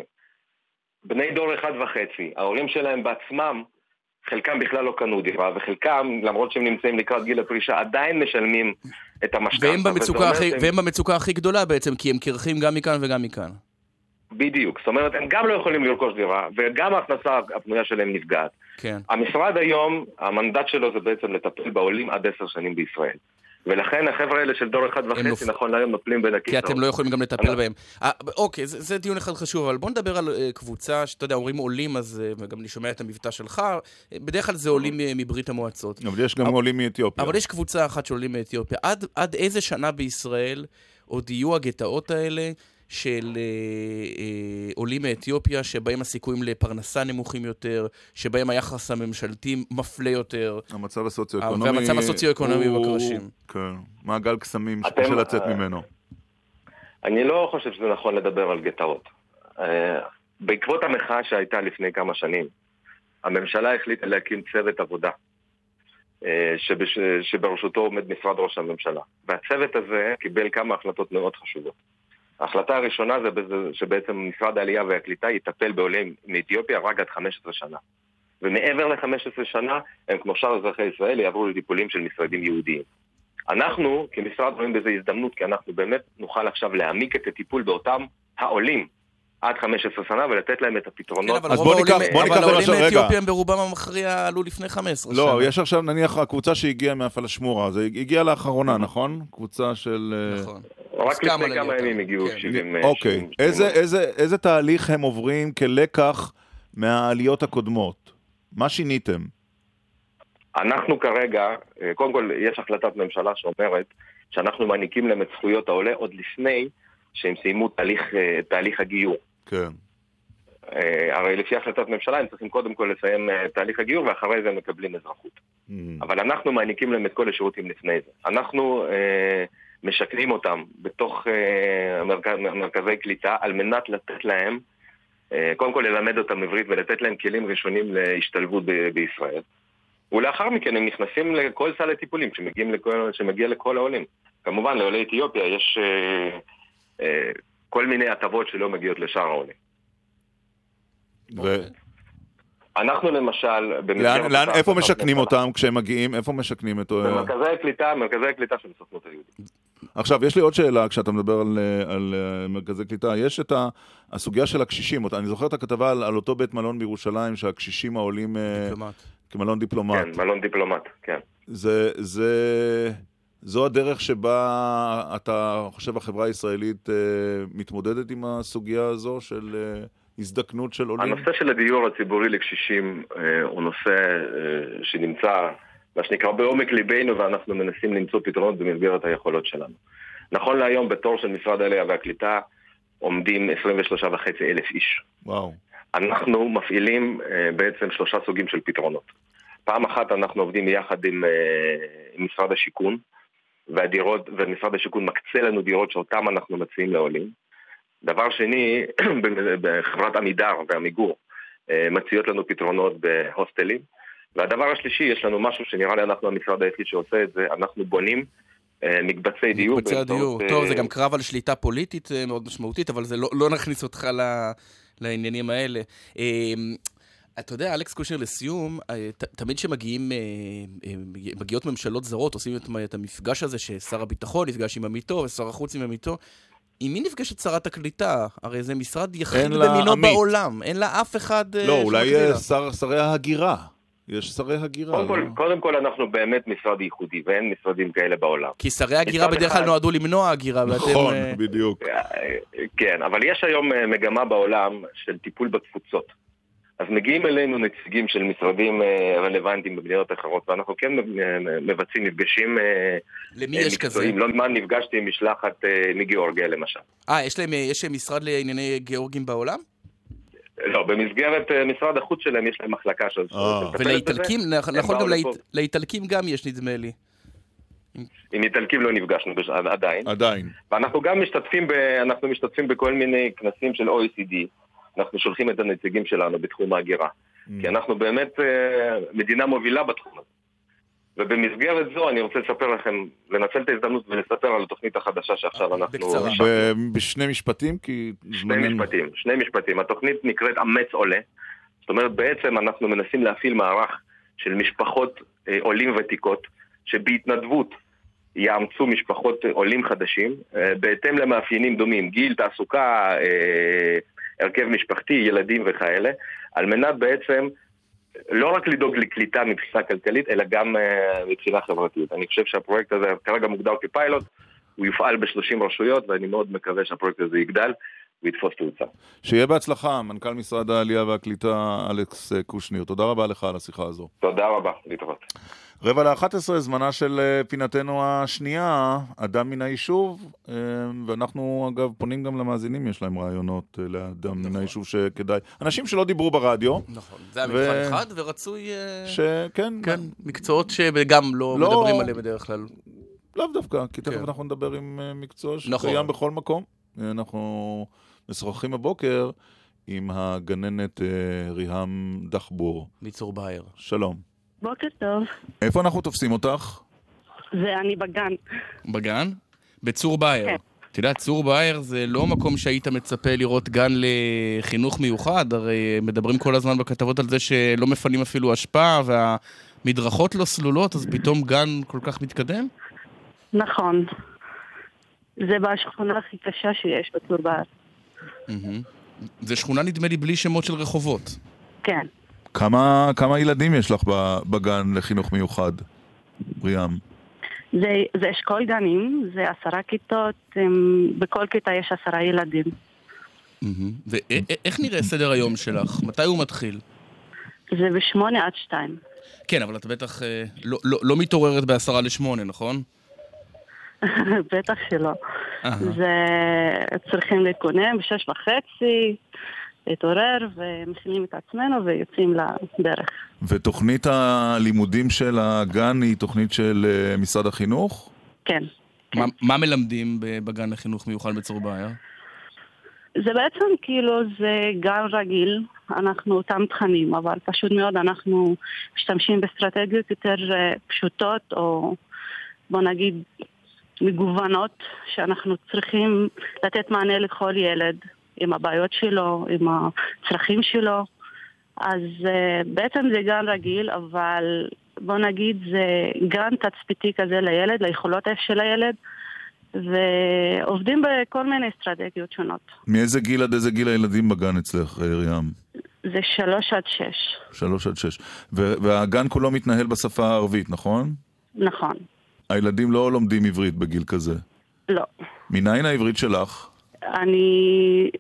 בני דור אחד וחצי, ההורים שלהם בעצמם, חלקם בכלל לא קנו דירה, וחלקם, למרות שהם נמצאים לקראת גיל הפרישה, עדיין משלמים את המשכנתא. והם במצוקה, הכי, הם... והם במצוקה הכי גדולה בעצם, כי הם קרחים גם מכאן וגם מכאן. בדיוק, זאת אומרת, הם גם לא יכולים לרכוש דירה, וגם ההכנסה הפנויה שלהם נפגעת. כן. המשרד היום, המנדט שלו זה בעצם לטפל בעולים עד עשר שנים בישראל. ולכן החבר'ה האלה של דור אחד וחצי, נופ... נכון להיום נופלים בין הכיסאות. כי אתם לא יכולים גם לטפל אני... בהם. 아, אוקיי, זה, זה דיון אחד חשוב, אבל בוא נדבר על uh, קבוצה, שאתה יודע, אומרים עולים, אז uh, וגם אני שומע את המבטא שלך, בדרך כלל זה עולים uh, מברית המועצות. אבל יש גם אבל, עולים מאתיופיה. אבל יש קבוצה אחת שעולים מאתיופיה. עד, עד איזה שנה בישראל עוד יהיו הגטאות האלה, של אה, אה, עולים מאתיופיה, שבהם הסיכויים לפרנסה נמוכים יותר, שבהם היחס הממשלתי מפלה יותר. המצב הסוציו-אקונומי... והמצב הסוציו-אקונומי הוא... בקרשים. כן, מעגל קסמים שקשה לצאת uh, ממנו. אני לא חושב שזה נכון לדבר על גטאות. Uh, בעקבות המחאה שהייתה לפני כמה שנים, הממשלה החליטה להקים צוות עבודה, uh, שבש... שבראשותו עומד משרד ראש הממשלה. והצוות הזה קיבל כמה החלטות מאוד חשובות. ההחלטה הראשונה זה שבעצם משרד העלייה והקליטה יטפל בעולים מאתיופיה רק עד חמש עשרה שנה. ומעבר ל-חמש עשרה שנה, הם כמו שאר אזרחי ישראל יעברו לטיפולים של משרדים יהודיים. אנחנו כמשרד רואים בזה הזדמנות, כי אנחנו באמת נוכל עכשיו להעמיק את הטיפול באותם העולים עד חמש עשרה שנה ולתת להם את הפתרונות. אז בוא ניקח, בוא ניקח אבל העולים מאתיופיה הם ברובם המכריע עלו לפני חמש עשרה שנה. לא, יש עכשיו נניח הקבוצה שהגיעה מהפלשמורה, זה הגיע לאחרונה, נכון? קבוצה של... נכון. רק לפני כמה ימים הגיעו שבעים... אוקיי, איזה תהליך הם עוברים כלקח מהעליות הקודמות? מה שיניתם? אנחנו כרגע, קודם כל יש החלטת ממשלה שאומרת שאנחנו מעניקים להם את זכויות העולה עוד לפני שהם סיימו תהליך, תהליך הגיור. כן. הרי לפי החלטת ממשלה הם צריכים קודם כל לסיים תהליך הגיור ואחרי זה הם מקבלים אזרחות. Mm. אבל אנחנו מעניקים להם את כל השירותים לפני זה. אנחנו אה, משקנים אותם בתוך אה, מרכז, מרכזי קליטה על מנת לתת להם, אה, קודם כל ללמד אותם עברית ולתת להם כלים ראשונים להשתלבות ב- בישראל. ולאחר מכן הם נכנסים לכל סל הטיפולים שמגיעים לכל, שמגיע לכל העולים. כמובן לעולי אתיופיה יש אה, אה, כל מיני הטבות שלא מגיעות לשאר העולים. ו... אנחנו למשל... לאן, לאן, איפה משכנים אותם כשהם מגיעים? איפה משכנים את... במרכזי הקליטה, מרכזי הקליטה של הסוכנות היהודית. עכשיו, יש לי עוד שאלה כשאתה מדבר על, על מרכזי קליטה. יש את הסוגיה של הקשישים. אני זוכר את הכתבה על, על אותו בית מלון בירושלים, שהקשישים העולים... דיפלומט. כמלון דיפלומט. כן, מלון דיפלומט, כן. זה... זה... זו הדרך שבה אתה חושב החברה הישראלית מתמודדת עם הסוגיה הזו של הזדקנות של עולים? הנושא של הדיור הציבורי לקשישים הוא נושא שנמצא, מה שנקרא, בעומק ליבנו, ואנחנו מנסים למצוא פתרונות במסגרת היכולות שלנו. נכון להיום, בתור של משרד העלייה והקליטה, עומדים עשרים ושלושה וחצי אלף איש. וואו. אנחנו מפעילים בעצם שלושה סוגים של פתרונות. פעם אחת אנחנו עובדים יחד עם, עם משרד השיכון, והדירות, ומשרד השיכון מקצה לנו דירות שאותם אנחנו מציעים לעולים. דבר שני, בחברת עמידר ועמיגור מציעות לנו פתרונות בהוסטלים. והדבר השלישי, יש לנו משהו שנראה לי אנחנו המשרד היחיד שעושה את זה, אנחנו בונים מקבצי דיור. מקבצי הדיור, טוב, זה גם קרב על שליטה פוליטית מאוד משמעותית, אבל זה לא, לא נכניס אותך לעניינים האלה. אתה יודע, אלכס קושר, לסיום, ת, תמיד שמגיעים, מגיעות ממשלות זרות, עושים את, את המפגש הזה ששר הביטחון נפגש עם עמיתו ושר החוץ עם עמיתו. עם מי נפגשת שרת הקליטה? הרי זה משרד יחיד במינו בעולם. אין לה אף אחד... לא, אולי שר, שרי ההגירה. יש שרי הגירה. קודם כל, קודם כל אנחנו באמת משרד ייחודי, ואין משרדים כאלה בעולם. כי שרי הגירה בדרך כלל נועדו למנוע הגירה. נכון, בדיוק. כן, אבל יש היום מגמה בעולם של טיפול בתפוצות. אז מגיעים אלינו נציגים של משרדים רלוונטיים במדינות אחרות, ואנחנו כן מבצעים מפגשים למי יש כזה? לא מה נפגשתי עם משלחת מגיאורגיה למשל. אה, יש להם, יש משרד לענייני גיאורגים בעולם? לא, במסגרת משרד החוץ שלהם יש להם מחלקה של... ולאיטלקים, נכון גם לאיטלקים גם יש נדמה לי. עם איטלקים לא נפגשנו עדיין. עדיין. ואנחנו גם משתתפים, אנחנו משתתפים בכל מיני כנסים של או אי סי די, אנחנו שולחים את הנציגים שלנו בתחום ההגירה. Mm. כי אנחנו באמת uh, מדינה מובילה בתחום הזה. ובמסגרת זו אני רוצה לספר לכם, לנצל את ההזדמנות ולספר על התוכנית החדשה שעכשיו אנחנו... בקצרה. בשני משפטים? כי... שני משפטים, שני משפטים. התוכנית נקראת אמץ עולה. זאת אומרת, בעצם אנחנו מנסים להפעיל מערך של משפחות אה, עולים ותיקות, שבהתנדבות יאמצו משפחות עולים חדשים, אה, בהתאם למאפיינים דומים, גיל, תעסוקה, אה, הרכב משפחתי, ילדים וכאלה, על מנת בעצם לא רק לדאוג לקליטה מבחינה כלכלית, אלא גם uh, מבחינה חברתית. אני חושב שהפרויקט הזה כרגע מוגדר כפיילוט, הוא יופעל ב-שלושים רשויות, ואני מאוד מקווה שהפרויקט הזה יגדל ויתפוס תאוצה. שיהיה בהצלחה, מנכ"ל משרד העלייה והקליטה אלכס קושניר. תודה רבה לך על השיחה הזו. תודה רבה, להתראות. רבע לאחת עשרה, זמנה של פינתנו השנייה, אדם מן היישוב, ואנחנו אגב פונים גם למאזינים, יש להם רעיונות לאדם נכון. מן היישוב שכדאי, אנשים שלא דיברו ברדיו. נכון, זה היה מבחן ו... אחד ורצוי... שכן. כן, מקצועות שגם לא, לא מדברים עליהם בדרך כלל. לאו דווקא, כי תכף כן. אנחנו נדבר עם מקצוע שקיים נכון. בכל מקום. אנחנו משוחחים הבוקר עם הגננת ריהם דחבור. מצור בעיר. שלום. בוקר טוב. איפה אנחנו תופסים אותך? זה אני בגן. בגן? בצור בעיר. כן. אתה יודע, צור בעיר זה לא מקום שהיית מצפה לראות גן לחינוך מיוחד, הרי מדברים כל הזמן בכתבות על זה שלא מפנים אפילו השפעה והמדרכות לא סלולות, אז פתאום גן כל כך מתקדם? נכון. זה בשכונה הכי קשה שיש בצור בעיר. זה שכונה נדמה לי בלי שמות של רחובות. כן. כמה, כמה ילדים יש לך בגן לחינוך מיוחד, ריהם? זה, זה אשכול גנים, זה עשרה כיתות, בכל כיתה יש עשרה ילדים. ואיך נראה סדר היום שלך? מתי הוא מתחיל? זה בשמונה עד שתיים. כן, אבל את בטח לא, לא, לא מתעוררת בעשרה לשמונה, נכון? בטח שלא. זה צריכים להתכונן בשש וחצי, להתעורר ומכינים את עצמנו ויוצאים לדרך. ותוכנית הלימודים של הגן היא תוכנית של משרד החינוך? כן. מה, מה מלמדים בגן לחינוך מיוחד בצור בעיר? זה בעצם כאילו זה גן רגיל, אנחנו אותם תכנים, אבל פשוט מאוד אנחנו משתמשים באסטרטגיות יותר פשוטות או בוא נגיד מגוונות שאנחנו צריכים לתת מענה לכל ילד עם הבעיות שלו, עם הצרכים שלו. אז uh, בעצם זה גן רגיל, אבל בוא נגיד זה גן תצפיתי כזה לילד, ליכולות של הילד, ועובדים בכל מיני אסטרטגיות שונות. מאיזה גיל עד איזה גיל הילדים בגן אצלך, ריהם? זה שלוש עד שש. שלוש עד שש. והגן כולו מתנהל בשפה הערבית, נכון? נכון. הילדים לא לומדים עברית בגיל כזה? לא. מניין העברית שלך? אני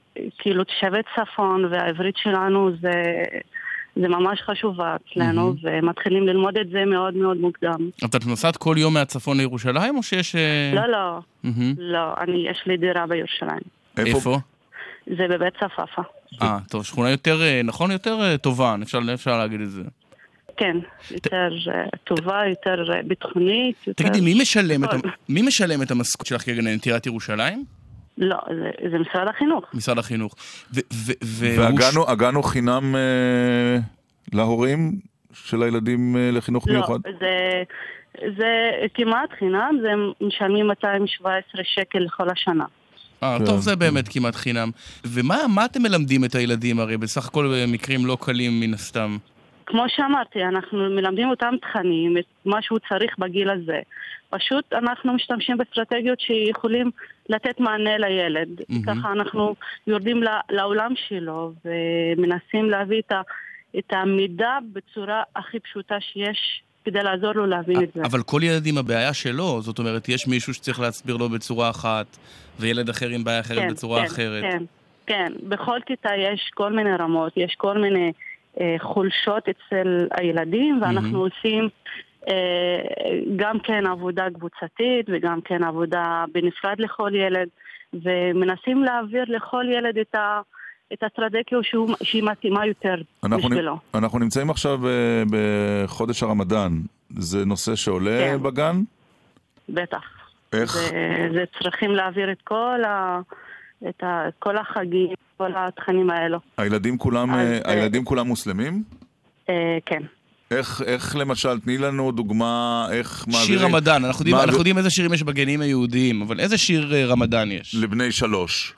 כאילו תושבי צפון, והעברית שלנו זה, זה ממש חשובה אצלנו, mm-hmm. ומתחילים ללמוד את זה מאוד מאוד מוקדם. אתה נוסעת כל יום מהצפון לירושלים, או שיש... לא, לא. Mm-hmm. לא, אני, יש לי דירה בירושלים. איפה? זה בבית צפאפה. אה, טוב, שכונה יותר, נכון, יותר טובה, אפשר, אפשר להגיד את זה. כן, יותר טובה, יותר ביטחונית. תגידי, מי משלם, את, מי משלם את המשכורת שלך כגננת עיריית ירושלים? לא, זה, זה משרד החינוך. משרד החינוך. ו, ו, ו, והגענו, הגענו חינם אה, להורים של הילדים אה, לחינוך לא, מיוחד? לא, זה, זה כמעט חינם, זה משלמים מאתיים שבע עשרה שקל לכל השנה. אה, טוב, זה באמת כמעט חינם. ומה מה אתם מלמדים את הילדים? הרי בסך הכל מקרים לא קלים מן הסתם. כמו שאמרתי, אנחנו מלמדים אותם תכנים, את מה שהוא צריך בגיל הזה. פשוט אנחנו משתמשים באסטרטגיות שיכולים לתת מענה לילד. Mm-hmm. ככה אנחנו יורדים לעולם שלו ומנסים להביא את, ה, את המידע בצורה הכי פשוטה שיש כדי לעזור לו להבין את זה. אבל כל ילד עם הבעיה שלו, זאת אומרת, יש מישהו שצריך להסביר לו בצורה אחת, וילד אחר עם בעיה אחרת כן, בצורה כן, אחרת. כן, כן. בכל כיתה יש כל מיני רמות, יש כל מיני אה, חולשות אצל הילדים, ואנחנו mm-hmm. עושים אה, גם כן עבודה קבוצתית, וגם כן עבודה בנפרד לכל ילד, ומנסים להעביר לכל ילד את ה... את האסטרטגיה שהיא מתאימה יותר אנחנו בשבילו. נ... אנחנו נמצאים עכשיו בחודש הרמדאן. זה נושא שעולה כן. בגן? בטח. איך? זה, זה צריכים להעביר את כל, ה... את ה... כל החגים, כל התכנים האלו. הילדים כולם, אז, הילדים אה... כולם מוסלמים? אה, כן. איך, איך למשל, תני לנו דוגמה, איך מעבירים... שיר רמדאן, אנחנו יודעים, אנחנו יודעים איזה שירים יש בגנים היהודיים, אבל איזה שיר רמדאן יש? לבני שלוש.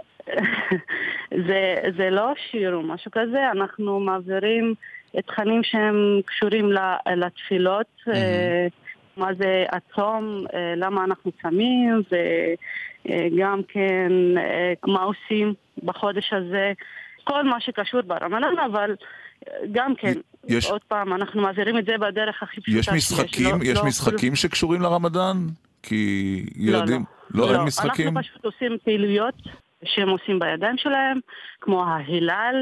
זה, זה לא שיר או משהו כזה, אנחנו מעבירים את תכנים שהם קשורים לתפילות, mm-hmm. מה זה הצום, למה אנחנו צמים, וגם כן מה עושים בחודש הזה, כל מה שקשור ברמדאן, אבל גם כן, יש... עוד פעם, אנחנו מעבירים את זה בדרך הכי פשוטה. יש משחקים, יש, לא, יש לא משחקים לא... שקשורים לרמדאן? כי ילדים... לא, לא, לא, לא. אין משחקים? אנחנו פשוט עושים פעילויות שהם עושים בידיים שלהם, כמו ההילal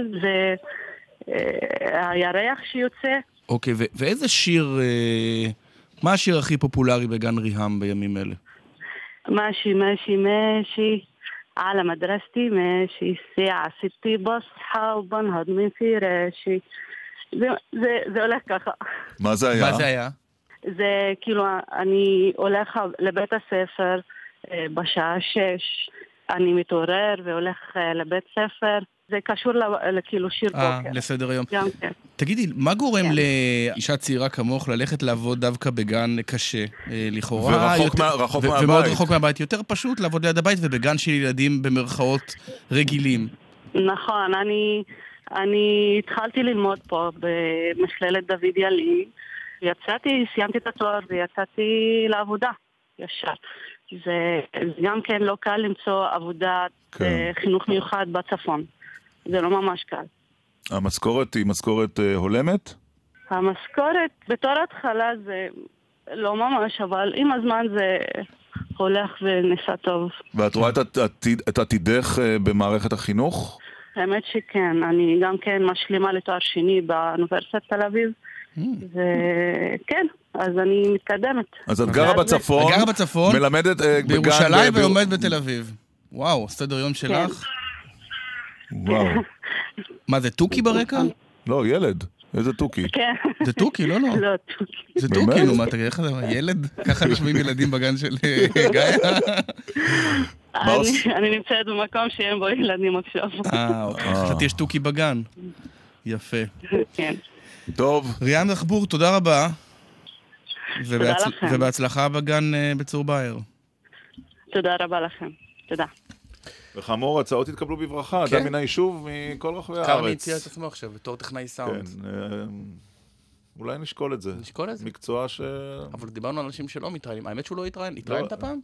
והירח שיוצא. אוקיי, ו- ואיזה שיר, אה, מה השיר הכי פופולרי בגן ריהם בימים אלה? משי, משי, משי, על המדרסתי, משי, סיעה, סיטי בוסחה ובנהד מן פירשי. זה, זה, זה הולך ככה. מה זה היה? מה זה היה? זה כאילו, אני הולך לבית הספר בשעה שש, אני מתעורר והולך לבית ספר, זה קשור לכאילו שיר בוקר. לסדר היום. גם כן. תגידי, מה גורם לאישה צעירה כמוך ללכת לעבוד דווקא בגן קשה? לכאורה... ורחוק מהבית. ומאוד רחוק מהבית. יותר פשוט לעבוד ליד הבית ובגן של ילדים במרכאות רגילים. נכון, אני, אני התחלתי ללמוד פה במכללת דוד ילין. יצאתי, סיימתי את התואר ויצאתי לעבודה ישר. זה גם כן לא קל למצוא עבודה כן. חינוך מיוחד בצפון. זה לא ממש קל. המשכורת היא משכורת uh, הולמת? המשכורת בתור התחלה זה לא ממש, אבל עם הזמן זה הולך ונסע טוב. ואת רואה את, עתיד, את עתידך uh, במערכת החינוך? האמת שכן. אני גם כן משלימה לתואר שני באוניברסיטת תל אביב. Mm. וכן, אז אני מתקדמת. אז את גרה בצפון, גרה בצפון, מלמדת בירושלים ולומדת בתל אביב. וואו, סדר יום שלך. וואו. מה, זה טוקי ברקע? לא, ילד. איזה טוקי? כן. זה טוקי, לא, לא. לא, טוקי. זה טוקי, נו, מה, תגיד, איך זה, ילד? ככה נשמעים ילדים בגן של גיא? אני נמצאת במקום שאין בו ילדים עכשיו. אה, אוקיי. חשבתי יש טוקי בגן. יפה. כן. טוב. ריאן רחבור, תודה רבה. תודה לכם. ובהצלחה בגן בצור באהר. תודה רבה לכם. תודה. וחמור, הצעות התקבלו בברכה, אדם מן היישוב מכל רחבי הארץ. קרני הציע את עצמו עכשיו, בתור טכנאי סאונד. כן, אולי נשקול את זה. נשקול את זה? מקצוע ש... אבל דיברנו על אנשים שלא מתראיינים. האמת שהוא לא התראיין. התראיינת פעם?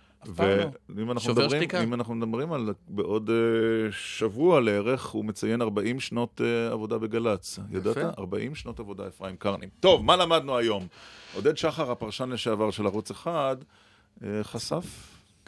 ואם אנחנו מדברים על בעוד שבוע לערך, הוא מציין ארבעים שנות עבודה בגלץ. ידעת? ארבעים שנות עבודה, אפרים קרני. טוב, מה למדנו היום? עודד שחר, הפרשן לשעבר של ערוץ אחד, חשף? על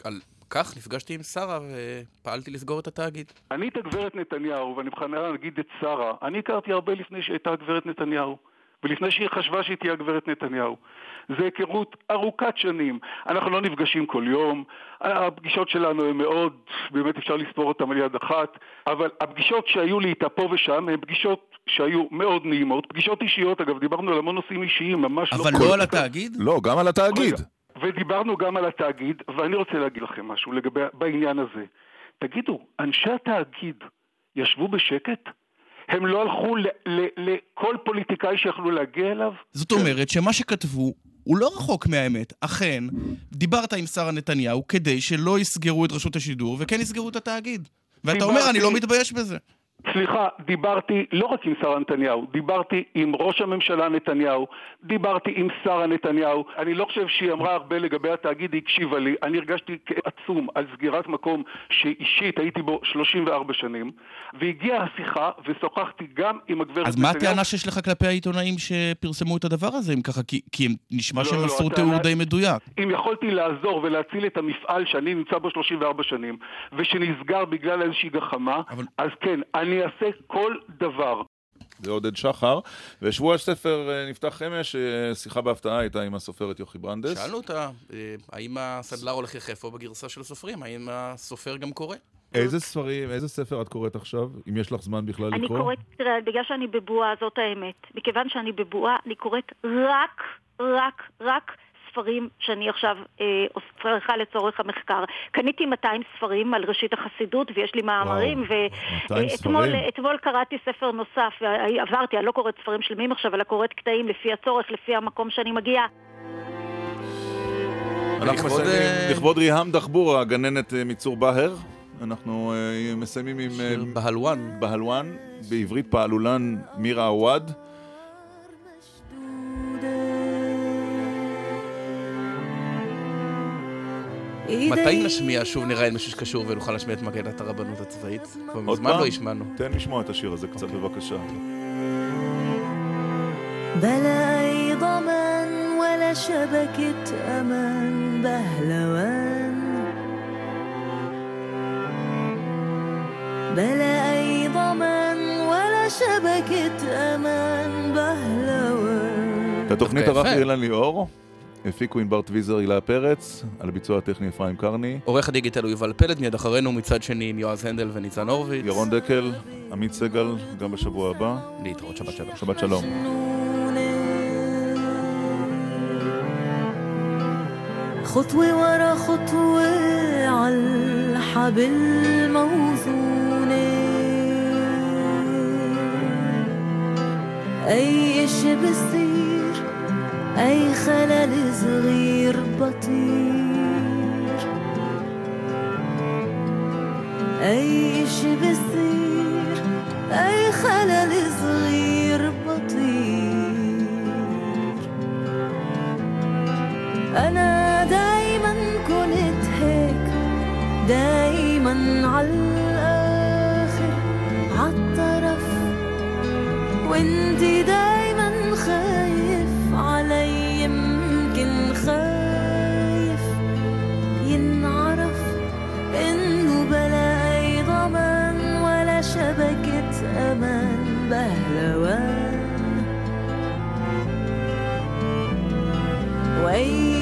כך נפגשתי עם שרה ופעלתי לסגור את התאגיד. אני את הגברת נתניהו, ואני בכוונה נגיד את שרה, אני הכרתי הרבה לפני שהייתה הגברת נתניהו, ולפני שהיא חשבה שהיא תהיה הגברת נתניהו. זה היכרות ארוכת שנים. אנחנו לא נפגשים כל יום, הפגישות שלנו הן מאוד, באמת אפשר לספור אותן על יד אחת, אבל הפגישות שהיו לי איתה פה ושם הן פגישות שהיו מאוד נעימות, פגישות אישיות, אגב, דיברנו על המון נושאים אישיים, ממש אבל לא... אבל לא על התאגיד? לא, גם על התאגיד. ודיברנו גם על התאגיד, ואני רוצה להגיד לכם משהו לגבי, בעניין הזה. תגידו, אנשי התאגיד ישבו בשקט? הם לא הלכו לכל פוליטיקאי שיכלו להגיע אליו? זאת אומרת שמה שכתבו הוא לא רחוק מהאמת. אכן, דיברת עם שרה נתניהו כדי שלא יסגרו את רשות השידור וכן יסגרו את התאגיד. ואתה אומר, אני לא מתבייש בזה. סליחה, דיברתי לא רק עם שרה נתניהו, דיברתי עם ראש הממשלה נתניהו, דיברתי עם שרה נתניהו. אני לא חושב שהיא אמרה הרבה לגבי התאגיד, היא הקשיבה לי. אני הרגשתי כעצום על סגירת מקום שאישית הייתי בו שלושים וארבע שנים, והגיעה השיחה ושוחחתי גם עם הגברת אז נתניהו. מה הטענה שיש לך כלפי העיתונאים שפרסמו את הדבר הזה, אם ככה, כי, כי הם נשמע לא, שהם לא, מסרו תיאור די מדויק. אם יכולתי לעזור ולהציל את המפעל שאני נמצא בו שלושים וארבע שנים, ושנסגר בגלל איזושהי גחמה, אבל... אז כן, אני אעשה כל דבר. זה עודד שחר, ושבוע הספר נפתח אמש, שיחה בהפתעה הייתה עם הסופרת יוכי ברנדס. שאלנו אותה, האם הסדלר הולך יחף או בגרסה של הסופרים, האם הסופר גם קורא? איזה ספרים, איזה ספר את קוראת עכשיו? אם יש לך זמן בכלל לקרוא? אני קוראת, תראה, בגלל שאני בבועה, זאת האמת. מכיוון שאני בבועה, אני קוראת רק, רק, רק ספרים שאני עכשיו צריכה לצורך המחקר. קניתי מאתיים ספרים על ראשית החסידות, ויש לי מאמרים, ואתמול קראתי ספר נוסף, ועברתי, אני לא קוראת ספרים שלמים עכשיו, אלא קוראת קטעים לפי הצורך, לפי המקום שאני מגיעה. אנחנו מסיימים לכבוד ריהם דחבורה, גננת מצור בהר. אנחנו מסיימים עם בהלואן. בהלואן, בעברית פעלולן מירה עווד. מתי נשמיע שוב נראה משהו שקשור ונוכל להשמיע את מגנת הרבנות הצבאית? כבר מזמן לא השמענו. תן לשמוע את השיר הזה קצת בבקשה. بلا أي ضمان ولا شبكة أمان بهلوان بلا أي ضمان ولا شبكة أمان بهلوان. את התוכנית ערך אילן ליאור, הפיקו ענבר טוויזר, הילה פרץ, על הביצוע הטכני אפרים קרני. עורך הדיגיטל הוא יובל פלד, מיד אחרינו מצד שני עם יועז הנדל וניצן הורוביץ. ירון דקל, עמית סגל, גם בשבוע הבא. להתראות, שבת שלום. שבת שלום. خطوة ورا خطوة عالحبل موزونة أي إشي بصير أي خلل صغير بطير أي إشي بصير أي خلل صغير بطير أنا دايما كنت هيك دايما عالآخر عالطرف وانتي دايما خايف علي يمكن خايف ينعرف انه بلا اي ضمان ولا شبكة امان بهلوان وأي